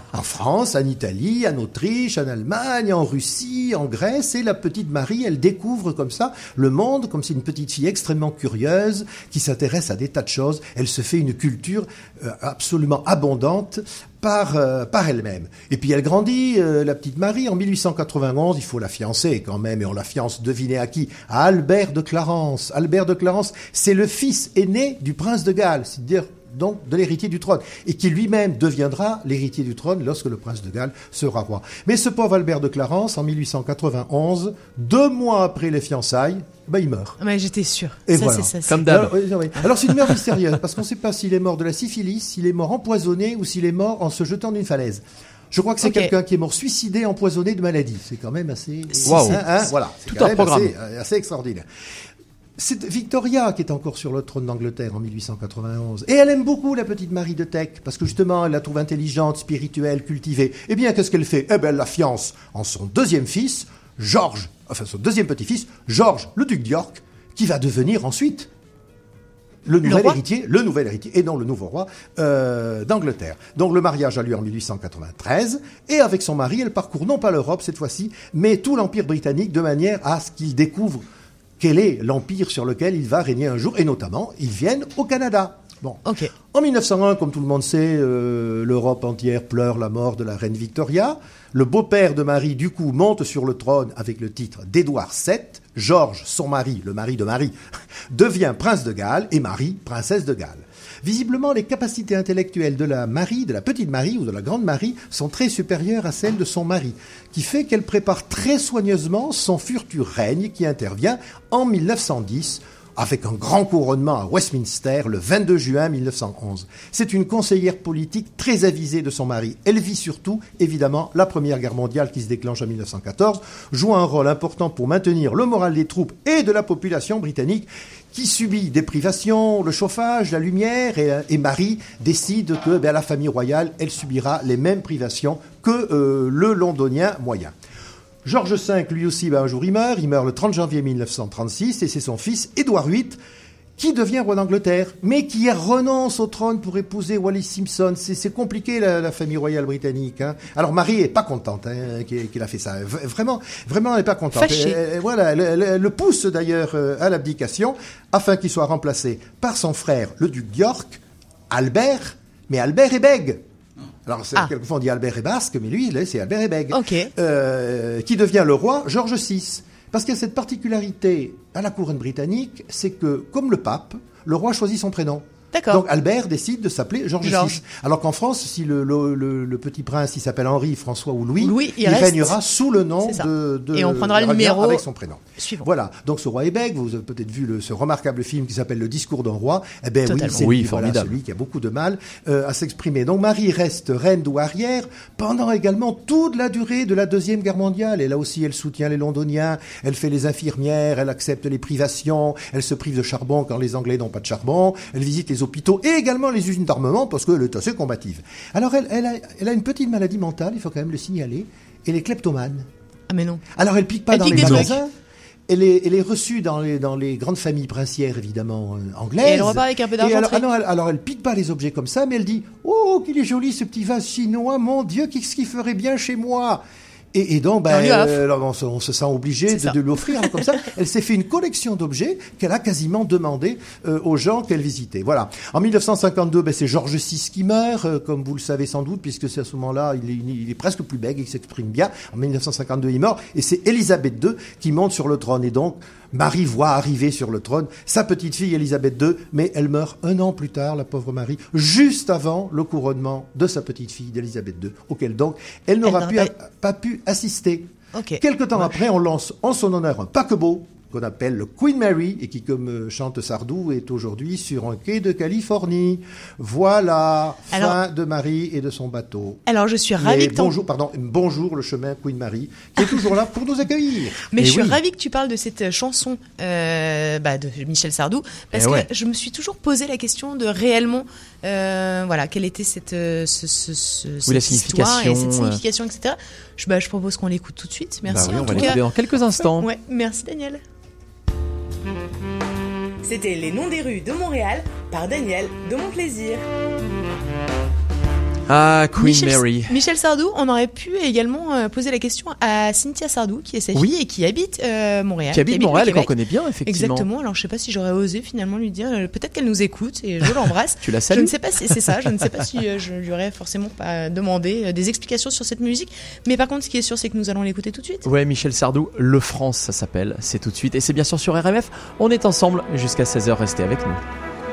En France, en Italie, en Autriche, en Allemagne, en Russie, en Grèce. Et la petite Marie, elle découvre comme ça le monde, comme c'est une petite fille extrêmement curieuse qui s'intéresse à des tas de choses. Elle se fait une culture euh, absolument abondante par, euh, par elle-même. Et puis elle grandit, euh, la petite Marie. En mille huit cent quatre-vingt-onze, il faut la fiancer quand même. Et on la fiance, devinez à qui? À Albert de Clarence. Albert de Clarence, c'est le fils aîné du prince de Galles. C'est-à-dire donc de l'héritier du trône, et qui lui-même deviendra l'héritier du trône lorsque le prince de Galles sera roi. Mais ce pauvre Albert de Clarence, en mille huit cent quatre-vingt-onze, deux mois après les fiançailles, ben il meurt. Mais j'étais sûre. Et ça, voilà. c'est ça. C'est... Comme d'hab. Alors, oui, oui. Alors c'est une mort mystérieuse, parce qu'on ne sait pas s'il est mort de la syphilis, s'il est mort empoisonné, ou s'il est mort en se jetant d'une falaise. Je crois que c'est Okay. quelqu'un qui est mort suicidé, empoisonné de maladie. C'est quand même assez... Wow. Hein, hein, voilà. C'est Tout quand un même programme. assez, assez extraordinaire. C'est Victoria qui est encore sur le trône d'Angleterre en mille huit cent quatre-vingt-onze. Et elle aime beaucoup la petite Marie de Teck, parce que justement, elle la trouve intelligente, spirituelle, cultivée. Eh bien, qu'est-ce qu'elle fait? Eh bien, elle la fiance en son deuxième fils, Georges, enfin son deuxième petit-fils, Georges, le duc d'York, qui va devenir ensuite le nouvel roi héritier, le nouvel héritier, et non le nouveau roi euh, d'Angleterre. Donc le mariage a lieu en mille huit cent quatre-vingt-treize, et avec son mari, elle parcourt non pas l'Europe cette fois-ci, mais tout l'Empire britannique, de manière à ce qu'il découvre quel est l'empire sur lequel il va régner un jour, et notamment, ils viennent au Canada. Bon. Ok. En mille neuf cent un, comme tout le monde sait, euh, l'Europe entière pleure la mort de la reine Victoria. Le beau-père de Marie, du coup, monte sur le trône avec le titre d'Édouard sept. Georges, son mari, le mari de Marie, devient prince de Galles, et Marie, princesse de Galles. Visiblement, les capacités intellectuelles de la Marie, de la petite Marie ou de la grande Marie, sont très supérieures à celles de son mari, qui fait qu'elle prépare très soigneusement son futur règne qui intervient en mille neuf cent dix, avec un grand couronnement à Westminster le vingt-deux juin mille neuf cent onze. C'est une conseillère politique très avisée de son mari. Elle vit surtout, évidemment, la Première Guerre mondiale qui se déclenche en mille neuf cent quatorze, joue un rôle important pour maintenir le moral des troupes et de la population britannique, qui subit des privations, le chauffage, la lumière, et, et Marie décide que ben, la famille royale, elle subira les mêmes privations que euh, le londonien moyen. Georges cinq, lui aussi, ben, un jour il meurt, il meurt le trente janvier mille neuf cent trente-six, et c'est son fils, Édouard huit, qui devient roi d'Angleterre, mais qui renonce au trône pour épouser Wallis Simpson. C'est, c'est compliqué, la, la famille royale britannique. Hein. Alors Marie est pas contente hein, qu'il, qu'il a fait ça. V- vraiment, vraiment, elle n'est pas contente. Fâchée. Elle, elle, voilà, elle, elle, elle le pousse d'ailleurs euh, à l'abdication, afin qu'il soit remplacé par son frère, le duc d'York, Albert, mais Albert est bègue. Alors, c'est, ah. quelquefois on dit Albert est basque, mais lui, là, c'est Albert est bègue. Okay. Euh, qui devient le roi Georges six. Parce qu'il y a cette particularité à la couronne britannique, c'est que, comme le pape, le roi choisit son prénom. D'accord. Donc Albert décide de s'appeler Georges Georges. six. Alors qu'en France, si le, le, le, le petit prince il s'appelle Henri, François ou Louis, Louis il, il reste... régnera sous le nom de, de... Et on prendra de le numéro avec son prénom. Suivant. Voilà. Donc ce roi est bègue, vous avez peut-être vu le, ce remarquable film qui s'appelle Le discours d'un roi. Eh ben oui, c'est oui, lui, voilà, celui qui a beaucoup de mal euh, à s'exprimer. Donc Marie reste reine douairière pendant également toute la durée de la Deuxième Guerre mondiale. Et là aussi, elle soutient les Londoniens, elle fait les infirmières, elle accepte les privations, elle se prive de charbon quand les Anglais n'ont pas de charbon, elle visite les hôpitaux et également les usines d'armement parce qu'elle est assez combative. Alors elle, elle, a, elle a une petite maladie mentale, il faut quand même le signaler, elle est kleptomane. Ah mais non. Alors elle pique pas elle dans pique les des magasins. Elle est, elle est reçue dans les, dans les grandes familles princières, évidemment, euh, anglaises. Et elle repart avec un peu d'argent. Alors, alors, elle, alors, elle pique pas les objets comme ça, mais elle dit « Oh, qu'il est joli ce petit vase chinois, mon Dieu, qu'est-ce qu'il ferait bien chez moi ?» Et, et donc, ben, euh, on, se, on se sent obligé de, de lui offrir comme ça. Elle s'est fait une collection d'objets qu'elle a quasiment demandé euh, aux gens qu'elle visitait. Voilà. En mille neuf cent cinquante-deux, ben, c'est Georges six qui meurt, euh, comme vous le savez sans doute, puisque c'est à ce moment-là, il est, il est presque plus bègue, il s'exprime bien. En mille neuf cent cinquante-deux, il meurt, et c'est Élisabeth deux qui monte sur le trône. Et donc, Marie voit arriver sur le trône sa petite fille Élisabeth deux, mais elle meurt un an plus tard, la pauvre Marie, juste avant le couronnement de sa petite fille d'Élisabeth deux, auquel donc elle n'aura pu, pas... pas pu assister. Okay. Quelque temps ouais. après, on lance en son honneur un paquebot qu'on appelle le Queen Mary et qui, comme chante Sardou, est aujourd'hui sur un quai de Californie. Voilà, alors, fin de Marie et de son bateau. Alors, je suis ravie que bonjour, pardon, bonjour le chemin Queen Mary, qui est toujours là pour nous accueillir. Mais et je suis oui. ravie que tu parles de cette chanson euh, bah, de Michel Sardou, parce et que ouais. je me suis toujours posé la question de réellement, euh, voilà, quelle était cette, ce, ce, ce, oui, cette la histoire et cette signification, et cetera. Je, bah, je propose qu'on l'écoute tout de suite. Merci. Bah oui, en on tout va cas. l'écouter dans quelques instants. Ouais, merci Daniel. C'était Les Noms des rues de Montréal par Daniel de Mon Plaisir. Ah, Queen Michel, Mary. Michel Sardou, on aurait pu également euh, poser la question à Cynthia Sardou, qui est sa fille Oui. et qui habite euh, Montréal. Qui habite le Montréal et qu'on Québec. connaît bien, effectivement. Exactement. Alors, je sais pas si j'aurais osé finalement lui dire. euh, Peut-être qu'elle nous écoute et je l'embrasse. Tu la Je salues. ne sais pas si c'est ça. Je ne sais pas si euh, je lui aurais forcément pas demandé euh, des explications sur cette musique. Mais par contre, ce qui est sûr, c'est que nous allons l'écouter tout de suite. Ouais, Michel Sardou, Le France, ça s'appelle. C'est tout de suite. Et c'est bien sûr sur R M F. On est ensemble jusqu'à seize heures. Restez avec nous.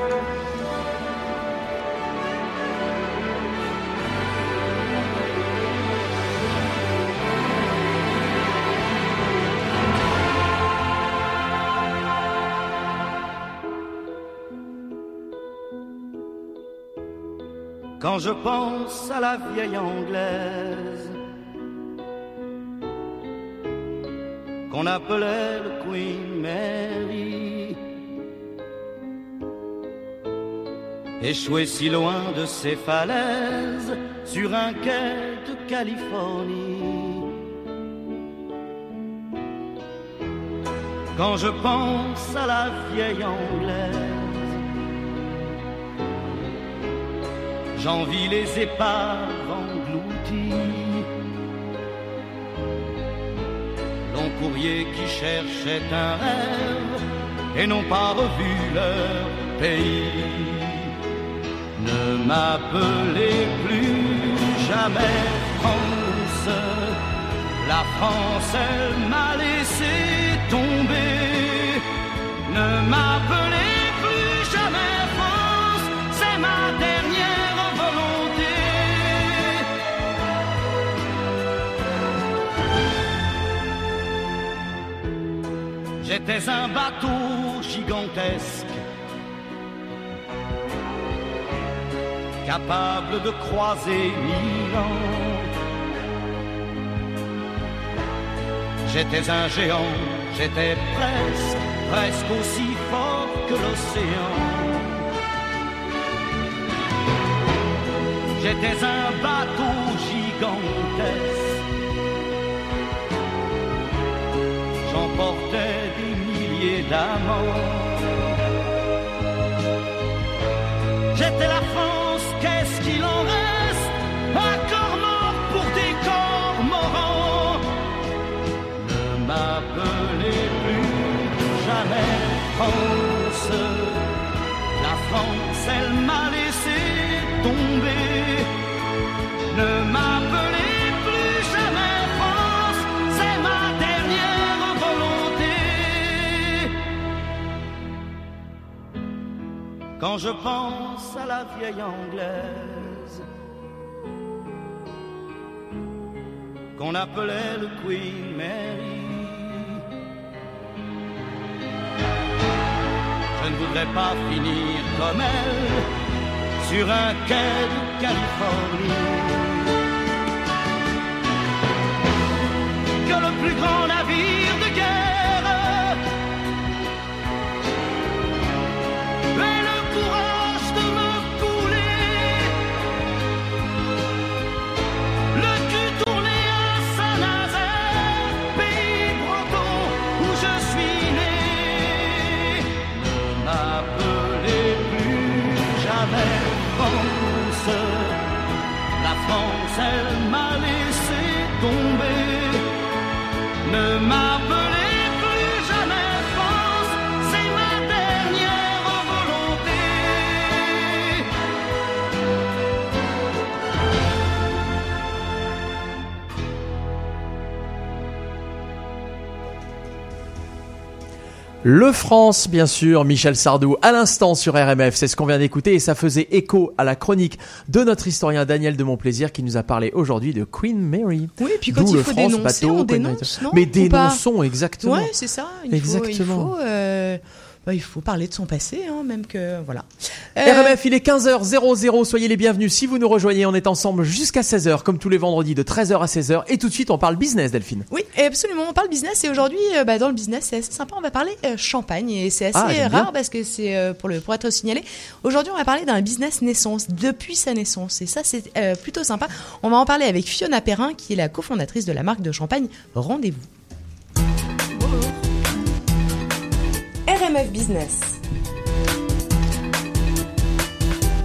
Quand je pense à la vieille anglaise qu'on appelait le Queen Mary, échouée si loin de ses falaises sur un quai de Californie. Quand je pense à la vieille anglaise, j'envie les épaves englouties, long courrier qui cherchait un rêve et n'ont pas revu leur pays. Ne m'appelez plus jamais France, la France elle m'a laissé tomber. Ne m'appelez plus jamais France, c'est ma dernière volonté. J'étais un bateau gigantesque, capable de croiser mille ans. J'étais un géant, j'étais presque, presque aussi fort que l'océan. J'étais un bateau gigantesque, j'emportais des milliers d'amants. J'étais la France, qu'est-ce qu'il en reste? Un corps mort pour des corps morants. Ne m'appelez plus jamais France, la France elle m'a laissé tomber. Ne m'appelez plus jamais France, c'est ma dernière volonté. Quand je pense à la vieille anglaise qu'on appelait le Queen Mary, je ne voudrais pas finir comme elle sur un quai de Californie. Que le plus grand navire de guerre ait le courage de me couler, le cul tourné à Saint-Nazaire, pays breton où je suis né. Ne m'appelez plus jamais France, la France elle m'a laissé tomber. Ne m'appelez plus jamais France, c'est ma dernière volonté. Le France, bien sûr, Michel Sardou, à l'instant sur R M F, c'est ce qu'on vient d'écouter et ça faisait écho à la chronique de notre historien Daniel de Montplaisir qui nous a parlé aujourd'hui de Queen Mary. Oui, et puis quand D'où il le faut France, dénoncer, bateau, on Queen dénonce, Mary. non? Mais Ou pas dénonçons, exactement. Ouais, c'est ça. Il Exactement. Faut, il faut, euh, bah, il faut parler de son passé, hein, même que voilà. R M F, il est quinze heures, soyez les bienvenus. Si vous nous rejoignez, on est ensemble jusqu'à seize heures, comme tous les vendredis de treize heures à seize heures. Et tout de suite, on parle business, Delphine. Oui, absolument. On parle business et aujourd'hui, euh, bah, dans le business, c'est assez sympa. On va parler euh, champagne et c'est assez Ah, j'aime rare bien. parce que c'est euh, pour le pour être signalé. Aujourd'hui, on va parler d'un business naissance depuis sa naissance et ça, c'est euh, plutôt sympa. On va en parler avec Fiona Perrin, qui est la cofondatrice de la marque de champagne Rendez-vous. R M F Business.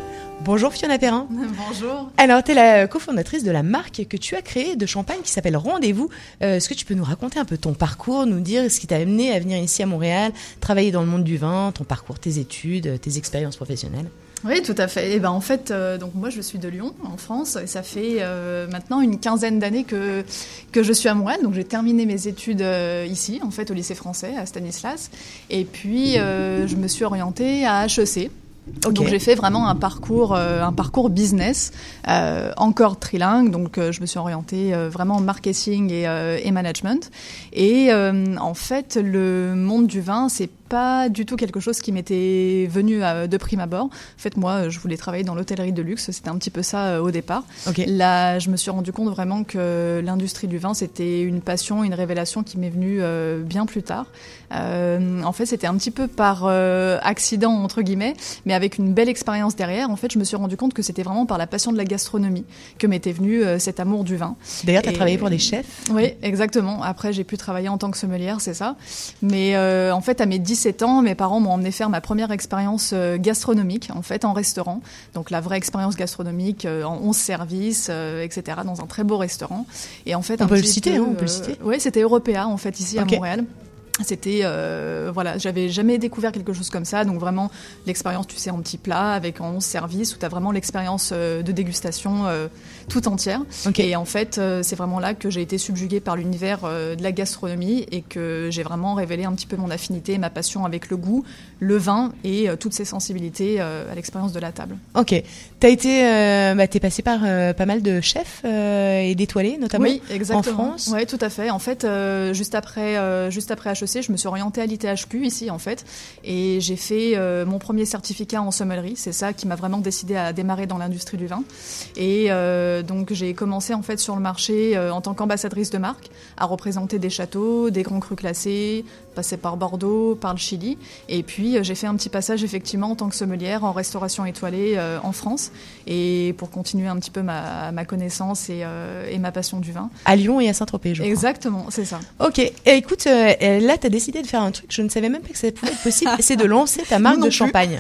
Bonjour Fiona Perrin. Bonjour. Alors, tu es la cofondatrice de la marque que tu as créée de champagne qui s'appelle Rendez-vous. Euh, est-ce que tu peux nous raconter un peu ton parcours, nous dire ce qui t'a amené à venir ici à Montréal, travailler dans le monde du vin, ton parcours, tes études, tes expériences professionnelles? Oui, tout à fait. Et ben en fait, euh, donc moi je suis de Lyon, en France, et ça fait euh, maintenant une quinzaine d'années que que je suis à Montréal. Donc j'ai terminé mes études euh, ici, en fait, au lycée français à Stanislas, et puis euh, je me suis orientée à H E C. Okay. Donc j'ai fait vraiment un parcours, euh, un parcours business, euh, encore trilingue. Donc euh, je me suis orientée euh, vraiment en marketing et, euh, et management. Et euh, en fait, le monde du vin, c'est pas du tout quelque chose qui m'était venu à, de prime abord. En fait, moi, je voulais travailler dans l'hôtellerie de luxe. C'était un petit peu ça euh, au départ. Okay. Là, je me suis rendu compte vraiment que l'industrie du vin, c'était une passion, une révélation qui m'est venue euh, bien plus tard. Euh, en fait, c'était un petit peu par euh, accident, entre guillemets, mais avec une belle expérience derrière. En fait, je me suis rendu compte que c'était vraiment par la passion de la gastronomie que m'était venu euh, cet amour du vin. D'ailleurs, tu as travaillé pour des chefs? Oui, exactement. Après, j'ai pu travailler en tant que sommelière, c'est ça. Mais euh, en fait, à mes dix-sept ans, mes parents m'ont emmené faire ma première expérience euh, gastronomique, en fait, en restaurant. Donc, la vraie expérience gastronomique euh, en onze services, euh, et cetera, dans un très beau restaurant. Et en fait, on un peut le petit citer, peu, hein, on peut le euh, citer. Oui, c'était Européa, en fait, ici okay. à Montréal. C'était, euh, voilà, j'avais jamais découvert quelque chose comme ça. Donc vraiment, l'expérience, tu sais, en petit plat, avec en onze services, où tu as vraiment l'expérience euh, de dégustation euh, tout entière. Okay. Et en fait, euh, c'est vraiment là que j'ai été subjuguée par l'univers euh, de la gastronomie et que j'ai vraiment révélé un petit peu mon affinité et ma passion avec le goût, le vin et euh, toutes ces sensibilités euh, à l'expérience de la table. Ok. T'as été, euh, bah, t'es passé par euh, pas mal de chefs euh, et d'étoilés, notamment oui, exactement. En France. Oui, tout à fait. En fait, euh, juste après, euh, juste après H E C, je me suis orientée à l'I T H Q ici, en fait, et j'ai fait euh, mon premier certificat en sommellerie. C'est ça qui m'a vraiment décidé à démarrer dans l'industrie du vin. Et euh, donc, j'ai commencé en fait sur le marché euh, en tant qu'ambassadrice de marque, à représenter des châteaux, des grands crus classés, passer par Bordeaux, par le Chili. Et puis, euh, j'ai fait un petit passage effectivement en tant que sommelière en restauration étoilée euh, en France, et pour continuer un petit peu ma, ma connaissance et, euh, et ma passion du vin. À Lyon et à Saint-Tropez, je crois. Exactement, c'est ça. Ok. Et écoute, euh, là, tu as décidé de faire un truc, je ne savais même pas que ça pouvait être possible, c'est de lancer ta marque de champagne.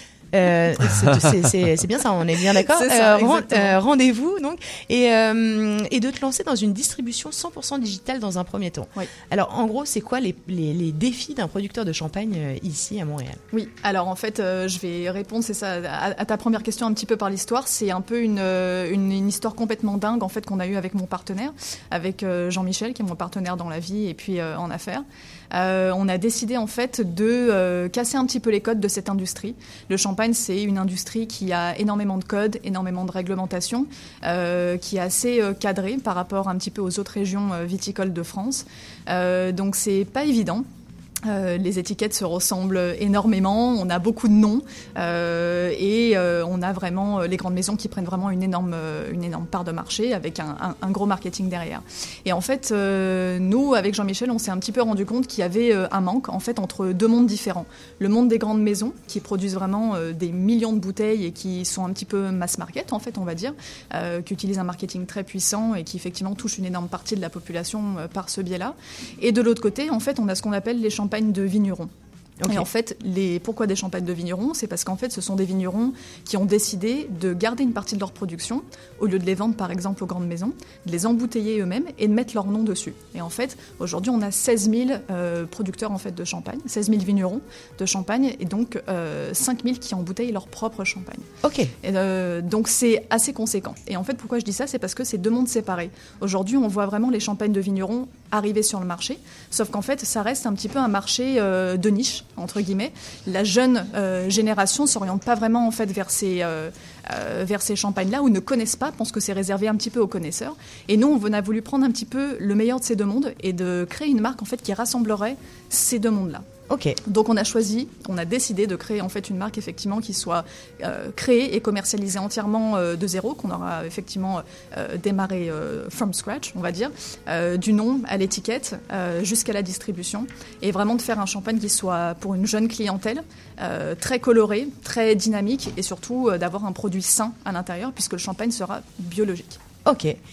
Euh, c'est, c'est, c'est bien ça, on est bien d'accord. C'est ça, euh, euh, rendez-vous donc et, euh, et de te lancer dans une distribution cent pour cent digitale dans un premier temps. Oui. Alors en gros, c'est quoi les, les, les défis d'un producteur de champagne euh, ici à Montréal? Oui, alors en fait, euh, je vais répondre, c'est ça, à, à ta première question un petit peu par l'histoire. C'est un peu une, une, une histoire complètement dingue en fait qu'on a eue avec mon partenaire, avec euh, Jean-Michel qui est mon partenaire dans la vie et puis euh, en affaires. Euh, on a décidé en fait de euh, casser un petit peu les codes de cette industrie. Le champagne, c'est une industrie qui a énormément de codes, énormément de réglementations, euh, qui est assez euh, cadrée par rapport un petit peu aux autres régions euh, viticoles de France. Euh, donc c'est pas évident. Euh, les étiquettes se ressemblent énormément, on a beaucoup de noms euh, et euh, on a vraiment les grandes maisons qui prennent vraiment une énorme, une énorme part de marché avec un, un, un gros marketing derrière. Et en fait, euh, nous, avec Jean-Michel, on s'est un petit peu rendu compte qu'il y avait euh, un manque en fait entre deux mondes différents. Le monde des grandes maisons qui produisent vraiment euh, des millions de bouteilles et qui sont un petit peu mass market en fait, on va dire, euh, qui utilisent un marketing très puissant et qui effectivement touchent une énorme partie de la population euh, par ce biais-là. Et de l'autre côté, en fait, on a ce qu'on appelle les champagnes de vignerons. Okay. Et en fait, les... pourquoi des champagnes de vignerons? C'est parce qu'en fait, ce sont des vignerons qui ont décidé de garder une partie de leur production, au lieu de les vendre par exemple aux grandes maisons, de les embouteiller eux-mêmes et de mettre leur nom dessus. Et en fait, aujourd'hui, on a seize mille euh, producteurs en fait, de champagne, seize mille vignerons de champagne, et donc euh, cinq mille qui embouteillent leur propre champagne. Ok. Et, euh, donc c'est assez conséquent. Et en fait, pourquoi je dis ça? C'est parce que c'est deux mondes séparés. Aujourd'hui, on voit vraiment les champagnes de vignerons arriver sur le marché, sauf qu'en fait, ça reste un petit peu un marché euh, de niche, entre guillemets. La jeune euh, génération ne s'oriente pas vraiment en fait, vers ces, euh, euh, vers ces champagnes-là, ou ne connaissent pas, pense que c'est réservé un petit peu aux connaisseurs. Et nous, on a voulu prendre un petit peu le meilleur de ces deux mondes et de créer une marque en fait, qui rassemblerait ces deux mondes-là. Ok. Donc on a choisi, on a décidé de créer en fait une marque effectivement qui soit euh, créée et commercialisée entièrement euh, de zéro, qu'on aura effectivement euh, démarré euh, from scratch, on va dire, euh, du nom à l'étiquette euh, jusqu'à la distribution, et vraiment de faire un champagne qui soit pour une jeune clientèle, euh, très coloré, très dynamique, et surtout euh, d'avoir un produit sain à l'intérieur puisque le champagne sera biologique. Ok.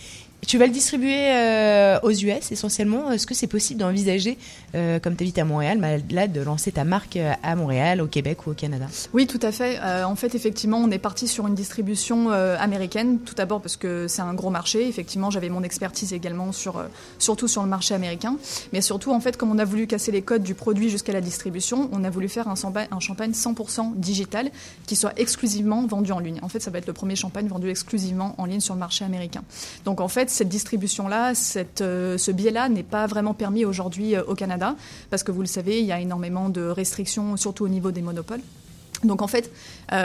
Tu vas le distribuer euh, aux U S essentiellement. Est-ce que c'est possible d'envisager, euh, comme tu habites à Montréal, bah, là, de lancer ta marque à Montréal, au Québec ou au Canada? Oui, tout à fait. Euh, en fait, effectivement, on est parti sur une distribution euh, américaine. Tout d'abord parce que c'est un gros marché. Effectivement, j'avais mon expertise également sur, euh, surtout sur le marché américain. Mais surtout, en fait, comme on a voulu casser les codes du produit jusqu'à la distribution, on a voulu faire un champagne, un champagne cent pour cent digital qui soit exclusivement vendu en ligne. En fait, ça va être le premier champagne vendu exclusivement en ligne sur le marché américain. Donc, en fait, cette distribution-là, cette, euh, ce biais-là n'est pas vraiment permis aujourd'hui euh, au Canada parce que vous le savez, il y a énormément de restrictions, surtout au niveau des monopoles. Donc en fait,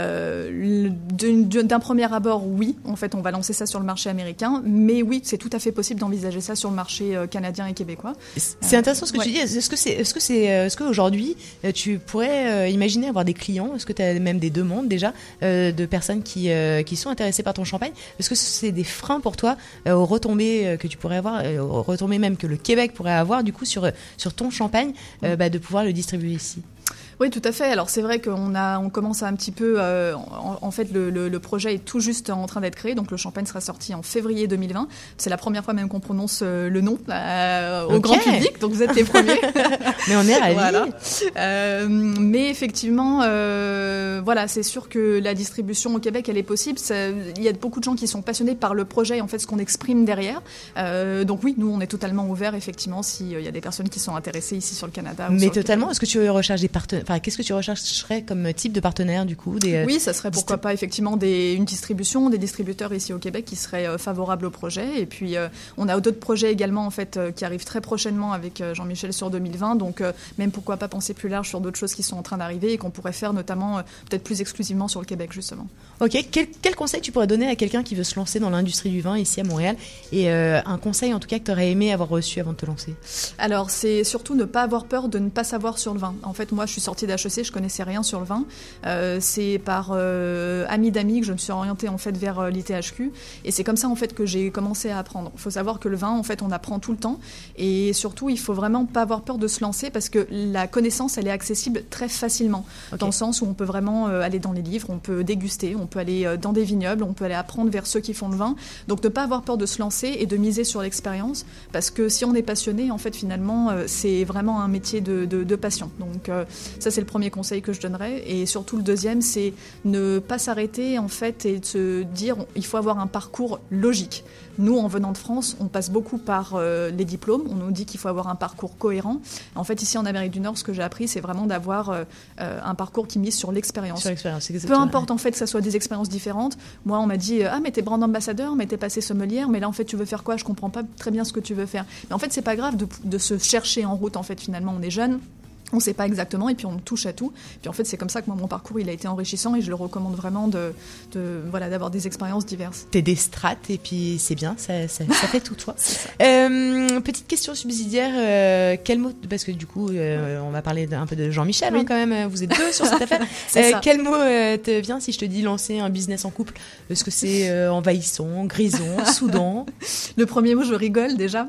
euh, d'un premier abord, oui, en fait, on va lancer ça sur le marché américain, mais oui, c'est tout à fait possible d'envisager ça sur le marché euh, canadien et québécois. C'est euh, intéressant ce que ouais. tu dis. Est-ce que c'est, est-ce que c'est, est-ce qu'aujourd'hui, tu pourrais euh, imaginer avoir des clients? Est-ce que tu as même des demandes déjà euh, de personnes qui euh, qui sont intéressées par ton champagne? Est-ce que c'est des freins pour toi euh, aux retombées euh, que tu pourrais avoir, euh, aux retombées même que le Québec pourrait avoir du coup sur sur ton champagne, euh, bah, de pouvoir le distribuer ici? Oui, tout à fait. Alors c'est vrai qu'on a, on commence à un petit peu. Euh, en, en fait, le, le, le projet est tout juste en train d'être créé. Donc le champagne sera sorti en février deux mille vingt. C'est la première fois même qu'on prononce euh, le nom euh, au okay. grand public. Donc vous êtes les premiers. Mais on est ravis. Voilà. Euh, mais effectivement, euh, voilà, c'est sûr que la distribution au Québec, elle est possible. Ça, il y a beaucoup de gens qui sont passionnés par le projet et en fait ce qu'on exprime derrière. Euh, donc oui, nous on est totalement ouverts effectivement s'il y a des personnes qui sont intéressées ici sur le Canada. Ou mais sur totalement. Le Est-ce que tu recherches des partenaires? Enfin, qu'est-ce que tu rechercherais comme type de partenaire du coup des, Oui, ça serait pourquoi pas effectivement des, une distribution, des distributeurs ici au Québec qui seraient euh, favorables au projet. Et puis euh, on a d'autres projets également en fait euh, qui arrivent très prochainement avec euh, Jean-Michel sur deux mille vingt. Donc euh, même pourquoi pas penser plus large sur d'autres choses qui sont en train d'arriver et qu'on pourrait faire notamment euh, peut-être plus exclusivement sur le Québec justement. Ok, quel, quel conseil tu pourrais donner à quelqu'un qui veut se lancer dans l'industrie du vin ici à Montréal et euh, un conseil en tout cas que tu aurais aimé avoir reçu avant de te lancer? Alors c'est surtout ne pas avoir peur de ne pas savoir sur le vin. En fait moi je suis sortie d'H E C, je connaissais rien sur le vin. Euh, c'est par euh, amis d'amis que je me suis orientée en fait vers euh, l'I T H Q et c'est comme ça en fait que j'ai commencé à apprendre. Il faut savoir que le vin en fait on apprend tout le temps et surtout il faut vraiment pas avoir peur de se lancer parce que la connaissance elle est accessible très facilement okay. dans le sens où on peut vraiment euh, aller dans les livres, on peut déguster, on peut aller euh, dans des vignobles, on peut aller apprendre vers ceux qui font le vin. Donc ne pas avoir peur de se lancer et de miser sur l'expérience parce que si on est passionné en fait finalement euh, c'est vraiment un métier de, de, de passion. Donc euh, ça c'est le premier conseil que je donnerais. Et surtout le deuxième, c'est ne pas s'arrêter en fait et de se dire il faut avoir un parcours logique. Nous, en venant de France, on passe beaucoup par euh, les diplômes. On nous dit qu'il faut avoir un parcours cohérent. En fait, ici en Amérique du Nord, ce que j'ai appris, c'est vraiment d'avoir euh, un parcours qui mise sur l'expérience. Sur l'expérience, peu importe en fait que ça soit des expériences différentes. Moi, on m'a dit ah mais t'es brand ambassadeur, mais t'es passé sommelière, mais là en fait tu veux faire quoi? Je comprends pas très bien ce que tu veux faire. Mais en fait, c'est pas grave de, de se chercher en route. En fait, finalement, on est jeune. On ne sait pas exactement et puis on touche à tout. Puis en fait, c'est comme ça que moi, mon parcours, il a été enrichissant et je le recommande vraiment de, de voilà, d'avoir des expériences diverses. T'es des strates et puis c'est bien, ça, ça, ça fait tout toi. Euh, petite question subsidiaire, euh, quel mot, parce que du coup, euh, on va parler un peu de Jean-Michel oui. hein, quand même, vous êtes deux sur cette affaire. Euh, quel mot euh, te vient si je te dis lancer un business en couple? Est-ce que c'est euh, envahissant, grisant, soudant? Le premier mot, je rigole déjà.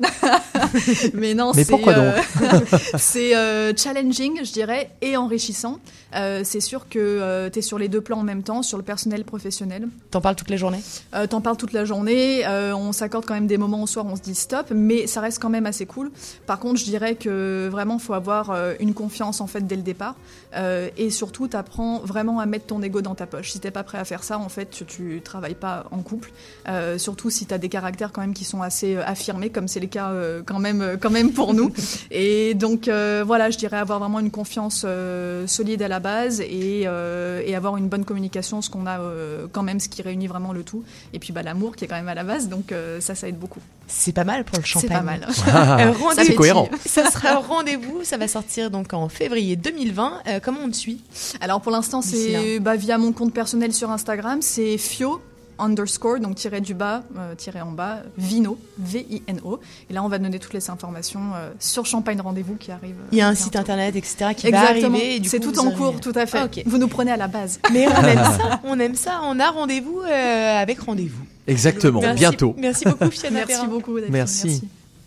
Mais non, Mais c'est, pourquoi euh, donc c'est euh, challenge je dirais, et enrichissant. Euh, c'est sûr que euh, tu es sur les deux plans en même temps, sur le personnel, professionnel. T'en parles toute la journée euh, T'en parles toute la journée. Euh, on s'accorde quand même des moments au soir où on se dit stop, mais ça reste quand même assez cool. Par contre, je dirais que vraiment, il faut avoir euh, une confiance en fait dès le départ. Euh, et surtout, tu apprends vraiment à mettre ton ego dans ta poche. Si t'es pas prêt à faire ça, en fait, tu, tu travailles pas en couple. Euh, surtout si tu as des caractères quand même qui sont assez euh, affirmés, comme c'est le cas euh, quand, même, euh, quand même pour nous. Et donc, euh, voilà, je dirais avoir vraiment une confiance euh, solide à la base et, euh, et avoir une bonne communication, ce qu'on a euh, quand même, ce qui réunit vraiment le tout. Et puis bah, l'amour qui est quand même à la base, donc euh, ça, ça aide beaucoup. C'est pas mal pour le champagne. C'est pas mal. euh, ça c'est cohérent. Ça sera au rendez-vous, ça va sortir donc en février deux mille vingt. Euh, comment on te suit? Alors pour l'instant, c'est bah, via mon compte personnel sur Instagram, c'est Fio underscore, donc tiré du bas, euh, tiré en bas, Vino, V I N O. Et là, on va donner toutes les informations euh, sur Champagne Rendez-vous qui arrive. Euh, Il y a un bientôt. Site internet, et cetera qui Exactement. va arriver. Et du c'est coup, tout en avez... cours, tout à fait. Ah, okay. Vous nous prenez à la base. Mais on aime ça, on aime ça. On a rendez-vous euh, avec rendez-vous. Exactement, merci, bientôt. Merci beaucoup, Fiona. Merci Perrin. beaucoup, Daphine. Merci. merci.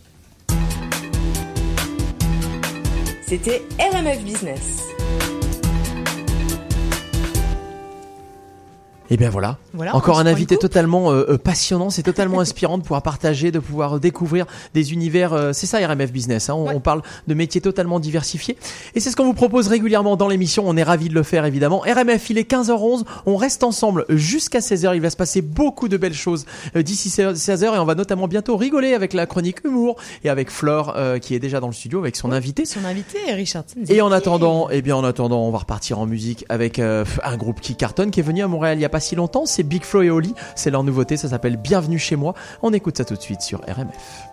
C'était R M F Business. Et bien voilà, Voilà, encore on un se prend invité une coupe. totalement euh, euh, passionnant, c'est totalement inspirant de pouvoir partager, de pouvoir découvrir des univers, euh, c'est ça R M F Business, hein, on, on parle de métiers totalement diversifiés et c'est ce qu'on vous propose régulièrement dans l'émission, on est ravis de le faire évidemment. R M F, il est quinze heures onze, on reste ensemble jusqu'à seize heures, il va se passer beaucoup de belles choses euh, d'ici seize heures et on va notamment bientôt rigoler avec la chronique humour et avec Flore euh, qui est déjà dans le studio avec son invité. Son invité, Richardson. Et en attendant, eh bien en attendant, on va repartir en musique avec euh, un groupe qui cartonne, qui est venu à Montréal il y a pas si longtemps, c'est Big Flo et Oli, c'est leur nouveauté, ça s'appelle Bienvenue chez moi. On écoute ça tout de suite sur R M F.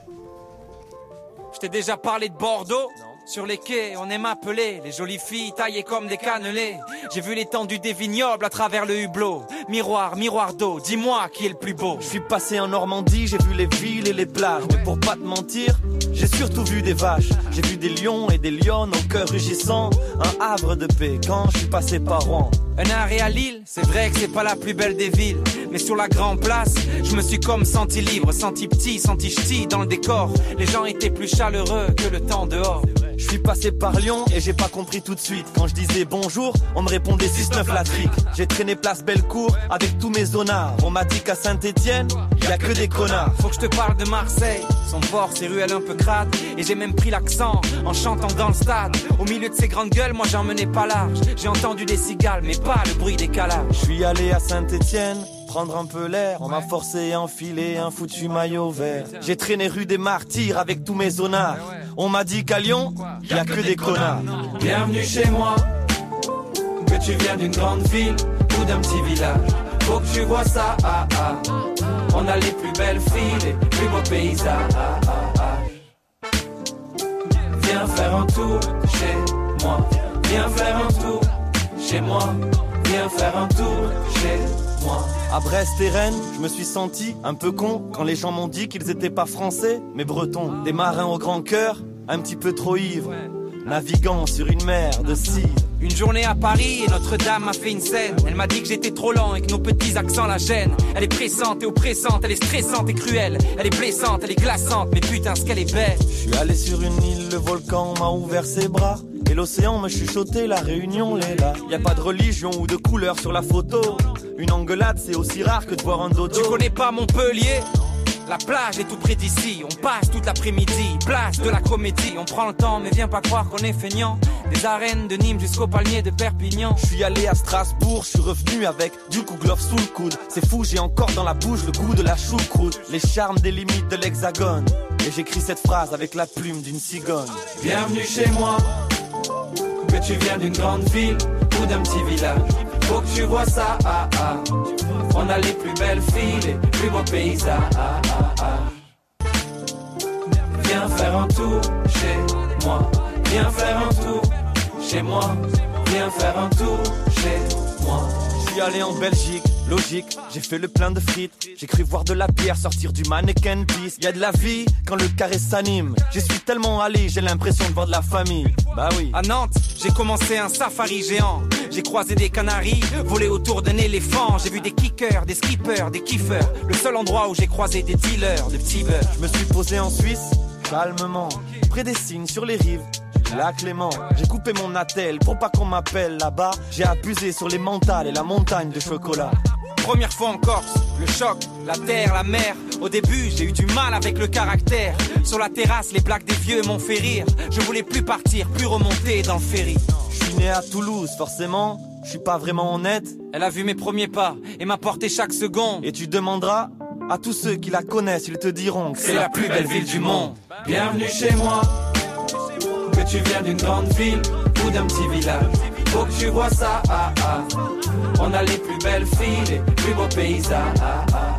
Je t'ai déjà parlé de Bordeaux. Sur les quais, on aime appeler les jolies filles taillées comme des cannelés. J'ai vu l'étendue des vignobles à travers le hublot. Miroir, miroir d'eau, dis-moi qui est le plus beau. Je suis passé en Normandie, j'ai vu les villes et les plages. Mais pour pas te mentir, j'ai surtout vu des vaches. J'ai vu des lions et des lionnes au cœur rugissant. Un havre de paix quand je suis passé par Rouen. Un arrêt à Lille, c'est vrai que c'est pas la plus belle des villes. Mais sur la grande place, je me suis comme senti libre, senti petit, senti ch'ti dans le décor. Les gens étaient plus chaleureux que le temps dehors. Je suis passé par Lyon et j'ai pas compris tout de suite. Quand je disais bonjour, on me répondait six neuf la trique. J'ai traîné place Bellecour avec tous mes zonards. On m'a dit qu'à Saint-Étienne, y a que des connards. Faut que je te parle de Marseille, son port, ses ruelles un peu crades. Et j'ai même pris l'accent en chantant dans le stade. Au milieu de ces grandes gueules, moi j'en menais pas large. J'ai entendu des cigales, mais pas le bruit des calages. Je suis allé à Saint-Étienne prendre un peu l'air, on m'a forcé à enfiler un foutu maillot vert. J'ai traîné rue des Martyrs avec tous mes zonards. On m'a dit qu'à Lyon, y a que des connards. Bienvenue chez moi, que tu viens d'une grande ville ou d'un petit village. Faut que tu vois ça, ah, ah. On a les plus belles filles, les plus beaux paysages. Ah, ah, ah. Viens faire un tour chez moi, viens faire un tour chez moi, viens faire un tour chez moi. À Brest et Rennes, je me suis senti un peu con quand les gens m'ont dit qu'ils étaient pas français, mais bretons. Des marins au grand cœur, un petit peu trop ivres, naviguant sur une mer de cire. Une journée à Paris et Notre-Dame m'a fait une scène. Elle m'a dit que j'étais trop lent et que nos petits accents la gênent. Elle est pressante et oppressante, elle est stressante et cruelle. Elle est blessante, elle est glaçante, mais putain ce qu'elle est belle. Je suis allé sur une île, le volcan m'a ouvert ses bras. Et l'océan me chuchotait, la réunion l'est là. Y a pas de religion ou de couleur sur la photo. Une engueulade c'est aussi rare que de voir un dodo. Tu connais pas Montpellier ? La plage est tout près d'ici, on passe toute l'après-midi, place de la comédie, on prend le temps mais viens pas croire qu'on est feignant. Des arènes de Nîmes jusqu'au palmier de Perpignan. Je suis allé à Strasbourg, je suis revenu avec du Kouglof sous le coude. C'est fou, j'ai encore dans la bouche le goût de la choucroute. Les charmes des limites de l'hexagone. Et j'écris cette phrase avec la plume d'une cigogne. Bienvenue chez moi, que tu viens d'une grande ville ou d'un petit village. Faut que tu vois ça, ah, ah. On a les plus belles filles, les plus beaux paysages. Ah, ah, ah. Viens faire un tour chez moi, viens faire un tour chez moi, viens faire un tour chez moi. Je suis allé en Belgique, logique, j'ai fait le plein de frites. J'ai cru voir de la bière sortir du mannequin piece. Y a de la vie quand le carré s'anime. J'y suis tellement allé, j'ai l'impression de voir de la famille. Bah oui. À Nantes, j'ai commencé un safari géant. J'ai croisé des canaris, volé autour d'un éléphant. J'ai vu des kickers, des skippers, des kiffeurs. Le seul endroit où j'ai croisé des dealers de petits beurre. Je me suis posé en Suisse, calmement, près des cygnes sur les rives. Là Clément, j'ai coupé mon attel pour pas qu'on m'appelle là-bas. J'ai abusé sur les mentales et la montagne de chocolat. Première fois en Corse, le choc, la terre, la mer. Au début, j'ai eu du mal avec le caractère. Sur la terrasse, les blagues des vieux m'ont fait rire. Je voulais plus partir, plus remonter dans le ferry. Je suis né à Toulouse, forcément, je suis pas vraiment honnête. Elle a vu mes premiers pas et m'a porté chaque seconde. Et tu demanderas à tous ceux qui la connaissent, ils te diront que c'est la plus belle ville du monde. Bienvenue chez moi, que tu viens d'une grande ville ou d'un petit village. Faut que tu vois ça, ah, ah. On a les plus belles filles, les plus beaux paysages. Ah, ah,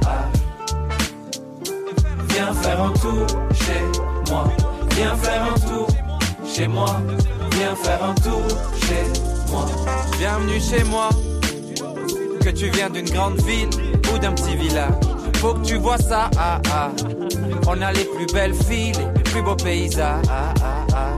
ah. Viens faire un tour chez moi, viens faire un tour chez moi, viens faire un tour chez moi. Bienvenue chez moi, que tu viens d'une grande ville ou d'un petit village. Faut que tu vois ça, ah, ah. On a les plus belles filles, les plus beaux paysages. Ah, ah, ah.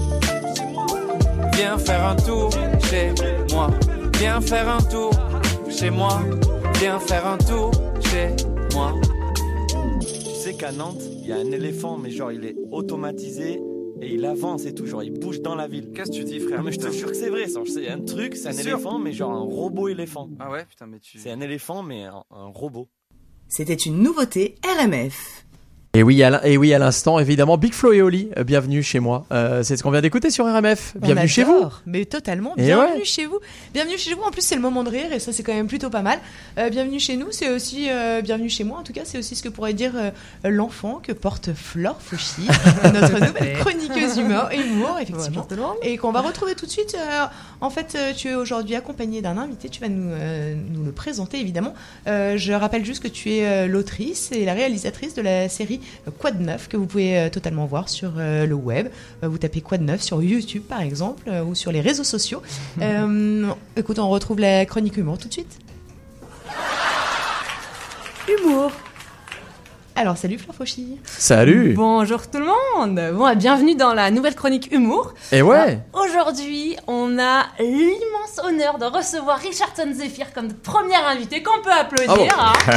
Viens faire un tour chez moi, viens faire un tour chez moi, viens faire un tour chez moi. Tu sais qu'à Nantes, il y a un éléphant, mais genre il est automatisé. et il avance et tout, genre il bouge dans la ville. Qu'est-ce que tu dis, frère? Ah, mais je te jure que c'est vrai, ça. C'est un truc, c'est un C'est éléphant, sûr mais genre un robot éléphant. Ah ouais, putain, mais tu... C'est un éléphant, mais un, un robot. C'était une nouveauté R M F. Et oui, à l'in- et oui, à l'instant, évidemment, Big Flo et Oli, euh, bienvenue chez moi. Euh, c'est ce qu'on vient d'écouter sur R M F. Bienvenue On chez vous. adore, Mais totalement, Et bienvenue ouais. chez vous. Bienvenue chez vous, en plus c'est le moment de rire et ça c'est quand même plutôt pas mal. Euh, bienvenue chez nous, c'est aussi, euh, bienvenue chez moi en tout cas, c'est aussi ce que pourrait dire euh, l'enfant que porte Flore Fauchy, notre nouvelle chroniqueuse humour, humour effectivement. Et qu'on va retrouver tout de suite. Euh, en fait, euh, tu es aujourd'hui accompagnée d'un invité, tu vas nous, euh, nous le présenter évidemment. Euh, je rappelle juste que tu es euh, l'autrice et la réalisatrice de la série euh, Quoi de neuf que vous pouvez euh, totalement voir sur euh, le web. Euh, vous tapez Quoi de neuf sur YouTube par exemple euh, ou sur les réseaux sociaux. Euh, écoute, on retrouve la chronique humour tout de suite. Humour. Alors, salut Flore Fauchy. Salut. Bonjour tout le monde. Bon, bienvenue dans la nouvelle chronique humour. Et ouais. Alors, aujourd'hui, on a l'immense honneur de recevoir Richardson Zephyr comme premier invité qu'on peut applaudir. Ah bon.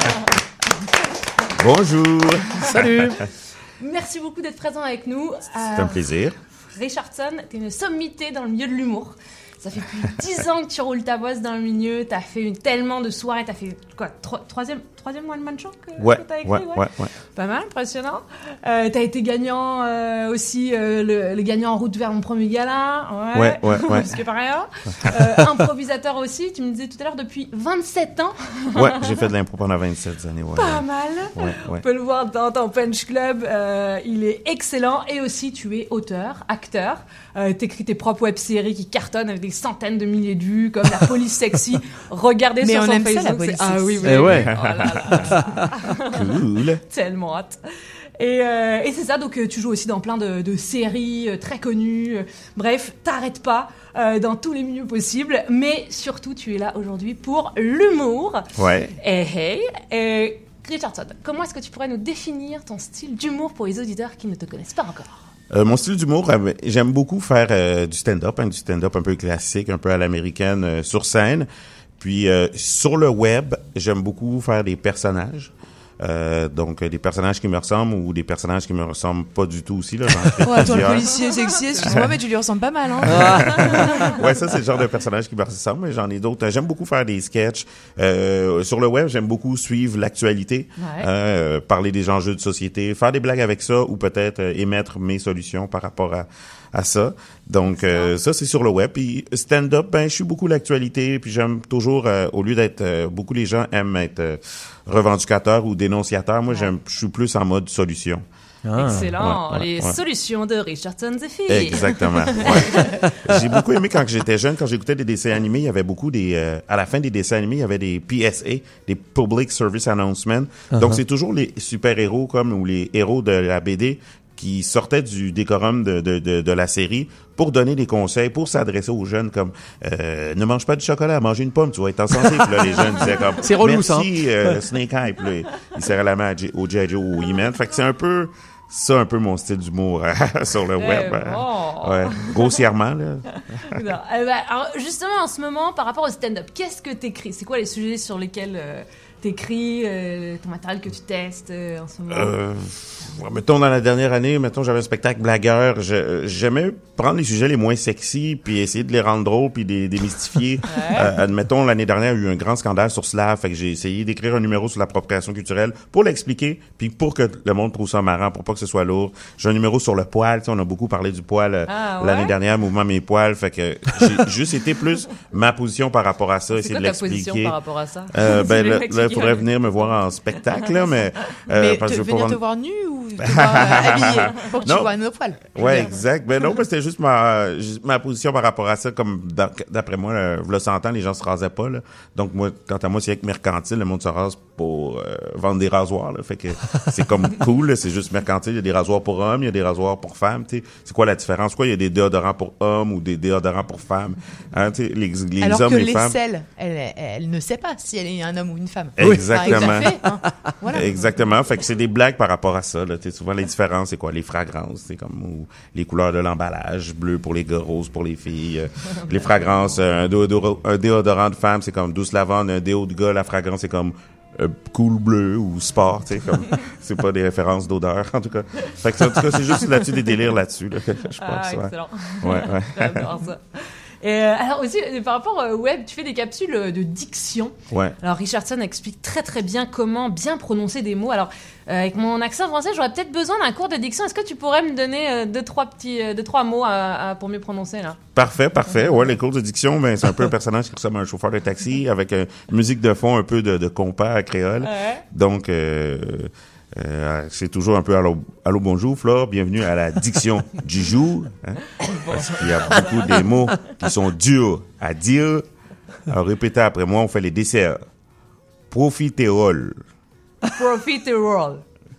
hein. Bonjour. Salut. Merci beaucoup d'être présent avec nous. C'est un plaisir. Richardson, t'es une sommité dans le milieu de l'humour. Ça fait plus de dix ans que tu roules ta bosse dans le milieu. T'as fait une, tellement de soirées. T'as fait quoi, tro- troisième, troisième One Man Show que, Ouais, que t'as écrit, ouais, ouais, ouais. Pas mal, impressionnant. Euh, t'as été gagnant euh, aussi, euh, le, le gagnant en route vers mon premier gala. Ouais, Ouais, ouais, ouais. Parce que pas rien. Euh, improvisateur aussi. Tu me disais tout à l'heure depuis vingt-sept ans. Ouais, j'ai fait de l'impro pendant vingt-sept années. Ouais, Pas ouais. mal. Ouais, ouais. On peut le voir dans ton Punch Club. Euh, il est excellent. Et aussi, tu es auteur, acteur. Euh, t'écris tes propres web-séries qui cartonnent avec des centaines de milliers de vues, comme La Police Sexy. Regardez Mais sur on son aime ça, Facebook. La Police c'est- Ah oui, oui. Eh oui. ouais. Oh là là. Cool. Tellement hâte. Et, euh, et c'est ça, donc euh, tu joues aussi dans plein de, de séries euh, très connues. Euh, bref, t'arrêtes pas euh, dans tous les milieux possibles. Mais surtout, tu es là aujourd'hui pour l'humour. Ouais. Et hey, et Richardson, comment est-ce que tu pourrais nous définir ton style d'humour pour les auditeurs qui ne te connaissent pas encore? Euh, mon style d'humour, euh, j'aime beaucoup faire euh, du stand-up, hein, du stand-up un peu classique, un peu à l'américaine, euh, sur scène. Puis euh, sur le web, j'aime beaucoup faire des personnages. Euh, donc, euh, des personnages qui me ressemblent ou des personnages qui me ressemblent pas du tout aussi. Là, j'en fais Ouais, toi, le plusieurs. policier sexy, excuse-moi, mais tu lui ressembles pas mal. Hein. Ouais, ça, c'est le genre de personnage qui me ressemble, mais j'en ai d'autres. J'aime beaucoup faire des sketchs. Euh, sur le web, j'aime beaucoup suivre l'actualité, Ouais. euh, parler des enjeux de société, faire des blagues avec ça ou peut-être euh, émettre mes solutions par rapport à à ça. Donc, euh, ça, c'est sur le web. Puis stand-up, ben, je suis beaucoup l'actualité. Puis j'aime toujours, euh, au lieu d'être... Euh, beaucoup les gens aiment être euh, revendicateurs ou dénonciateurs. Moi, j'aime, je suis plus en mode solution. Ah. Excellent. Ouais, ouais, les ouais. solutions de Richardson Zephyr. Exactement. Ouais. J'ai beaucoup aimé quand j'étais jeune, quand j'écoutais des dessins animés, il y avait beaucoup des... Euh, à la fin des dessins animés, il y avait des P S A, des Public Service Announcements. Donc, Uh-huh. c'est toujours les super-héros comme ou les héros de la B D qui sortaient du décorum de, de, de, de la série pour donner des conseils, pour s'adresser aux jeunes comme euh, ne mange pas du chocolat, mange une pomme, tu vas être en santé. Puis là, les jeunes disaient comme C'est relou, merci, ça, hein? euh, Snake Eye. Puis là, ils serraient la main à J- au G I. Joe ou He-Man. Fait que c'est un peu ça, un peu mon style d'humour euh, sur le web. euh, bon. ouais, grossièrement, là. Non. Euh, bah, alors, justement, en ce moment, par rapport au stand-up, qu'est-ce que t'écris? C'est quoi les sujets sur lesquels euh, t'écris, euh, ton matériel que tu testes euh, en ce moment? Euh, ouais, mettons, dans la dernière année, mettons, j'avais un spectacle blagueur. Je, j'aimais prendre les sujets les moins sexy, puis essayer de les rendre drôles, puis les démystifier. euh, admettons, l'année dernière, il y a eu un grand scandale sur Slav, fait que j'ai essayé d'écrire un numéro sur l'appropriation culturelle pour l'expliquer, puis pour que le monde trouve ça marrant, pour pas que ce soit lourd. J'ai un numéro sur le poil, tu sais, on a beaucoup parlé du poil euh, Ah, ouais? l'année dernière, mouvement mes poils, fait que j'ai juste été plus ma position par rapport à ça, C'est essayer quoi de ta l'expliquer. position par rapport à ça? Euh, ben, C'est là, le mec là, il qui faudrait gueule. venir me voir en spectacle, là, mais, euh, Mais parce te, que je veux venir pas te voir nu ou te voir euh, habillé pour que tu Non. vois nos poils. Je veux Ouais, dire. exact. Ben non, mais c'était juste ma, juste ma position par rapport à ça. Comme dans- d'après moi, là, le cent ans, les gens se rasaient pas. Là. Donc moi, quant à moi, c'est avec mercantile, le monde se rase pour euh, vendre des rasoirs. Là. Fait que c'est comme cool. Là, c'est juste mercantile. Il y a des rasoirs pour hommes, il y a des rasoirs pour femmes. T'sais. C'est quoi la différence? Quoi, il y a des déodorants pour hommes ou des déodorants pour femmes. Hein, t'sais, les, les Alors hommes, que les femmes. l'aisselle, elle, elle ne sait pas si elle est un homme ou une femme. Exactement. Par exemple, hein. Voilà. Exactement. Fait que c'est des blagues par rapport à ça. Là. T'sais, souvent, les différences, c'est quoi? Les fragrances, c'est comme ou les couleurs de l'emballage, bleu pour les gars, rose pour les filles. euh, les fragrances, euh, un, déodorant, un déodorant de femme, c'est comme douce lavande. Un déo de gars, la fragrance, c'est comme euh, cool bleu ou sport, tu sais, comme c'est pas des références d'odeur en tout cas. Fait que, en tout cas, c'est juste là-dessus des délires là-dessus, là, je pense. Ah, ouais. excellent. Ouais, ouais. J'adore ça. Et euh, alors aussi, euh, par rapport au web, tu fais des capsules euh, de diction. Ouais. Alors Richardson explique très très bien comment bien prononcer des mots. Alors euh, avec mon accent français, j'aurais peut-être besoin d'un cours de diction. Est-ce que tu pourrais me donner euh, deux trois petits, euh, deux trois mots à, à, pour mieux prononcer là? Parfait, parfait. Ouais, les cours de diction, ben c'est un peu un personnage qui ressemble à un chauffeur de taxi avec euh, musique de fond, un peu de, de compas à créole. Ouais. Donc euh, Euh, c'est toujours un peu allô, allô bonjour Flore, bienvenue à la diction du jour, hein, parce qu'il y a beaucoup des mots qui sont durs à dire. Alors répétez après moi, on fait les desserts. Profiterole. Profiterole.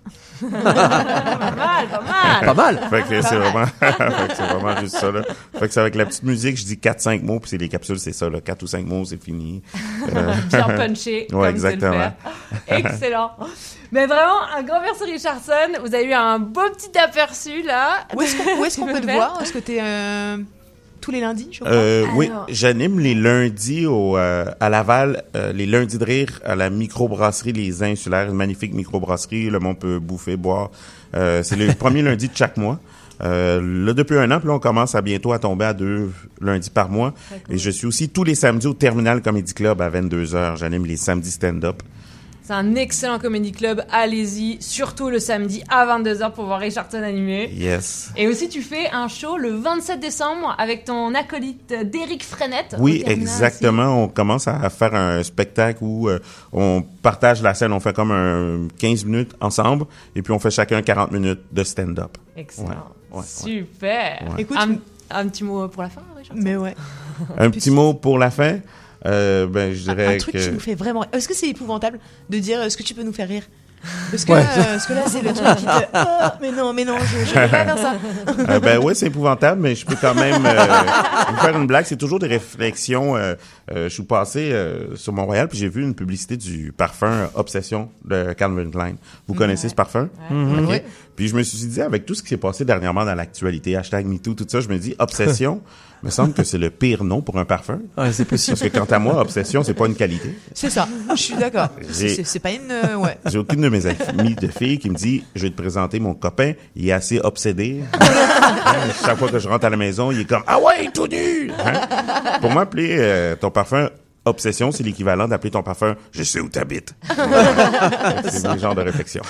Pas mal, pas mal. Pas mal. Fait que c'est vraiment, fait que c'est vraiment juste ça, là. Fait que c'est avec la petite musique, je dis quatre cinq mots, puis c'est les capsules, c'est ça, là. quatre ou cinq mots, c'est fini. Euh... Bien punché. Ouais, comme exactement. Excellent. Mais vraiment, un grand merci Richardson. Vous avez eu un beau petit aperçu, là. Où est-ce qu'on, où est-ce qu'on peut te voir? Est-ce que t'es, euh... tous les lundis, je crois. Euh, Alors... Oui, j'anime les lundis au, euh, à Laval, euh, les lundis de rire à la microbrasserie Les Insulaires, une magnifique microbrasserie. Le monde peut bouffer, boire. Euh, c'est le premier lundi de chaque mois. Euh, là, depuis un an, puis là, on commence à bientôt à tomber à deux lundis par mois. Cool. Et je suis aussi tous les samedis au Terminal Comedy Club à vingt-deux heures. J'anime les samedis stand-up. C'est un excellent comédie club, allez-y, surtout le samedi à vingt-deux heures pour voir Richardson animer. Yes. Et aussi tu fais un show le vingt-sept décembre avec ton acolyte Derek Frenette. Oui, exactement. Aussi. On commence à faire un spectacle où euh, on partage la scène, on fait comme un quinze minutes ensemble et puis on fait chacun quarante minutes de stand-up. Excellent. Ouais, ouais, super. Ouais. Écoute, un, un petit mot pour la fin, Richardson? Mais ouais. Un petit mot pour la fin? Euh, ben, je dirais un, un truc que... qui nous fait vraiment... Est-ce que c'est épouvantable de dire est-ce que tu peux nous faire rire? Parce que, ouais. euh, parce que là, c'est le truc qui te... Oh, mais non, mais non, je, je peux pas faire ça. euh, ben ouais, c'est épouvantable, mais je peux quand même euh, vous faire une blague. C'est toujours des réflexions. Euh, euh, je suis passé euh, sur Montréal, puis j'ai vu une publicité du parfum Obsession de Calvin Klein. Vous connaissez ouais. ce parfum? Ouais. Mm-hmm. Okay. Puis je me suis dit, avec tout ce qui s'est passé dernièrement dans l'actualité, hashtag MeToo, tout ça, je me dis, Obsession, me semble que c'est le pire nom pour un parfum. Ouais, c'est possible. Parce que quant à moi, Obsession, c'est pas une qualité. C'est ça, je suis d'accord. C'est, c'est pas une... Euh, ouais. J'ai aucune de mes amies de filles qui me dit, je vais te présenter mon copain, il est assez obsédé. Chaque fois que je rentre à la maison, il est comme, ah ouais, tout nu! Hein? Pour m'appeler euh, ton parfum Obsession, c'est l'équivalent d'appeler ton parfum « Je sais où t'habites ». C'est le genre de réflexion.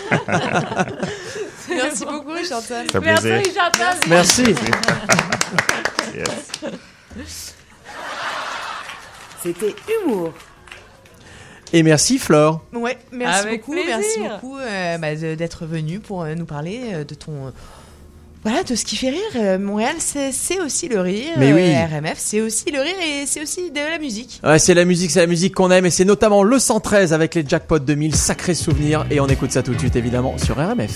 Merci beaucoup, Richardson. Merci, Richardson. Merci. Yes. C'était Humour. Et merci, Flore. Ouais, merci Avec beaucoup. plaisir. Merci beaucoup euh, bah, de, d'être venu pour euh, nous parler euh, de ton... Euh, Voilà, de ce qui fait rire. Euh, Montréal, c'est, c'est aussi le rire. Mais oui. Euh, R M F, c'est aussi le rire et c'est aussi de la musique. Ouais, c'est la musique, c'est la musique qu'on aime et c'est notamment le cent treize avec les Jackpot deux mille, sacré souvenir. Et on écoute ça tout de suite, évidemment, sur R M F.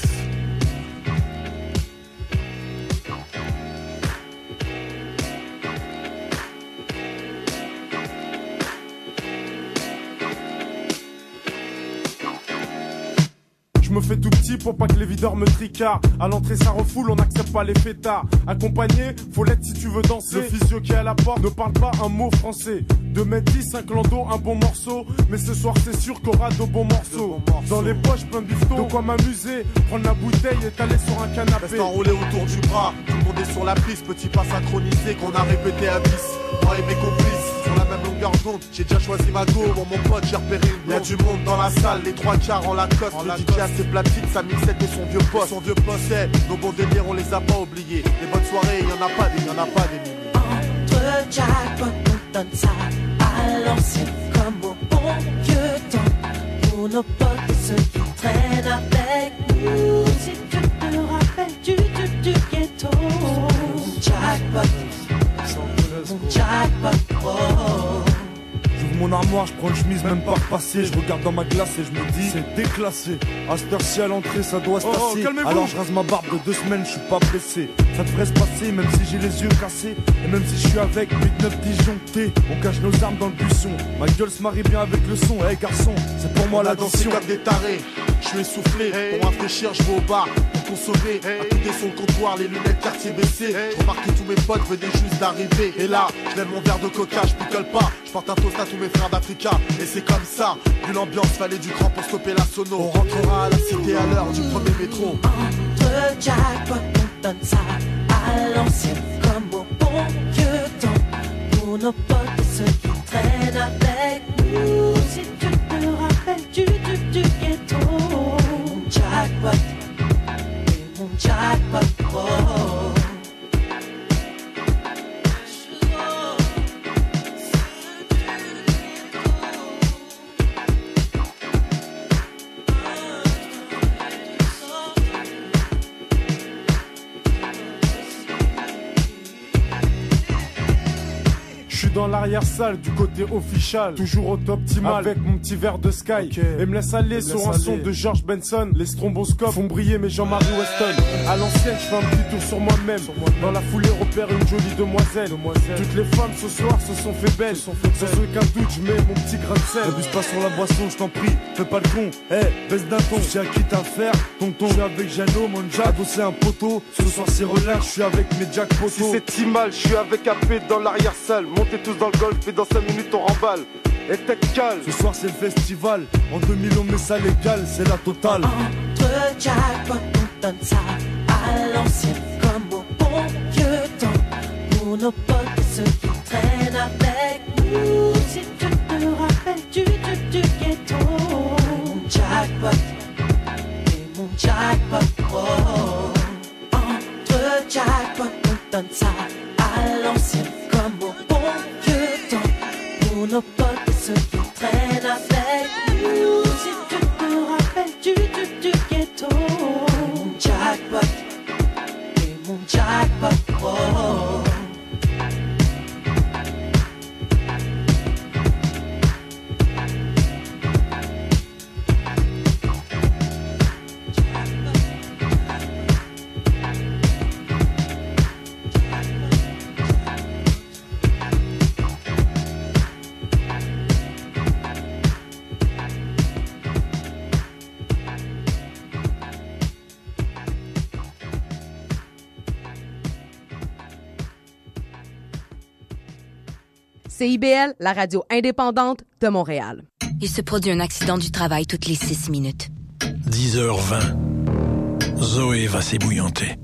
Je me fais tout petit pour pas que les videurs me tricardent. À l'entrée ça refoule, on n'accepte pas les fêtards. Accompagné, faut l'être si tu veux danser. Le physio qui est à la porte ne parle pas un mot français. deux mètres dix, un clando, un bon morceau. Mais ce soir c'est sûr qu'il y aura de bons morceaux. Dans les poches plein de bifton, de quoi m'amuser. Prendre la bouteille et t'aller sur un canapé. Reste enroulé autour du bras, tout le monde est sur la piste. Petit pas synchronisé qu'on a répété à dix. Moi et mes complices, sur la même longueur d'onde. J'ai déjà choisi ma go, bon mon pote j'ai repéré une. Y'a du monde dans la salle, les trois quarts en Lacoste. En le D J a ses platines, sa mixette et son vieux poste. Son vieux poste, c'est nos bons délires, on les a pas oubliés. Les bonnes soirées, y'en a pas des, y'en a pas des milliers. Entre jackpot, on donne ça à l'ancien comme au bon vieux temps. Pour nos potes et ceux qui traînent avec nous. Si tu te rappelles du, du, du ghetto. Jackpot, jackpot, oh. J'ouvre mon armoire, je prends une chemise même pas repassée. Je regarde dans ma glace et je me dis c'est déclassé. À cette heure-ci à l'entrée ça doit se oh, tasser. Oh, alors je rase ma barbe de deux semaines, je suis pas blessé. Ça devrait se passer même si j'ai les yeux cassés. Et même si je suis avec huit neuf disjonctés. On cache nos armes dans le buisson. Ma gueule se marie bien avec le son. Hey garçon, c'est pour moi la danse. Comme des tarés, je suis essoufflé. Pour rafraîchir je vais au bar. consommer. À côté sur le comptoir, les lunettes quartier baissées. Remarquez tous mes potes venaient juste d'arriver. Et là, je lève mon verre de coca, je picole pas. Je porte un toast à tous mes frères d'Africa. Et c'est comme ça, vu l'ambiance, fallait du grand pour stopper la sono. On rentrera à la cité à l'heure du premier métro. Entre jackpot, on donne ça à l'ancienne comme au bon vieux temps. Pour nos potes et ceux qui traînent avec nous. Si tu te rappelles du, du, du ghetto. Mon jackpot, et mon jackpot, oh. Dans l'arrière-salle, du côté official, toujours au top optimal, avec mon petit verre de Sky. Okay. Et me laisse aller me sur laisse un aller. son de George Benson. Les stromboscopes font briller mes Jean-Marie Weston. À l'ancienne, je fais un petit tour sur moi-même. Sur moi Dans la foulée, repère une jolie demoiselle. demoiselle. Toutes les femmes ce soir se sont fait belles. Sont fait Sans belles. aucun doute, je mets mon petit grain de sel. N'abuse pas sur la boisson, je t'en prie. Fais pas le con. Eh, hey, baisse d'un ton. J'ai acquis à faire. Tonton, je suis avec Jeannot, mon Jack. Adossé un poteau. Ce soir, c'est relax. Je suis avec mes Jack poteaux. Si c'est si mal, je suis avec A P dans l'arrière-salle. Montez tous dans le golf et dans cinq minutes on remballe. Et tête calme. Ce soir c'est le festival. En deux mille on met ça légal, c'est la totale. Entre jackpot, on donne ça à l'ancienne comme au bon vieux temps. Pour nos potes et ceux qui traînent avec nous. Si tu te rappelles du, du, du ghetto. Mon jackpot, et mon jackpot, oh. Entre jackpot, on donne ça à l'ancienne comme au bon vieux temps. Pour nos potes et ceux qui traînent avec nous. Si tu te rappelles du, du, du ghetto. Mon jackpot, et mon jackpot, oh. C I B L, la radio indépendante de Montréal. Il se produit un accident du travail toutes les six minutes. dix heures vingt. Zoé va s'ébouillanter.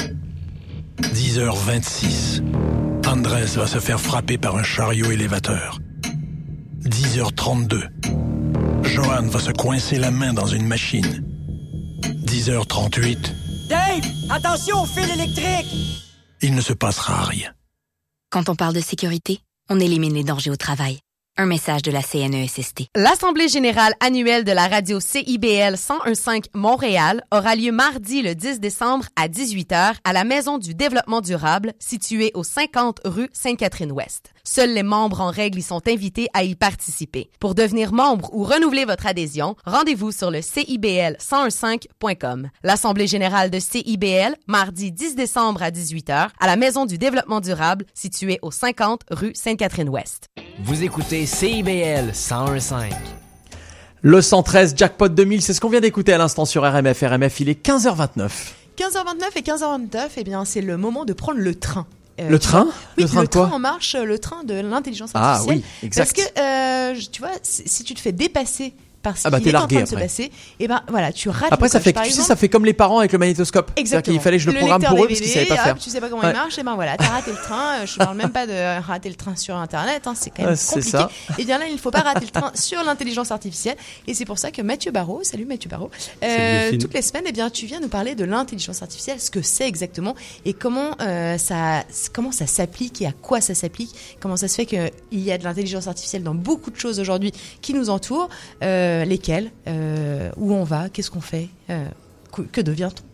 dix heures vingt-six. Andrés va se faire frapper par un chariot élévateur. dix heures trente-deux. Johan va se coincer la main dans une machine. dix heures trente-huit. Dave, attention au fil électrique! Il ne se passera rien. Quand on parle de sécurité, on élimine les dangers au travail. Un message de la C N E S S T. L'Assemblée générale annuelle de la radio C I B L cent un virgule cinq Montréal aura lieu mardi le dix décembre à dix-huit heures à la Maison du développement durable située au cinquante rue Sainte-Catherine-Ouest. Seuls les membres en règle y sont invités à y participer. Pour devenir membre ou renouveler votre adhésion, rendez-vous sur le C I B L cent un virgule cinq point com. L'Assemblée générale de C I B L, mardi dix décembre à dix-huit heures à la Maison du développement durable située au cinquante rue Sainte-Catherine-Ouest. Vous écoutez C I B L cent un virgule cinq. Le cent treize Jackpot deux mille, c'est ce qu'on vient d'écouter à l'instant sur R M F. R M F, il est quinze heures vingt-neuf. quinze heures vingt-neuf et quinze heures vingt-neuf, eh bien, c'est le moment de prendre le train. Euh, le train vois, Oui, le train, le de quoi train en marche, le train de l'intelligence artificielle. Ah oui, exact. Parce que, euh, tu vois, si tu te fais dépasser parce ah bah, qu'il est en train de après. se passer, et ben voilà, tu rates après, le ça coche. fait, Par tu exemple, sais, ça fait comme les parents avec le magnétoscope. Exactement. Il fallait que je le, le programme pour eux D V D, parce qu'ils savaient pas hop, faire. Tu sais pas comment ouais. il marche, et ben voilà, t'as raté le train. Je parle même pas de rater le train sur Internet, hein, c'est quand même ouais, compliqué. Ça. Et bien là, il ne faut pas rater le train sur l'intelligence artificielle, et c'est pour ça que Mathieu Barraud, salut Mathieu Barraud, euh, toutes les semaines, eh bien, tu viens nous parler de l'intelligence artificielle, ce que c'est exactement, et comment euh, ça, comment ça s'applique et à quoi ça s'applique. Comment ça se fait qu'il y a de l'intelligence artificielle dans beaucoup de choses aujourd'hui qui nous entourent, euh, lesquelles, euh, où on va, qu'est-ce qu'on fait, euh, que, que devient-on?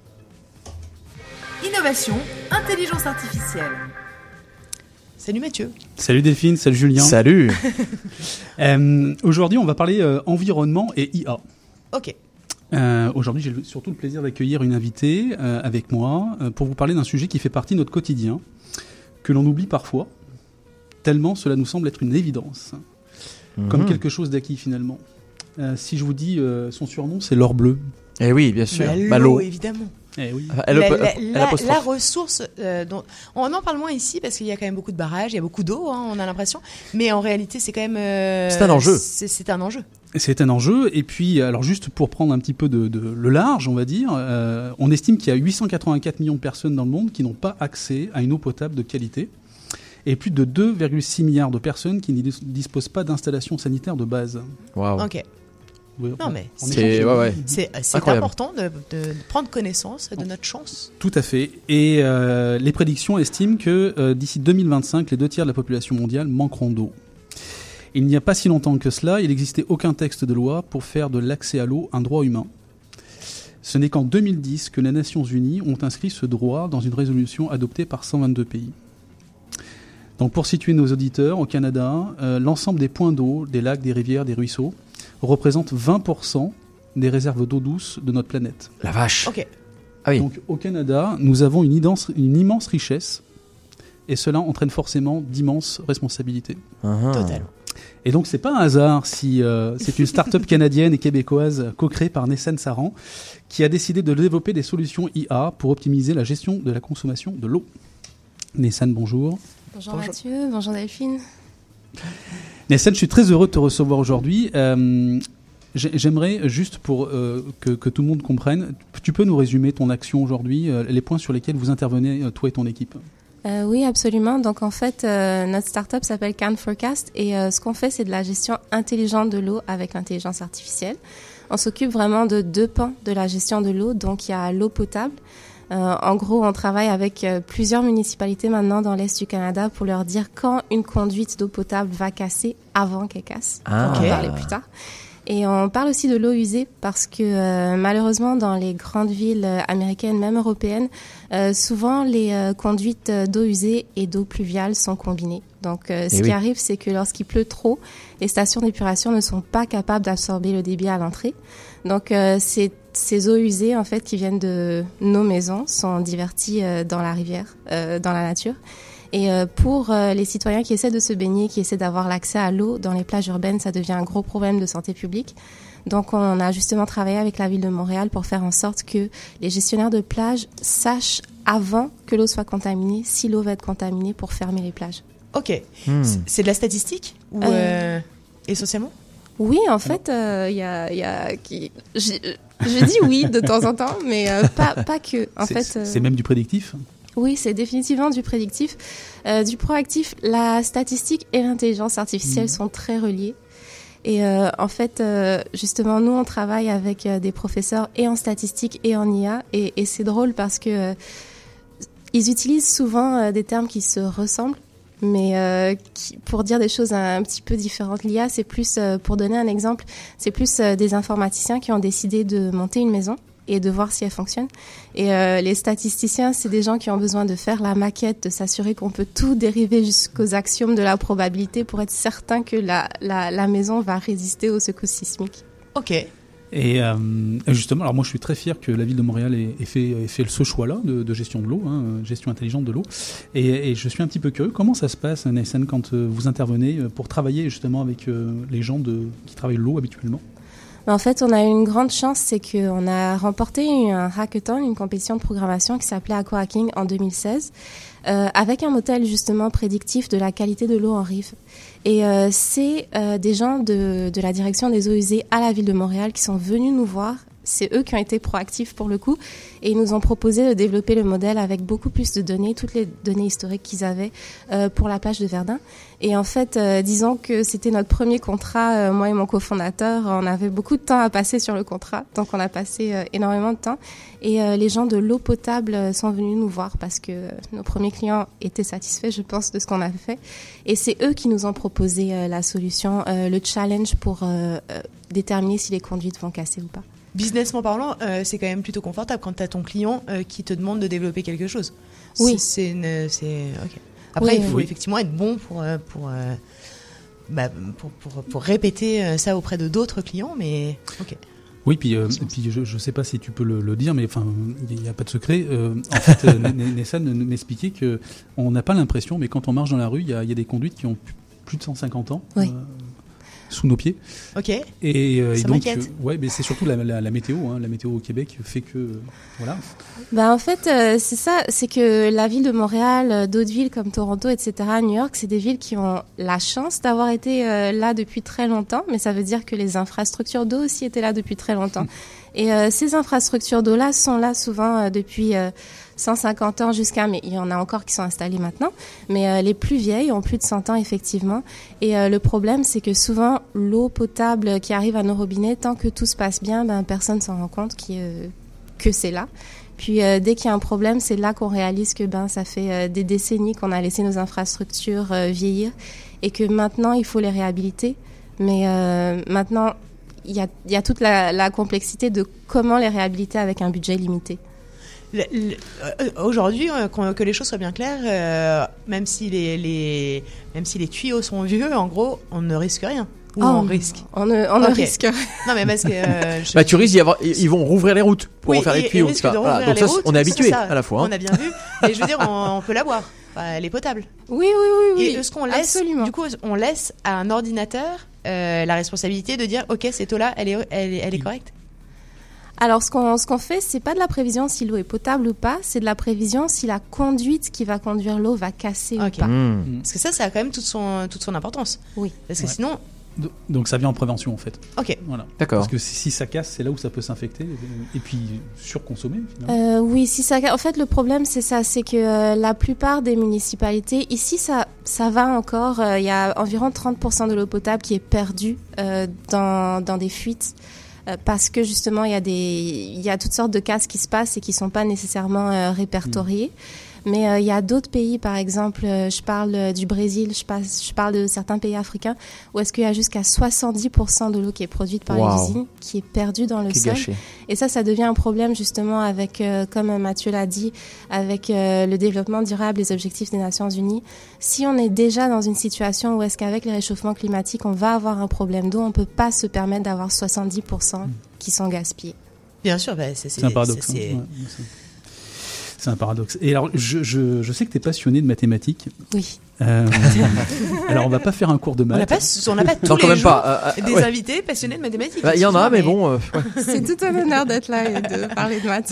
Innovation, intelligence artificielle. Salut Mathieu. Salut Delphine, salut Julien. Salut. euh, aujourd'hui, on va parler euh, environnement et I A. Ok. Euh, aujourd'hui, j'ai surtout le plaisir d'accueillir une invitée euh, avec moi euh, pour vous parler d'un sujet qui fait partie de notre quotidien, que l'on oublie parfois, tellement cela nous semble être une évidence, mmh. comme quelque chose d'acquis finalement. Euh, si je vous dis euh, son surnom, c'est l'or bleu. Eh oui, bien sûr. Bah, l'eau, bah, l'eau, évidemment. Eh oui. Elle, la, la, la, la, la, la ressource, euh, dont, on en parle moins ici parce qu'il y a quand même beaucoup de barrages, il y a beaucoup d'eau, hein, on a l'impression. Mais en réalité, c'est quand même. Euh, c'est un enjeu. C'est, c'est un enjeu. C'est un enjeu. Et puis, alors juste pour prendre un petit peu de, de le large, on va dire, euh, on estime qu'il y a huit cent quatre-vingt-quatre millions de personnes dans le monde qui n'ont pas accès à une eau potable de qualité. Et plus de deux virgule six milliards de personnes qui ne disposent pas d'installation sanitaire de base. Waouh. Ok. Oui, non mais c'est, c'est, ouais, ouais. c'est, c'est important de, de prendre connaissance de notre chance. Tout à fait. Et euh, les prédictions estiment que euh, d'ici deux mille vingt-cinq, les deux tiers de la population mondiale manqueront d'eau. Il n'y a pas si longtemps que cela, il n'existait aucun texte de loi pour faire de l'accès à l'eau un droit humain. Ce n'est qu'en deux mille dix que les Nations Unies ont inscrit ce droit dans une résolution adoptée par cent vingt-deux pays. Donc pour situer nos auditeurs, au Canada, euh, l'ensemble des points d'eau, des lacs, des rivières, des ruisseaux, représente vingt pour cent des réserves d'eau douce de notre planète. La vache. Ok. Ah oui. Donc au Canada, nous avons une, idense, une immense richesse et cela entraîne forcément d'immenses responsabilités. Uh-huh. Totalement. Et donc c'est pas un hasard si euh, c'est une start-up canadienne et québécoise co-créée par Nessan Saran qui a décidé de développer des solutions I A pour optimiser la gestion de la consommation de l'eau. Nessan, bonjour. Bonjour, bonjour. Mathieu, bonjour Delphine. Nessan, je suis très heureux de te recevoir aujourd'hui. Euh, j'aimerais juste pour euh, que, que tout le monde comprenne, tu peux nous résumer ton action aujourd'hui, euh, les points sur lesquels vous intervenez, euh, toi et ton équipe? Euh, oui, absolument. Donc en fait, euh, notre startup s'appelle Can Forecast et euh, ce qu'on fait, c'est de la gestion intelligente de l'eau avec l'intelligence artificielle. On s'occupe vraiment de deux pans de la gestion de l'eau. Donc il y a l'eau potable. Euh, en gros, on travaille avec euh, plusieurs municipalités maintenant dans l'Est du Canada pour leur dire quand une conduite d'eau potable va casser avant qu'elle casse. Ah. On va en parler plus tard. Et on parle aussi de l'eau usée parce que euh, malheureusement dans les grandes villes euh, américaines, même européennes, euh, souvent les euh, conduites d'eau usée et d'eau pluviale sont combinées. Donc euh, ce et qui oui. arrive, c'est que lorsqu'il pleut trop, les stations d'épuration ne sont pas capables d'absorber le débit à l'entrée. Donc euh, c'est ces eaux usées en fait qui viennent de nos maisons sont diverties euh, dans la rivière, euh, dans la nature. Et euh, pour euh, les citoyens qui essaient de se baigner, qui essaient d'avoir l'accès à l'eau dans les plages urbaines, ça devient un gros problème de santé publique. Donc on a justement travaillé avec la ville de Montréal pour faire en sorte que les gestionnaires de plages sachent avant que l'eau soit contaminée, si l'eau va être contaminée pour fermer les plages. Ok. Hmm. C'est de la statistique ou Euh, euh, essentiellement? Oui, en fait, il euh, y a, y a qui, je, je dis oui de temps en temps, mais euh, pas pas que. En c'est, fait, euh, c'est même du prédictif. Oui, c'est définitivement du prédictif. Euh, du proactif, la statistique et l'intelligence artificielle mmh. sont très reliées. Et euh, en fait, euh, justement, nous, on travaille avec euh, des professeurs et en statistique et en I A. Et, et c'est drôle parce que euh, ils utilisent souvent euh, des termes qui se ressemblent, mais euh, qui, pour dire des choses un, un petit peu différentes. L'I A, c'est plus, euh, pour donner un exemple, c'est plus euh, des informaticiens qui ont décidé de monter une maison et de voir si elle fonctionne. Et euh, les statisticiens, c'est des gens qui ont besoin de faire la maquette, de s'assurer qu'on peut tout dériver jusqu'aux axiomes de la probabilité pour être certain que la, la, la maison va résister aux secousses sismiques. Ok. Et euh, justement, alors moi je suis très fier que la ville de Montréal ait, ait, fait, ait fait ce choix-là de, de gestion de l'eau, hein, gestion intelligente de l'eau. Et, et je suis un petit peu curieux, comment ça se passe, Nessan, quand euh, vous intervenez pour travailler justement avec euh, les gens de, qui travaillent l'eau habituellement? En fait, on a eu une grande chance, c'est qu'on a remporté un hackathon, une compétition de programmation qui s'appelait Aquahacking en deux mille seize, euh, avec un modèle justement prédictif de la qualité de l'eau en rive. Et euh, c'est euh, des gens de, de la direction des eaux usées à la ville de Montréal qui sont venus nous voir. C'est eux qui ont été proactifs pour le coup et ils nous ont proposé de développer le modèle avec beaucoup plus de données, toutes les données historiques qu'ils avaient euh, pour la plage de Verdun. Et en fait, euh, disons que c'était notre premier contrat, euh, moi et mon cofondateur, on avait beaucoup de temps à passer sur le contrat, donc on a passé euh, énormément de temps. Et euh, les gens de l'eau potable euh, sont venus nous voir parce que euh, nos premiers clients étaient satisfaits, je pense, de ce qu'on avait fait. Et c'est eux qui nous ont proposé euh, la solution, euh, le challenge pour euh, euh, déterminer si les conduites vont casser ou pas. Businessment parlant, euh, c'est quand même plutôt confortable quand tu as ton client euh, qui te demande de développer quelque chose. Oui. C'est, c'est, une, c'est... Okay. Après, oui, il faut oui. effectivement être bon pour, pour, euh, bah, pour, pour, pour répéter ça auprès de d'autres clients, mais ok. Oui, puis, euh, puis je ne sais pas si tu peux le, le dire, mais enfin, il n'y a pas de secret. Euh, en fait, euh, Nessan m'expliquait qu'on n'a pas l'impression, mais quand on marche dans la rue, il y a, y a des conduites qui ont plus de cent cinquante ans. Oui. Euh, sous nos pieds. Ok. Et, euh, Ça et donc, m'inquiète. euh, ouais, mais c'est surtout la, la, la météo. Hein. La météo au Québec fait que, euh, voilà. Bah en fait, euh, c'est ça, c'est que la ville de Montréal, euh, d'autres villes comme Toronto, et cetera, New York, c'est des villes qui ont la chance d'avoir été euh, là depuis très longtemps, mais ça veut dire que les infrastructures d'eau aussi étaient là depuis très longtemps. Et euh, ces infrastructures d'eau-là sont là souvent euh, depuis euh, cent cinquante ans jusqu'à, mais il y en a encore qui sont installées maintenant, mais euh, les plus vieilles ont plus de cent ans effectivement. Et euh, le problème, c'est que souvent, l'eau potable qui arrive à nos robinets, tant que tout se passe bien, ben, personne s'en rend compte qui, euh, que c'est là. Puis euh, dès qu'il y a un problème, c'est là qu'on réalise que ben ça fait euh, des décennies qu'on a laissé nos infrastructures euh, vieillir et que maintenant, il faut les réhabiliter. Mais euh, maintenant, il y a, il y a toute la, la complexité de comment les réhabiliter avec un budget limité. Le- le- euh, Aujourd'hui, euh, qu'on- que les choses soient bien claires, euh, même si les, les, même si les tuyaux sont vieux, en gros, on ne risque rien. Ou Oh, on risque. On ne, on Ok. ne risque rien. Non, mais parce que. euh, je- Bah, tu risques d'y avoir, ils ils vont rouvrir les routes pour Oui, refaire les ils- ils tuyaux. risquent ça. de Voilà. rouvrir Donc les ça, routes, on est c'est habitué ça. à la fois. hein. On a bien vu. Et je veux dire, on, on peut la boire. Enfin, elle est potable. Oui, oui, oui, oui. Et est-ce qu'on laisse, absolument. du coup, on laisse à un ordinateur euh, la responsabilité de dire, ok, cette eau-là, elle est, elle est, elle est correcte. Alors, ce qu'on ce qu'on fait, c'est pas de la prévision si l'eau est potable ou pas, c'est de la prévision si la conduite qui va conduire l'eau va casser Ok. ou pas. Mmh. Parce que ça, ça a quand même toute son, toute son importance. Oui. Parce que Ouais. sinon, Do- Donc ça vient en prévention en fait. ok. Voilà. D'accord. Parce que si, si ça casse, c'est là où ça peut s'infecter et, et puis surconsommer finalement. Euh, oui, si ça. En fait, le problème, c'est ça, c'est que euh, la plupart des municipalités, ici, ça, ça va encore. euh, Il y a environ trente pour cent de l'eau potable qui est perdue euh, dans, dans des fuites. euh, Parce que justement, il y a des, il y a toutes sortes de casses qui se passent et qui sont pas nécessairement euh, répertoriées. Mais euh, il y a d'autres pays, par exemple, euh, je parle euh, du Brésil, je, passe, je parle de certains pays africains, où est-ce qu'il y a jusqu'à soixante-dix pour cent de l'eau qui est produite par Wow. les usines, qui est perdue dans le Qui est sol. gâché. Et ça, ça devient un problème justement avec, euh, comme Mathieu l'a dit, avec euh, le développement durable, les objectifs des Nations Unies. Si on est déjà dans une situation où est-ce qu'avec les réchauffements climatiques, on va avoir un problème d'eau, on peut pas se permettre d'avoir soixante-dix pour cent qui sont gaspillés. Bien sûr, bah, c'est, C'est un paradoxe. c'est- hein. c'est- Ouais, c'est- C'est un paradoxe. Et alors, je, je, je sais que tu es passionné de mathématiques. Oui. Euh, alors, on va pas faire un cours de On maths. n'a pas, on n'a pas tous Non, quand les même jours pas, euh, euh, des ouais. invités passionnés de mathématiques. Bah, il y en a, excuse-moi, mais bon. euh, ouais. C'est tout un honneur d'être là et de parler de maths.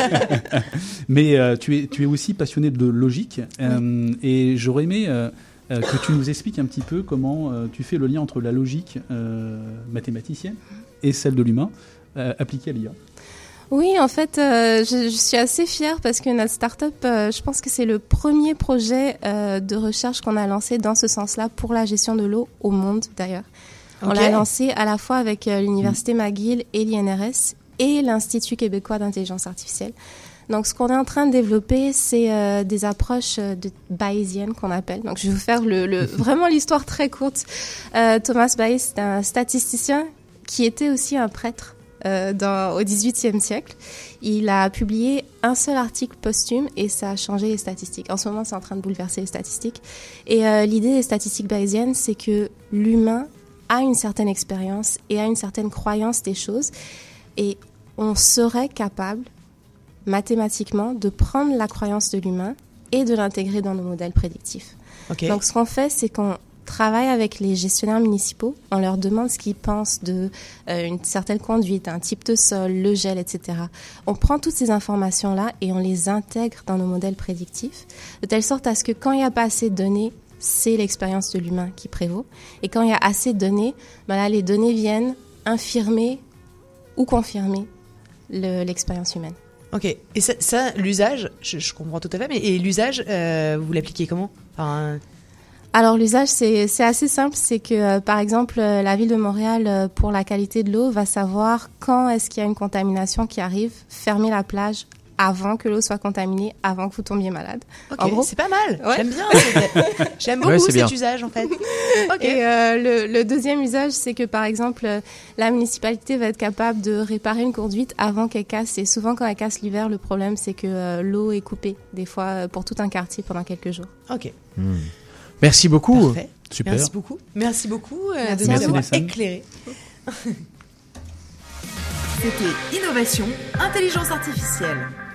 Mais euh, tu, es, tu es aussi passionné de logique. euh, Et j'aurais aimé euh, euh, que tu nous expliques un petit peu comment euh, tu fais le lien entre la logique euh, mathématicienne et celle de l'humain euh, appliquée à l'I A. Oui, en fait, euh, je, je suis assez fière parce que notre start-up, euh, je pense que c'est le premier projet euh, de recherche qu'on a lancé dans ce sens-là pour la gestion de l'eau au monde, d'ailleurs. On Ok. l'a lancé à la fois avec euh, l'Université McGill et l'I N R S et l'Institut québécois d'intelligence artificielle. Donc, ce qu'on est en train de développer, c'est euh, des approches euh, de bayésiennes qu'on appelle. Donc, je vais vous faire le, le, vraiment l'histoire très courte. Euh, Thomas Bayes, c'est un statisticien qui était aussi un prêtre. Euh, dans, au dix-huitième siècle. Il a publié un seul article posthume et ça a changé les statistiques. En ce moment, c'est en train de bouleverser les statistiques. Et euh, l'idée des statistiques bayésiennes, c'est que l'humain a une certaine expérience et a une certaine croyance des choses. Et on serait capable, mathématiquement, de prendre la croyance de l'humain et de l'intégrer dans nos modèles prédictifs. Ok. Donc, ce qu'on fait, c'est qu'on travaille avec les gestionnaires municipaux, on leur demande ce qu'ils pensent de euh, une certaine conduite, un type de sol, le gel, et cetera. On prend toutes ces informations-là et on les intègre dans nos modèles prédictifs, de telle sorte à ce que quand il n'y a pas assez de données, c'est l'expérience de l'humain qui prévaut. Et quand il y a assez de données, ben là, les données viennent infirmer ou confirmer le, l'expérience humaine. Ok. Et ça, ça l'usage, je, je comprends tout à fait, mais et l'usage, euh, vous l'appliquez comment? Enfin, Alors l'usage, c'est c'est assez simple, c'est que euh, par exemple euh, la ville de Montréal, euh, pour la qualité de l'eau, va savoir quand est-ce qu'il y a une contamination qui arrive, fermer la plage avant que l'eau soit contaminée, avant que vous tombiez malade. ok, En gros, c'est pas mal. Ouais. J'aime bien. cette- J'aime beaucoup Ouais, c'est cet bien. usage en fait. Ok. Et euh, le, le deuxième usage, c'est que par exemple, euh, la municipalité va être capable de réparer une conduite avant qu'elle casse. Et souvent, quand elle casse l'hiver, le problème, c'est que euh, l'eau est coupée, des fois euh, pour tout un quartier pendant quelques jours. Ok. Hmm. Merci beaucoup. Parfait. Super. Merci beaucoup. Merci beaucoup euh, Merci de à nous vous. avoir Merci, éclairés. C'était Innovation, Intelligence Artificielle.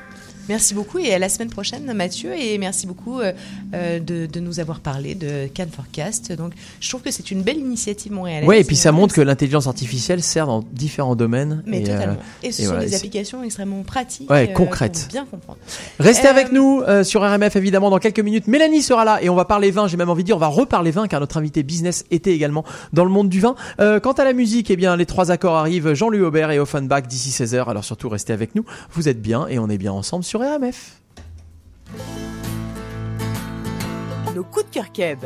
Merci beaucoup et à la semaine prochaine, Mathieu. Et merci beaucoup euh, euh, de, de nous avoir parlé de Can Forecast. Donc, je trouve que c'est une belle initiative montréalaise. Oui, et puis ça montre que l'intelligence artificielle sert dans différents domaines. Mais et, totalement. Euh, et ce et sont voilà, des c'est... applications extrêmement pratiques. Ouais, euh, concrètes. pour bien comprendre. Restez Euh, avec nous euh, sur R M F évidemment dans quelques minutes. Mélanie sera là et on va parler vin. J'ai même envie de dire on va reparler vin car notre invité business était également dans le monde du vin. Euh, quant à la musique, eh bien les trois accords arrivent. Jean-Louis Aubert et Offenbach d'ici seize heures. Alors surtout restez avec nous. Vous êtes bien et on est bien ensemble sur R M F. Nos coups de cœur Keb.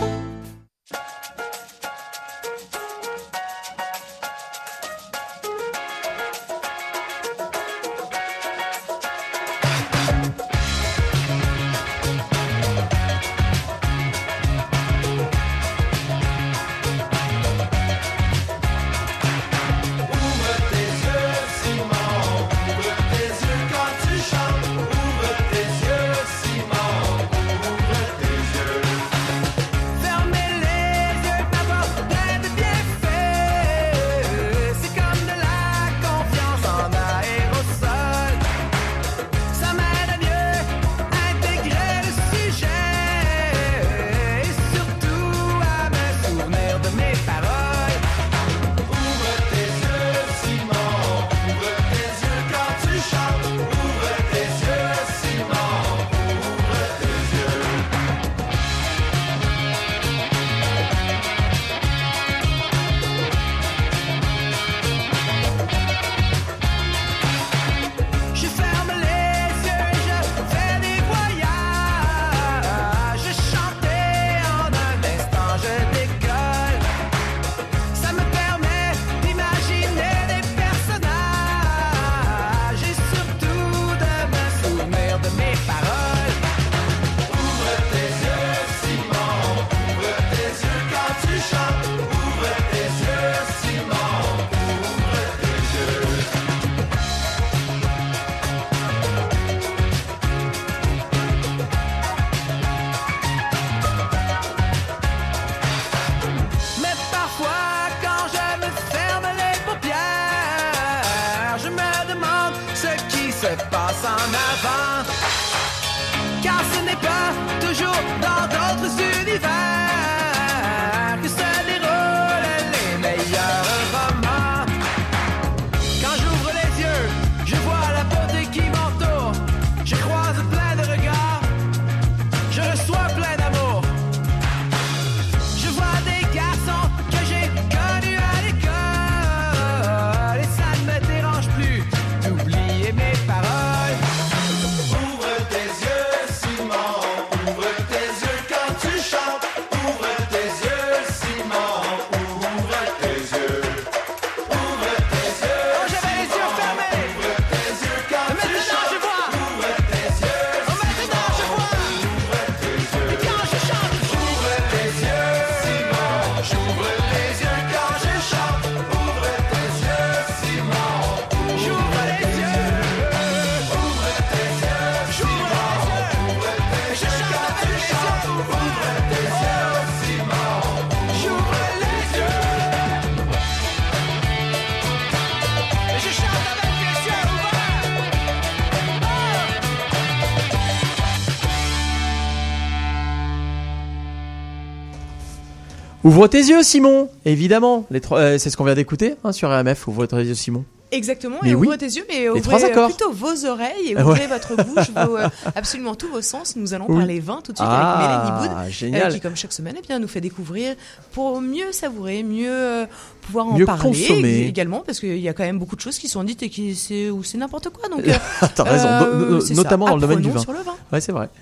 Ouvre tes yeux, Simon. Évidemment, les trois, euh, c'est ce qu'on vient d'écouter hein, sur R M F. Ouvre tes yeux, Simon. Exactement, Mais et oui. ouvrez tes yeux, mais Les ouvrez trois accords. plutôt vos oreilles et Ah ouvrez ouais. votre bouche, vos, euh, absolument tous vos sens. Nous allons Oui. parler vin tout de suite Ah, avec Mélanie Boud, génial. qui, comme chaque semaine, eh bien, nous fait découvrir pour mieux savourer, mieux euh, pouvoir en Mieux parler consommer. également, parce qu'il y a quand même beaucoup de choses qui sont dites et qui c'est ou c'est n'importe quoi. Donc, euh, T'as raison, euh, no- no- c'est notamment ça. dans le domaine du Apprenons vin. sur le vin. Ouais, c'est vrai.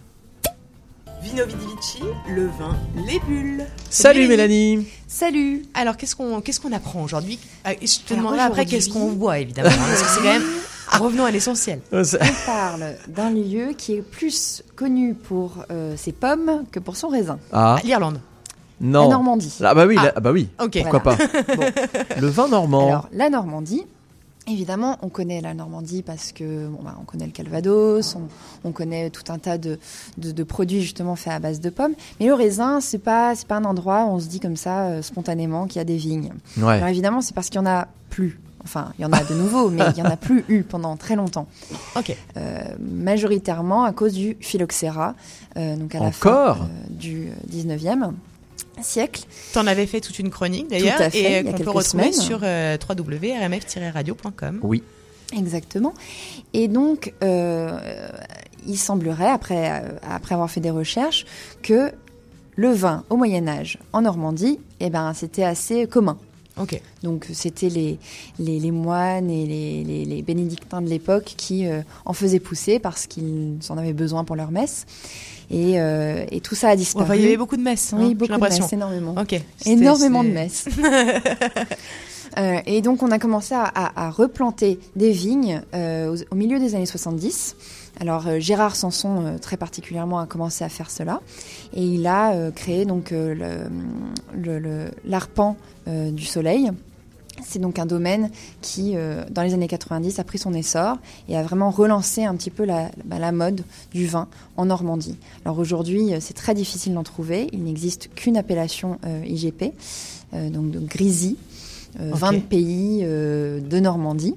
Vino Vidi Vici, le vin, les bulles. Salut Mélanie. Salut. Alors qu'est-ce qu'on qu'est-ce qu'on apprend aujourd'hui? Ah, Je te Alors, demanderai après aujourd'hui- qu'est-ce qu'on boit évidemment, hein, parce que c'est quand même. Revenons à l'essentiel. On parle d'un lieu qui est plus connu pour euh, ses pommes que pour son raisin. Ah. L'Irlande. Non. La Normandie. Ah bah oui, Ah. la- ah bah oui. Ok. Pourquoi Voilà. pas. Bon. Le vin normand. Alors, la Normandie, évidemment, on connaît la Normandie parce que bon, bah, on connaît le Calvados, on, on connaît tout un tas de, de, de produits justement faits à base de pommes. Mais le raisin, c'est pas c'est pas un endroit où on se dit comme ça euh, spontanément qu'il y a des vignes. Ouais. Alors évidemment, c'est parce qu'il y en a plus Enfin, il y en a de nouveaux, mais il n'y en a plus eu pendant très longtemps. Ok. Euh, majoritairement à cause du phylloxéra, euh, donc à la Encore fin euh, du dix-neuvième siècle. Tu en avais fait toute une chronique d'ailleurs, Tout à fait, et il y a qu'on peut quelques retrouver semaines. sur euh, w w w point r m f tiret radio point com. Oui. Exactement. Et donc, euh, il semblerait, après, euh, après avoir fait des recherches, que le vin au Moyen-Âge en Normandie, eh ben, c'était assez commun. Ok. Donc, c'était les, les, les moines et les, les, les bénédictins de l'époque qui euh, en faisaient pousser parce qu'ils en avaient besoin pour leur messe. Et, euh, et tout ça a disparu. Enfin, il y avait beaucoup de messes. Oui, hein, beaucoup j'ai de l'impression. messes, énormément. Ok. Énormément C'était- de messes. Euh, et donc, on a commencé à, à, à replanter des vignes euh, au, au milieu des années soixante-dix. Alors, euh, Gérard Sanson, euh, très particulièrement, a commencé à faire cela. Et il a euh, créé donc euh, le, le, le- l'arpent euh, du soleil. C'est donc un domaine qui, euh, dans les années quatre-vingt-dix, a pris son essor et a vraiment relancé un petit peu la, bah, la mode du vin en Normandie. Alors aujourd'hui, euh, c'est très difficile d'en trouver. Il n'existe qu'une appellation euh, I G P, euh, donc de Grisy. Euh, Ok. vingt pays euh, de Normandie.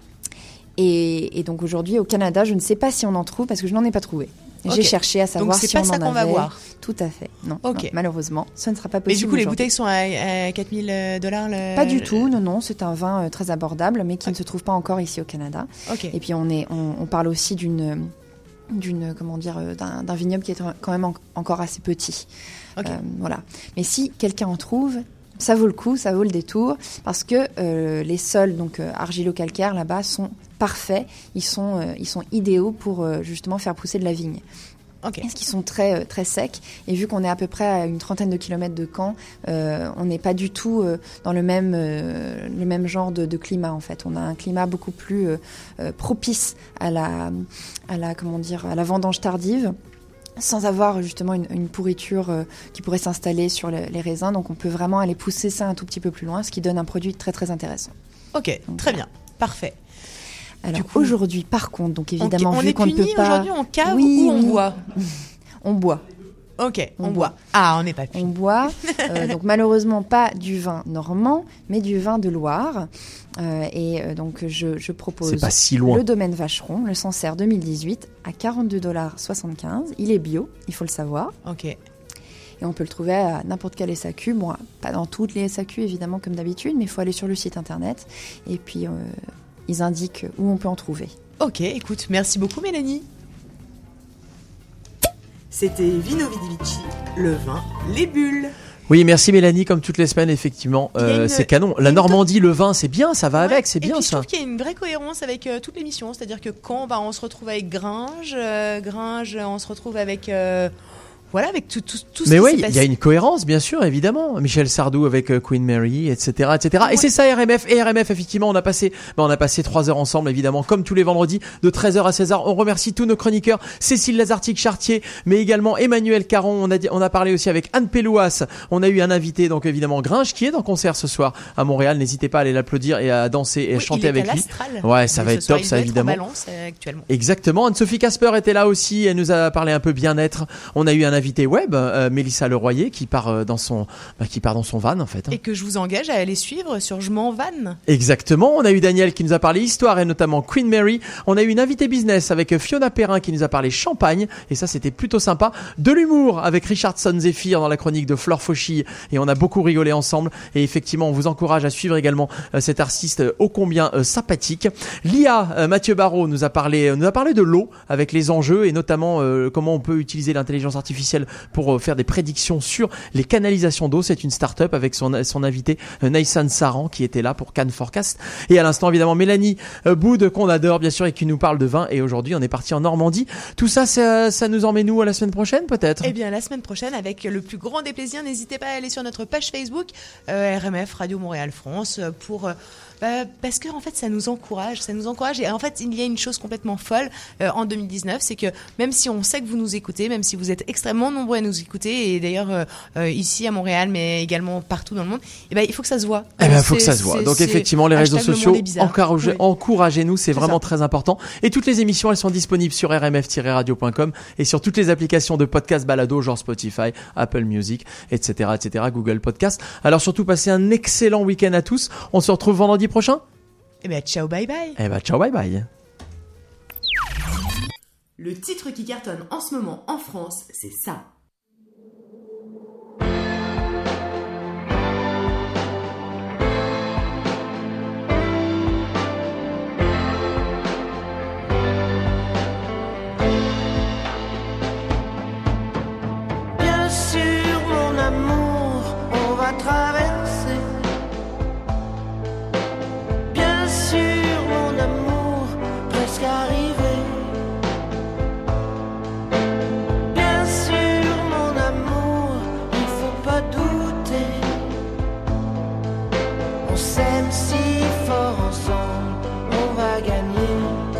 Et, et donc aujourd'hui, au Canada, je ne sais pas si on en trouve parce que je n'en ai pas trouvé. Ok. J'ai cherché à savoir Donc, c'est si pas on ça en qu'on va avait. voir. Tout à fait. Non, Ok. non, malheureusement, ce ne sera pas Mais possible. du coup, les aujourd'hui. bouteilles sont à, à quatre mille dollars le... Pas du tout, non, non, c'est un vin euh, très abordable, mais qui ne se trouve pas encore ici au Canada. Ok. Et puis on, est, on, on parle aussi d'une, d'une comment dire, euh, d'un, d'un vignoble qui est quand même en- encore assez petit. Ok. Euh, voilà. Mais si quelqu'un en trouve, ça vaut le coup, ça vaut le détour, parce que euh, les sols donc euh, argilo-calcaires là-bas sont parfaits, ils sont, euh, ils sont idéaux pour euh, justement faire pousser de la vigne. Ok. Parce qu'ils sont très, euh, très secs. Et vu qu'on est à peu près à une trentaine de kilomètres de Caen, euh, on n'est pas du tout euh, dans le même, euh, le même genre de, de climat, en fait. On a un climat beaucoup plus euh, euh, propice à la, à la, comment dire, à la vendange tardive, sans avoir justement une, une pourriture euh, qui pourrait s'installer sur le- les raisins. Donc on peut vraiment aller pousser ça un tout petit peu plus loin, ce qui donne un produit très, très intéressant. Ok, très bien. Parfait. Alors Du coup- aujourd'hui, par contre, donc On- évidemment, on vu est qu'on ne peut puni pas... aujourd'hui, on cave Oui, ou on oui. boit On boit. Ok, on, On boit. boit. Ah, on n'est pas On boit, euh, donc malheureusement pas du vin normand, mais du vin de Loire. Euh, et euh, donc je, je propose C'est pas si loin. le domaine Vacheron, le Sancerre deux mille dix-huit, à quarante-deux dollars soixante-quinze. Il est bio, il faut le savoir. Ok. Et on peut le trouver à n'importe quel S A Q. Bon, pas dans toutes les S A Q évidemment comme d'habitude, mais il faut aller sur le site internet. Et puis euh, ils indiquent où on peut en trouver. Ok, écoute, merci beaucoup Mélanie. C'était Vino Vidi Vici, le vin, les bulles. Oui, merci Mélanie, comme toutes les semaines, effectivement, Il y a euh, une- c'est canon. La Normandie, le vin, c'est bien, ça va avec, c'est Et bien puis, je ça. trouve qu'il y a une vraie cohérence avec euh, toute l'émission, c'est-à-dire que quand bah, on se retrouve avec Gringe, euh, Gringe, on se retrouve avec euh, voilà, avec tout, tout, tout ce Mais qui oui, s'est il y a passé. une cohérence, bien sûr, évidemment. Michel Sardou avec euh, Queen Mary, et cetera, et cetera. Et c'est ça R M F. Et R M F, effectivement, on a passé, bah, on a passé trois heures ensemble, évidemment, comme tous les vendredis, de treize heures à seize heures. On remercie tous nos chroniqueurs, Cécile Lazartique-Chartier, mais également Emmanuel Caron. On a dit, on a parlé aussi avec Anne Pélouas. On a eu un invité, donc évidemment Gringe, qui est en concert ce soir à Montréal. N'hésitez pas à aller l'applaudir et à danser et à Oui, chanter il est avec à lui. l'Astral. Ouais, ça Et va ce être soir, top, il ça doit être en évidemment. Balance, euh, actuellement. Exactement. Anne-Sophie Casper était là aussi. Elle nous a parlé un peu bien-être. On a eu un invité web, euh, Mélissa Leroyer, qui part euh, dans son, bah, qui part dans son van en fait. hein. Et que je vous engage à aller suivre sur Je m'en vanne. Exactement. On a eu Daniel qui nous a parlé histoire et notamment Queen Mary. On a eu une invitée business avec Fiona Perrin qui nous a parlé champagne et ça c'était plutôt sympa. De l'humour avec Richardson Zephyr dans la chronique de Flore Fauchille et on a beaucoup rigolé ensemble. Et effectivement, on vous encourage à suivre également euh, cet artiste euh, ô combien euh, sympathique. Lia euh, Mathieu Barrault nous a parlé, euh, nous a parlé de l'eau avec les enjeux et notamment euh, comment on peut utiliser l'intelligence artificielle pour euh, faire des prédictions sur les canalisations d'eau. C'est une start-up avec son, son invité euh, Naïsan Saran qui était là pour Cannes Forecast. Et à l'instant, évidemment, Mélanie euh, Boud qu'on adore bien sûr et qui nous parle de vin. Et aujourd'hui, on est parti en Normandie. Tout ça, ça, ça nous emmène où à la semaine prochaine peut-être? Eh bien, la semaine prochaine, avec le plus grand des plaisirs, n'hésitez pas à aller sur notre page Facebook euh, R M F Radio Montréal France euh, pour euh, bah, parce que en fait, ça nous encourage, ça nous encourage. Et en fait, il y a une chose complètement folle euh, en deux mille dix-neuf, c'est que même si on sait que vous nous écoutez, même si vous êtes extrêmement nombreux à nous écouter, et d'ailleurs euh, euh, ici à Montréal, mais également partout dans le monde, eh ben, il faut que ça se voit. Eh ben, Alors, faut que c'est- ça se voit. c'est- Donc c'est effectivement, les réseaux hashtag le sociaux, monde est bizarre. encouragez- Oui. encouragez-nous, c'est C'est vraiment ça. très important. Et toutes les émissions, elles sont disponibles sur r m f tiret radio point com et sur toutes les applications de podcast balado, genre Spotify, Apple Music, et cetera, et cetera, Google Podcast. Alors surtout, passez un excellent week-end à tous. On se retrouve vendredi prochain. Eh ben, ciao, bye bye. Eh ben, ciao, bye bye. Le titre qui cartonne en ce moment en France, c'est ça. Bien sûr, mon amour, on va traverser. Bien sûr, mon amour, presque arrivé. Bien sûr, mon amour, il faut pas douter. On s'aime si fort ensemble, on va gagner.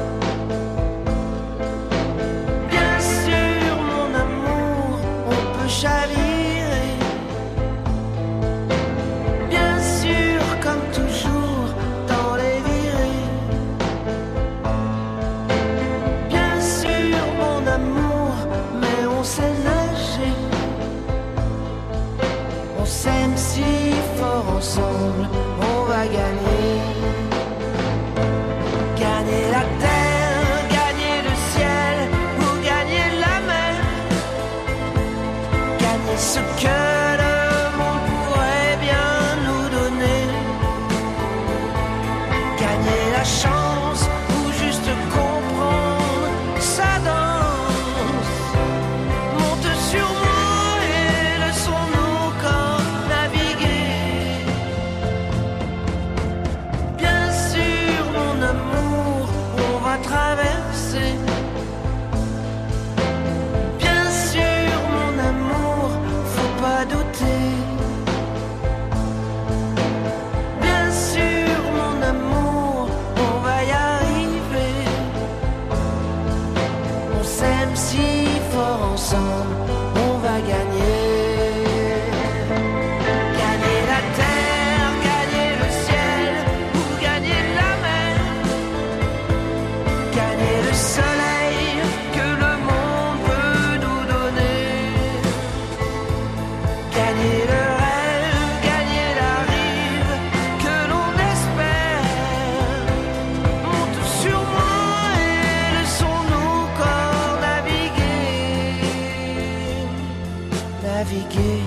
Bien sûr, mon amour, on peut chavirer. Bien sûr, comme toujours, dans les virées. Bien sûr, mon amour, mais on sait nager. On s'aime si fort ensemble, on va gagner. Gagner la terre, gagner le ciel ou gagner la mer. Gagner ce que le monde pourrait bien nous donner. Gagner la chance ou juste comprendre sa danse. Monte sur moi et laissons-nous corps naviguer. Bien sûr, mon amour, on va traverser. Bien sûr, mon amour, faut pas douter. Bien sûr, mon amour, on va y arriver. On s'aime si fort ensemble, on va gagner. Gagner la terre, gagner le ciel ou gagner la mer. Gagner le soleil que le monde peut nous donner. Gagner le rêve, gagner la rive que l'on espère. Monte sur moi et laissons-nous corps naviguer. Naviguer,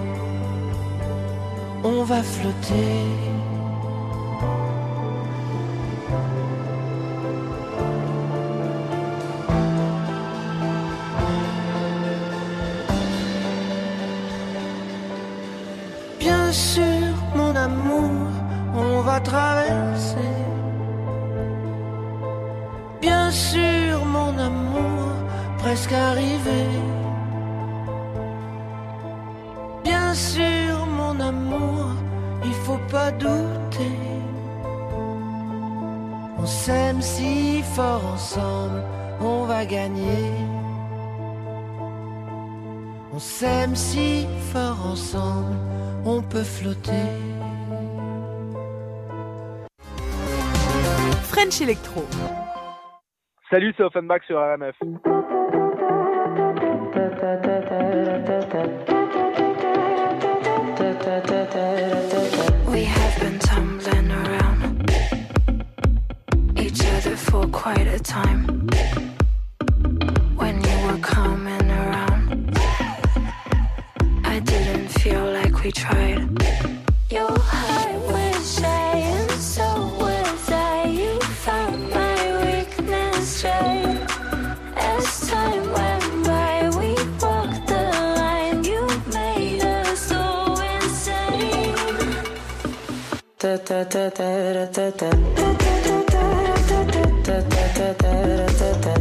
on va flotter. Bien sûr, mon amour, on va traverser. Bien sûr, mon amour, presque arrivé. Bien sûr, mon amour, il faut pas douter. On s'aime si fort ensemble, on va gagner. On s'aime si fort ensemble, on peut flotter. French Electro. Salut, c'est Offenbach sur R M F. We have been tumbling around each other for quite a time. When you were coming around, I didn't feel like we tried. Your heart was shy and so was I. You found my weakness right. As time went by, we walked the line. You made us so insane. Da da da da da da da da da da da da.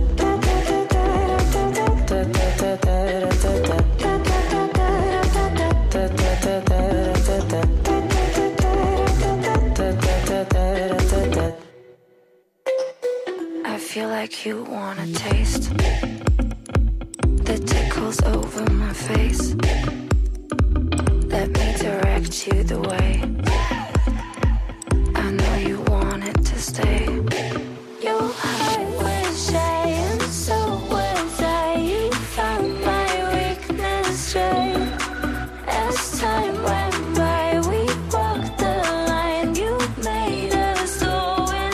I feel like you wanna taste the tickles over my face. Let me direct you the way. I know you want it to stay. Your heart was shy and so was I. You found my weakness right. As time went by, we walked the line. You made us so insane.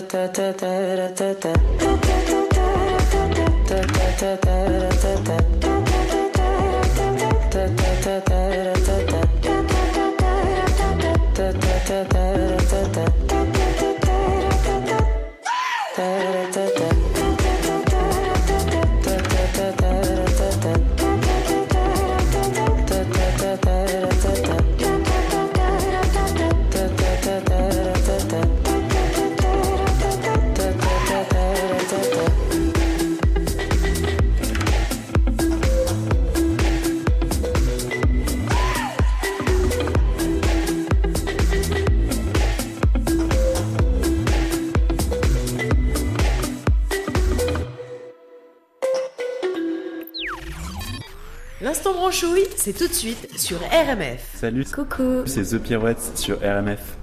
L'instant branchouille, c'est tout de suite sur R M F. Salut, coucou, c'est The Pirouette sur R M F.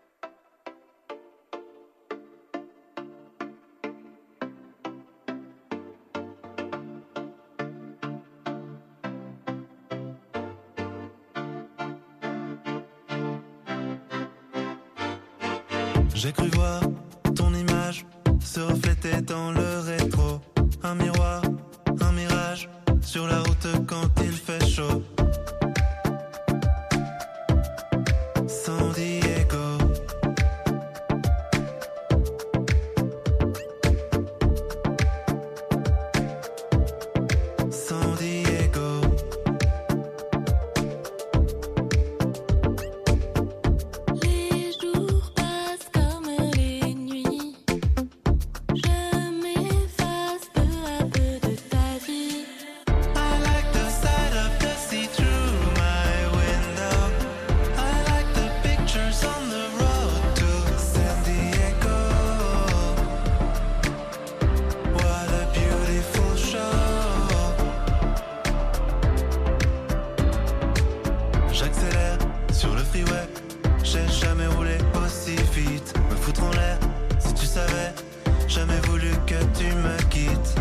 J'ai cru voir ton image se refléter dans le rétro. Un miroir, un mirage, sur la route quand il fait chaud. San Diego. San Diego. Les jours passent comme les nuits. Je m'efface peu à peu de ta vie. I like the sight of the sea through my window. I like the pictures on the road to San Diego. What a beautiful show. J'accélère sur le freeway. J'ai jamais roulé aussi vite. Me foutre en l'air, si tu savais. Jamais voulu que tu me quittes.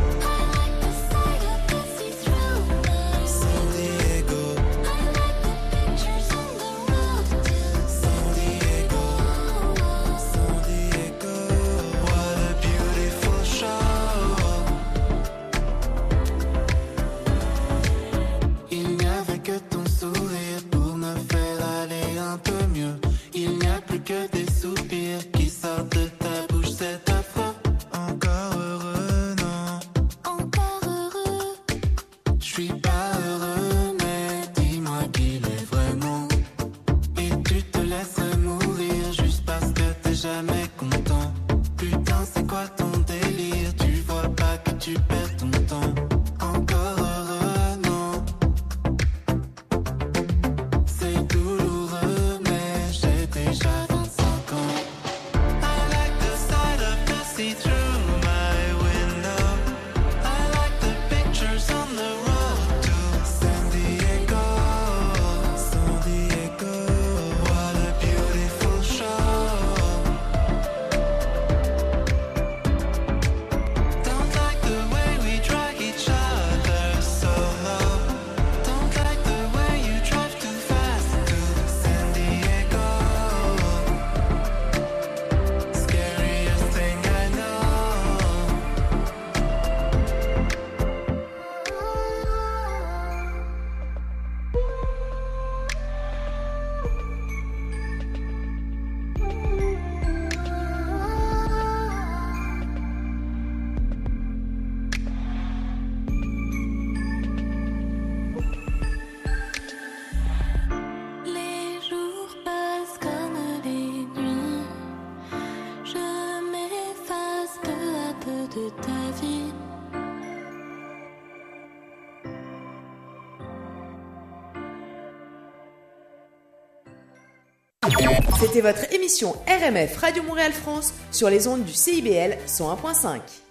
San Diego. San Diego. San Diego. What a beautiful show. Il n'y avait que ton sourire pour me faire aller un peu mieux. Il n'y a plus que des soupirs qui sortent de ta bouche, c'est affreux. Encore heureux, non. Encore heureux. Je suis pas heureux, mais dis-moi qu'il est vraiment. Et tu te laisserais mourir juste parce que t'es jamais content. Putain, c'est quoi ton délire? Tu vois pas que tu perds ton temps. Encore heureux, non. C'est douloureux, mais j'ai déjà vingt-cinq ans. I like the sight of the sea through my window. I like the pictures on the road to San Diego. San Diego. What a beautiful show. Don't like the way we drag each other so low. Don't like the way you drive too fast to San Diego. Scariest thing I know. Les jours passent comme les nuits. Je m'efface peu à peu de ta vie. C'était votre émission R M F Radio Montréal France sur les ondes du C I B L cent un point cinq.